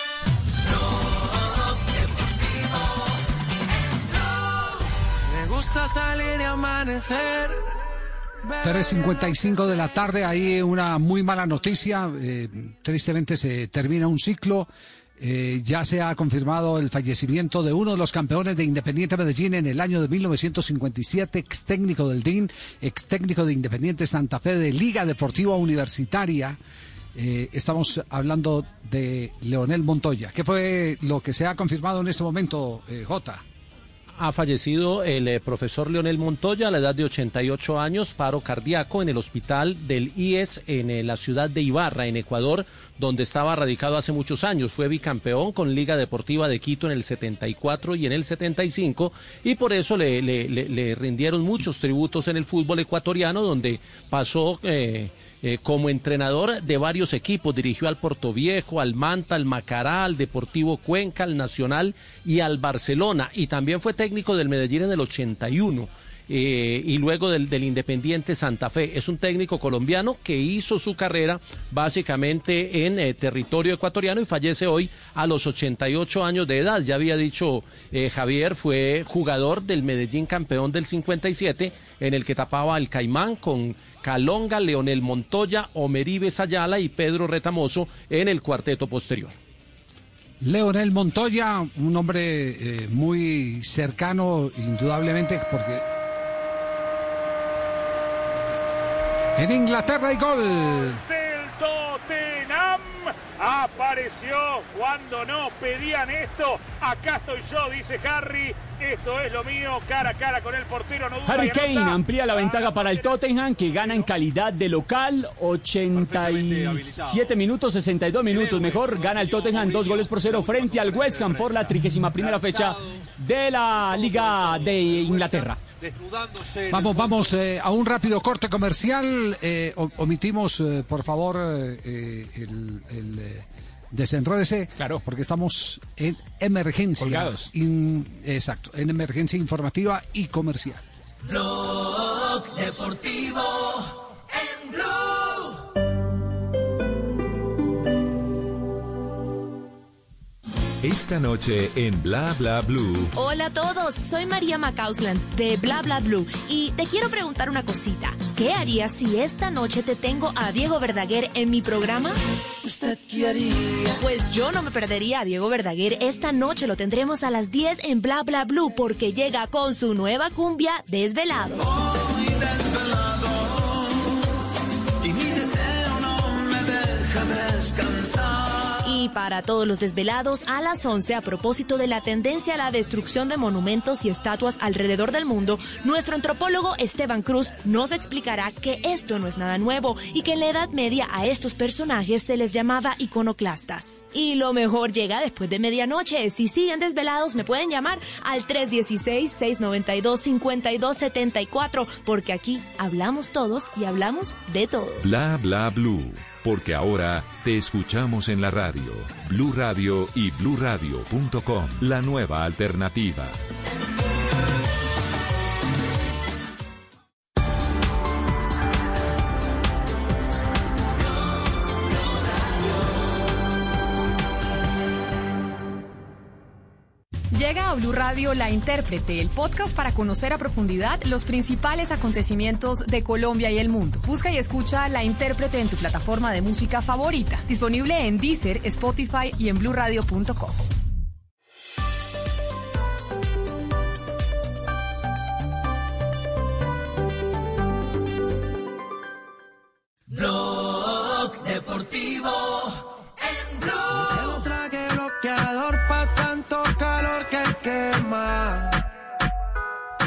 Me gusta salir y amanecer. tres cincuenta y cinco de la tarde, hay una muy mala noticia. Eh, tristemente se termina un ciclo. Eh, ya se ha confirmado el fallecimiento de uno de los campeones de Independiente Medellín en el año de mil novecientos cincuenta y siete, ex técnico del D I N, ex técnico de Independiente Santa Fe, de Liga Deportiva Universitaria. Eh, estamos hablando de Leonel Montoya. ¿Qué fue lo que se ha confirmado en este momento, eh, Jota? Ha fallecido el eh, profesor Leonel Montoya a la edad de ochenta y ocho años, paro cardíaco en el hospital del I E S en eh, la ciudad de Ibarra, en Ecuador, donde estaba radicado hace muchos años. Fue bicampeón con Liga Deportiva de Quito en el setenta y cuatro y en el setenta y cinco, y por eso le, le, le, le rindieron muchos tributos en el fútbol ecuatoriano, donde pasó eh, eh, como entrenador de varios equipos. Dirigió al Portoviejo, al Manta, al Macará, al Deportivo Cuenca, al Nacional y al Barcelona, y también fue técnico del Medellín en el ochenta y uno. Eh, y luego del, del Independiente Santa Fe. Es un técnico colombiano que hizo su carrera básicamente en eh, territorio ecuatoriano y fallece hoy a los ochenta y ocho años de edad. Ya había dicho eh, Javier, fue jugador del Medellín campeón del cincuenta y siete, en el que tapaba al Caimán con Calonga, Leonel Montoya, Omeribe Ayala y Pedro Retamoso en el cuarteto posterior. Leonel Montoya, un hombre eh, muy cercano, indudablemente, porque en Inglaterra hay gol. Del Tottenham apareció cuando no pedían esto. Acá estoy yo, dice Harry. Esto es lo mío, cara a cara con el portero. No duda. Harry Kane amplía la ventaja para el Tottenham, que gana en calidad de local. ochenta y siete minutos, sesenta y dos minutos. Mejor, gana el Tottenham dos goles por cero frente al West Ham por la trigésima primera fecha de la Liga de Inglaterra. Vamos, vamos eh, a un rápido corte comercial. Eh, omitimos, eh, por favor, eh, el... el eh, desenródese, claro, porque estamos en emergencia. In, exacto, en emergencia informativa y comercial. Blog Deportivo en Blue. Esta noche en Bla Bla Blue. Hola a todos, soy María Macausland de Bla Bla Blue y te quiero preguntar una cosita. ¿Qué harías si esta noche te tengo a Diego Verdaguer en mi programa? ¿Usted qué haría? Pues yo no me perdería a Diego Verdaguer. Esta noche lo tendremos a las diez en Bla Bla Blue porque llega con su nueva cumbia Desvelado. Hoy desvelado y mi deseo no me deja descansar. Y para todos los desvelados, a las once, a propósito de la tendencia a la destrucción de monumentos y estatuas alrededor del mundo, nuestro antropólogo Esteban Cruz nos explicará que esto no es nada nuevo y que en la Edad Media a estos personajes se les llamaba iconoclastas. Y lo mejor llega después de medianoche. Si siguen desvelados, me pueden llamar al tres uno seis, seis nueve dos, cinco dos siete cuatro, porque aquí hablamos todos y hablamos de todo. Bla Bla Blue, porque ahora te escuchamos en la radio. Blue Radio y blue radio punto com, la nueva alternativa. Llega a Blue Radio La Intérprete, el podcast para conocer a profundidad los principales acontecimientos de Colombia y el mundo. Busca y escucha La Intérprete en tu plataforma de música favorita. Disponible en Deezer, Spotify y en blue radio punto com. Blog Deportivo en Blue. Un traje bloqueador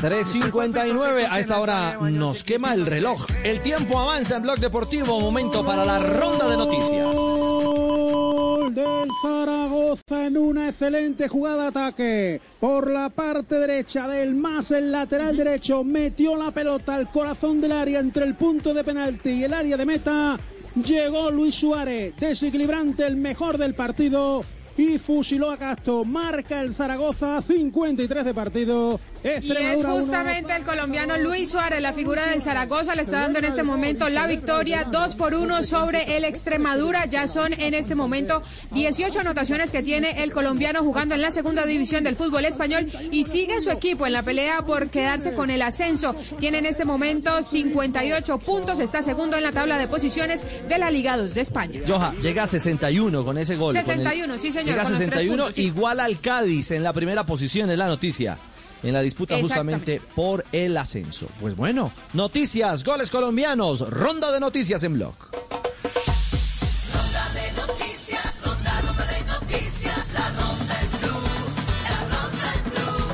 tres cincuenta y nueve, a esta hora nos quema el reloj. El tiempo avanza en Blog Deportivo, momento para la ronda de noticias. Gol del Zaragoza en una excelente jugada de ataque. Por la parte derecha del Mas, el lateral derecho, metió la pelota al corazón del área entre el punto de penalti y el área de meta. Llegó Luis Suárez, desequilibrante, el mejor del partido, y fusiló a Castro. Marca el Zaragoza, cincuenta y tres de partido. Y es justamente uno. El colombiano Luis Suárez, la figura del Zaragoza, le está dando en este momento la victoria, dos por uno sobre el Extremadura. Ya son en este momento dieciocho anotaciones que tiene el colombiano jugando en la segunda división del fútbol español, y sigue su equipo en la pelea por quedarse con el ascenso. Tiene en este momento cincuenta y ocho puntos, está segundo en la tabla de posiciones de la Liga dos de España. Joha, llega a sesenta y uno con ese gol. sesenta y uno, el... sí señor. Llega a sesenta y uno, puntos, sí. Igual al Cádiz en la primera posición, es la noticia. En la disputa justamente por el ascenso. Pues bueno, noticias, goles colombianos, ronda de noticias en Blog. Ronda de noticias, ronda, ronda de noticias, la ronda en Blue, la ronda en Blue,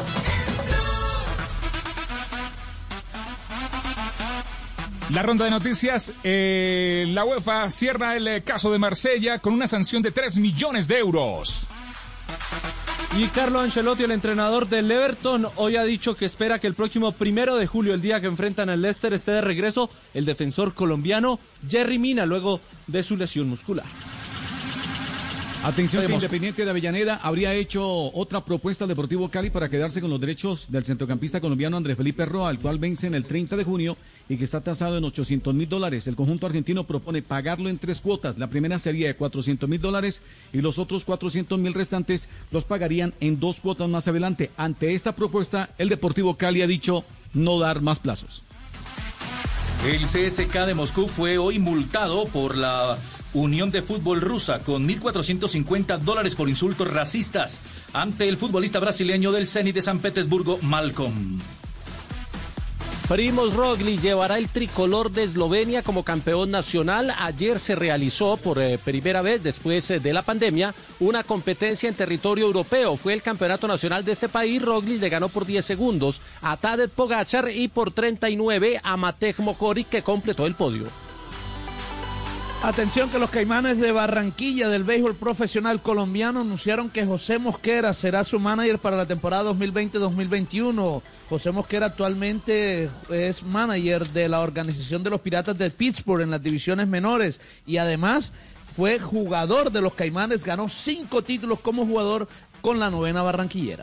en Blue. La ronda de noticias, eh, la UEFA cierra el caso de Marsella con una sanción de tres millones de euros. Y Carlo Ancelotti, el entrenador del Everton, hoy ha dicho que espera que el próximo primero de julio, el día que enfrentan al Leicester, esté de regreso el defensor colombiano Yerry Mina, luego de su lesión muscular. Atención, que Independiente de Avellaneda habría hecho otra propuesta al Deportivo Cali para quedarse con los derechos del centrocampista colombiano Andrés Felipe Roa, el cual vence en el treinta de junio y que está tasado en ochocientos mil dólares. El conjunto argentino propone pagarlo en tres cuotas. La primera sería de cuatrocientos mil dólares y los otros cuatrocientos mil restantes los pagarían en dos cuotas más adelante. Ante esta propuesta, el Deportivo Cali ha dicho no dar más plazos. El C S K de Moscú fue hoy multado por la Unión de Fútbol Rusa con mil cuatrocientos cincuenta dólares por insultos racistas ante el futbolista brasileño del Zenit de San Petersburgo, Malcolm. Primož Roglič llevará el tricolor de Eslovenia como campeón nacional. Ayer se realizó por eh, primera vez después eh, de la pandemia una competencia en territorio europeo. Fue el campeonato nacional de este país. Roglič le ganó por diez segundos a Tadej Pogačar y por treinta y nueve a Matej Mohoric, que completó el podio. Atención, que los Caimanes de Barranquilla del béisbol profesional colombiano anunciaron que José Mosquera será su manager para la temporada dos mil veinte dos mil veintiuno. José Mosquera actualmente es manager de la organización de los Piratas de Pittsburgh en las divisiones menores y además fue jugador de los Caimanes, ganó cinco títulos como jugador con la novena barranquillera.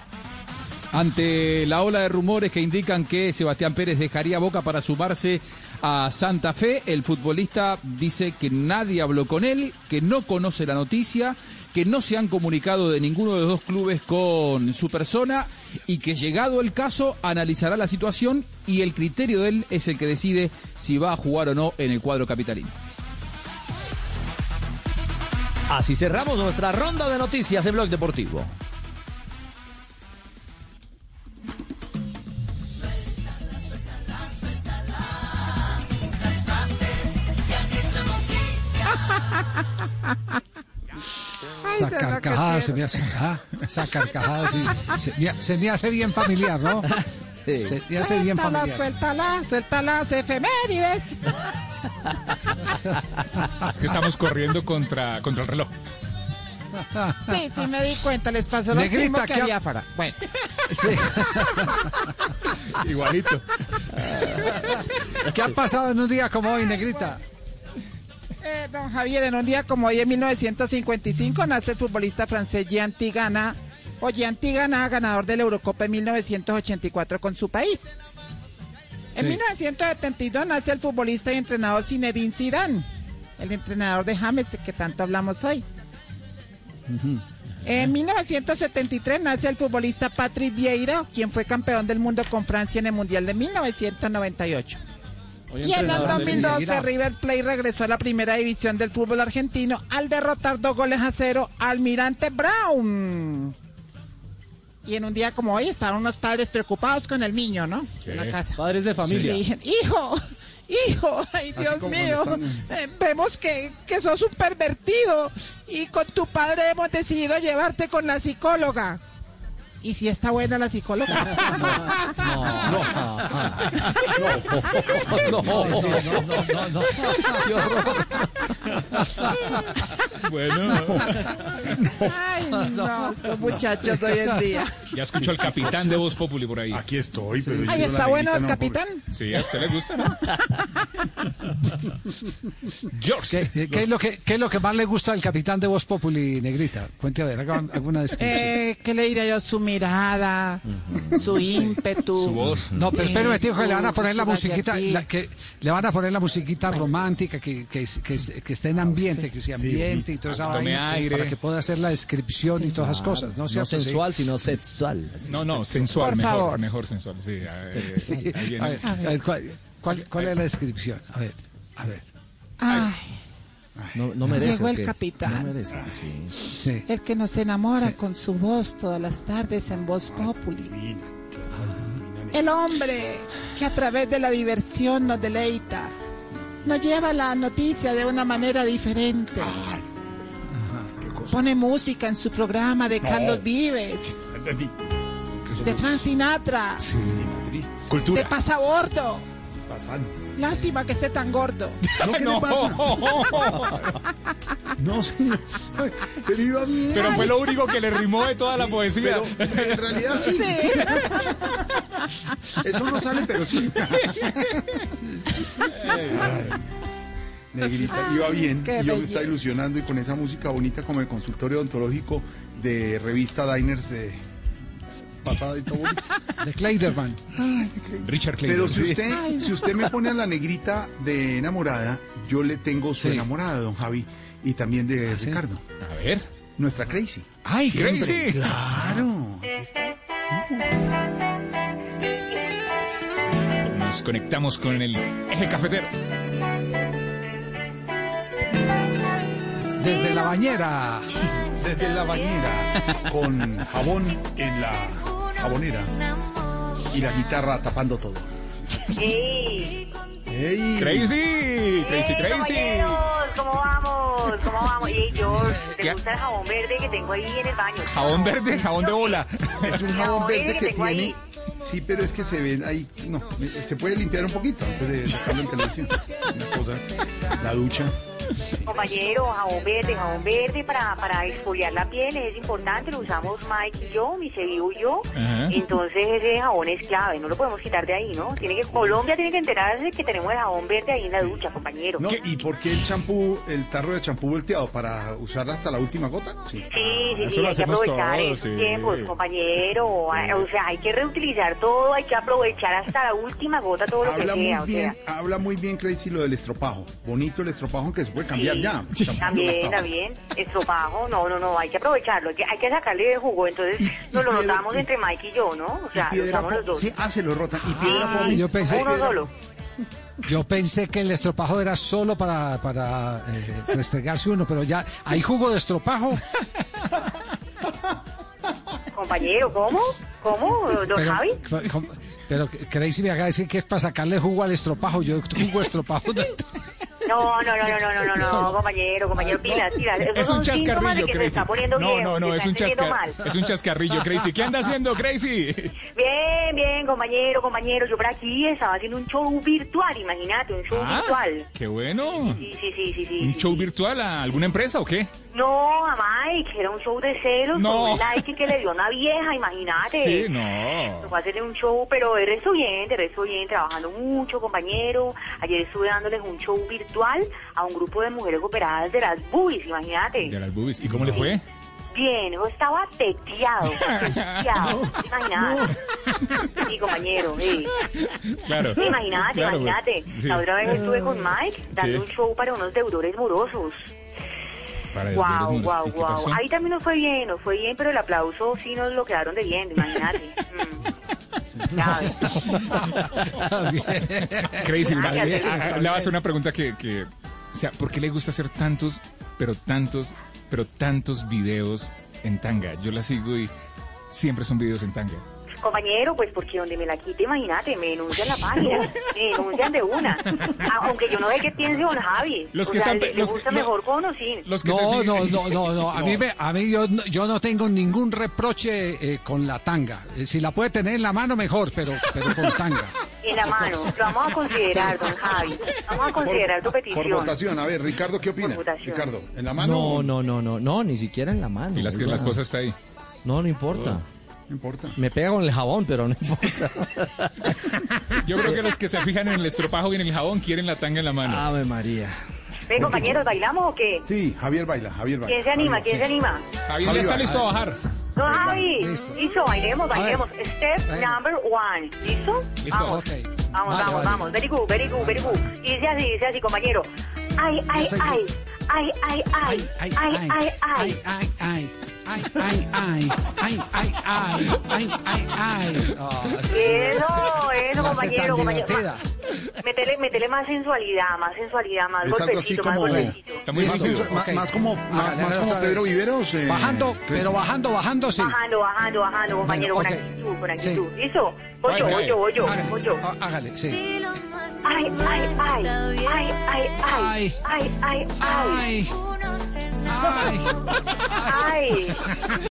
Ante la ola de rumores que indican que Sebastián Pérez dejaría Boca para sumarse a Santa Fe, el futbolista dice que nadie habló con él, que no conoce la noticia, que no se han comunicado de ninguno de los dos clubes con su persona y que llegado el caso analizará la situación y el criterio de él es el que decide si va a jugar o no en el cuadro capitalino. Así cerramos nuestra ronda de noticias en Blog Deportivo. Esa carcajada se me hace, ah, esa carcajada sí, se, me, se me hace bien familiar, ¿no? Sí. Se me hace bien familiar. Suéltala, suéltala, las efemérides. Es que estamos corriendo contra, contra el reloj. Sí, sí me di cuenta, les pasó lo Negrita, mismo que ¿qué a ha... Biafara. Bueno. Sí. Igualito. ¿Qué ha pasado en un día como hoy, Negrita? Eh, don Javier, en un día como hoy, en mil novecientos cincuenta y cinco, nace el futbolista francés Jean Tigana, o Jean Tigana, ganador de la Eurocopa en mil novecientos ochenta y cuatro con su país. En sí. mil novecientos setenta y dos nace el futbolista y entrenador Zinedine Zidane, el entrenador de James, de que tanto hablamos hoy. Uh-huh. En mil novecientos setenta y tres nace el futbolista Patrick Vieira, quien fue campeón del mundo con Francia en el Mundial de mil novecientos noventa y ocho. Hoy y en el dos mil doce River Plate regresó a la primera división del fútbol argentino al derrotar dos goles a cero al Almirante Brown. Y en un día como hoy estaban unos padres preocupados con el niño, ¿no? ¿Qué? En la casa. Padres de familia. Sí, le dijeron, hijo, hijo, ay Dios mío, eh, vemos que, que sos un pervertido y con tu padre hemos decidido llevarte con la psicóloga. ¿Y si está buena la psicóloga? No, no, no, no, no, no, qué horror. Bueno. Ay, no, son muchachos hoy en día. Ya escucho al capitán de Voz Populi por ahí. Aquí estoy, pero... Ay, ¿está bueno el capitán? Sí, a usted le gusta, ¿no? George. ¿Qué, qué, es lo que, ¿Qué es lo que más le gusta al capitán de Voz Populi, Negrita? Cuente a ver, haga alguna descripción. Eh, ¿Qué le diré yo? Su mirada, uh-huh. su ímpetu. Su voz. No, pero espérame, tío, que le van a poner la musiquita, la, que le van a poner la musiquita romántica, que, que, que, que esté en ambiente, que se ambiente sí. y toda esa vaina, aire. Para que pueda hacer la descripción sí, y todas esas cosas. No, no sensual, sí. sino sexual. No, no, sensual, Por mejor, favor. mejor sensual, sí. A ver, sí. A ver, a ver, ¿cuál, cuál, ¿cuál es la descripción? A ver, a ver. Ay. No, no merece. Llegó el ¿qué? capitán. No merece, sí. Sí. El que nos enamora sí. con su voz todas las tardes en Voz Populi. El hombre que a través de la diversión nos deleita. Nos lleva la noticia de una manera diferente. Ajá. Pone música en su programa de no. Carlos Vives. De Frank Sinatra. Sí. Cultura. De Pasabordo. Pasando. Lástima que esté tan gordo. ¿No? ¿Qué no. le pasa? No, señor. Pero iba bien. Pero fue lo único que le rimó de toda la poesía. Pero en realidad sí. Sí. Eso no sale, pero sí. Negrita, iba bien. Qué y yo me belleza. estaba ilusionando y con esa música bonita como el consultorio odontológico de revista Diners eh, pasada y todo bonito. De Kleiderman. Richard Clayton. Pero si sí. usted, Ay, no. si usted me pone a la negrita de enamorada, yo le tengo su Sí. enamorada, don Javi, y también de ¿Ah, sí? Ricardo. A ver. Nuestra Crazy. ¡Ay, Siempre. Crazy! Claro. Nos conectamos con el eje cafetero. Desde la bañera. Desde la bañera, con jabón en la jabonera y la guitarra tapando todo. ¡Ey! ¡Ey! ¡Crazy! ¡Crazy, crazy! Compañeros, ¿cómo vamos? ¿Cómo vamos? Y George, ¿te ¿Qué? gusta el jabón verde que tengo ahí en el baño? Jabón verde, jabón de bola. Es un jabón verde que tengo tiene... ahí. Sí, pero es que se ven ahí... No, se puede limpiar un poquito antes de sacarlo en televisión. Una cosa, la ducha. Compañero, jabón verde, jabón verde para, para exfoliar la piel es importante, lo usamos Mike y yo, mi Sebiu y yo. Ajá. Entonces ese jabón es clave, no lo podemos quitar de ahí, ¿no? Tiene que Colombia tiene que enterarse que tenemos el jabón verde ahí en la ducha, compañero. No, ¿y por qué el champú, el tarro de champú volteado? ¿Para usarla hasta la última gota? Sí. Sí, sí, Eso sí, lo hay que hacemos aprovechar todos, esos sí. tiempos, compañero. O sea, hay que reutilizar todo, hay que aprovechar hasta la última gota todo lo Habla que muy sea. bien, O sea, habla muy bien, Crazy, lo del estropajo. Bonito el estropajo que se puede cambiar sí, ya. Champú También, gastado. también, estropajo, no, no, no, hay que aprovecharlo, hay que, hay que sacarle el jugo, entonces Y- nos lo y piedra- notamos y- entre Mike y yo, ¿no? O sea, lo Piedra usamos po- los dos. Sí, ah, se lo rotan. Y piedra Ah, polis. yo pensé- uno solo. Yo pensé que el estropajo era solo para, para eh, restregarse uno, pero ya hay jugo de estropajo. Compañero, ¿cómo? ¿Cómo, don Pero, Javi? com- pero Crazy me acaba de decir que es para sacarle jugo al estropajo. Yo jugo de estropajo. No, no, no, no, no, no, no, no, compañero, compañero, pilas, pilas. Esos Es un son síntomas de chascarrillo, que se Crazy. está poniendo No, viejo, no, no, se es está un, entendiendo chascar, mal. es un chascarrillo, Crazy. ¿Qué anda haciendo, Crazy? Bien, bien, compañero, compañero, yo por aquí estaba haciendo un show virtual, imagínate, un show Ah, virtual. qué bueno. Sí, sí, sí, sí, sí. ¿Un sí, show sí. virtual a alguna empresa o qué? No, a Mike, era un show de celos, No. con un like que le dio una vieja, imagínate. Sí, no. Fue a hacerle un show, pero de resto bien, de resto bien, trabajando mucho, compañero. Ayer estuve dándoles un show virtual a un grupo de mujeres operadas de las boobies, imagínate. De las boobies. ¿Y cómo le fue? Bien, yo estaba teteado, teteado, imagínate. Sí, compañero, sí. Claro. Sí, imagínate, Claro, pues, imagínate. sí. La otra vez estuve con Mike dando Sí. un show para unos deudores morosos. Para Wow, deudores, wow, ¿y qué wow. pasó? Ahí también nos fue bien, nos fue bien, pero el aplauso sí nos lo quedaron debiendo, imagínate. Mm. Ya ves. Crazy, una- Gracias, le, Crazy. a- le voy a hacer una pregunta que, que, o sea, ¿por qué le gusta hacer tantos, pero tantos, pero tantos videos en tanga? Yo la sigo y siempre son videos en tanga. Compañero, pues porque donde me la quite, imagínate, me denuncian la página, me denuncian de una. Ah, aunque yo no sé qué piense don Javi. Los que o sea, están, ¿le, los, le gusta lo, mejor con o sin? Los que no, se no, fijan... no, no, no, a mí, me, a mí yo, no- yo no tengo ningún reproche eh, con la tanga. Eh, si la puede tener en la mano, mejor, pero, pero con tanga. En la mano, lo vamos a considerar, don Javi. Vamos a considerar tu Por petición. votación, a ver, Ricardo, ¿qué opina? Ricardo, ¿en la mano? No, no, no, no, no, ni siquiera en la mano. Y las que oiga. la esposa está ahí. No, no importa. No importa. Me pega con el jabón, pero no importa. Yo creo que los que se fijan en el estropajo y en el jabón quieren la tanga en la mano. Ave María. Ven, compañeros, ¿bailamos o qué? Sí, Javier baila, Javier baila. ¿Quién se anima? Javier, ¿Quién sí. se anima? Javier ya está listo a bajar. Don Javi, Listo. listo, bailemos, A ver. bailemos. Step Venga. number one. ¿Listo? Listo. Vamos, Ok. vamos, Vale, vamos, vale. vamos. Very good, very good, very good. Y dice así, dice así, compañero. Ay, ay, Yo soy ay. Ay, ay, ay. Ay, Ay, ay, ay. ay, ay, ay. Ay, ay, ay, ay, ay, ay, ay, ay, ay. Ah, sí. Eso, eso, La hace compañero, tan compañero. divertida. Métele, métele más sensualidad, más sensualidad, más Es algo así golpecito, más como... golpecito. Está muy más, listo. sensual, más- Ok. más como, más, Hágale, más hágale como otra Pedro vez. Viveros. eh, Bajando, Crespo. pero bajando, bajando, sí. Bajando, bajando, bajando, compañero, Bueno, con ok. actitud, con Sí. actitud. ¿Listo? Voy yo, Ay, voy ay. yo, voy yo, Hágale, voy yo. ah, hágale, sí. Ay, ay, ay, ay, ay, ay, Ay. ay, ay, ay, Ay, ay. ay.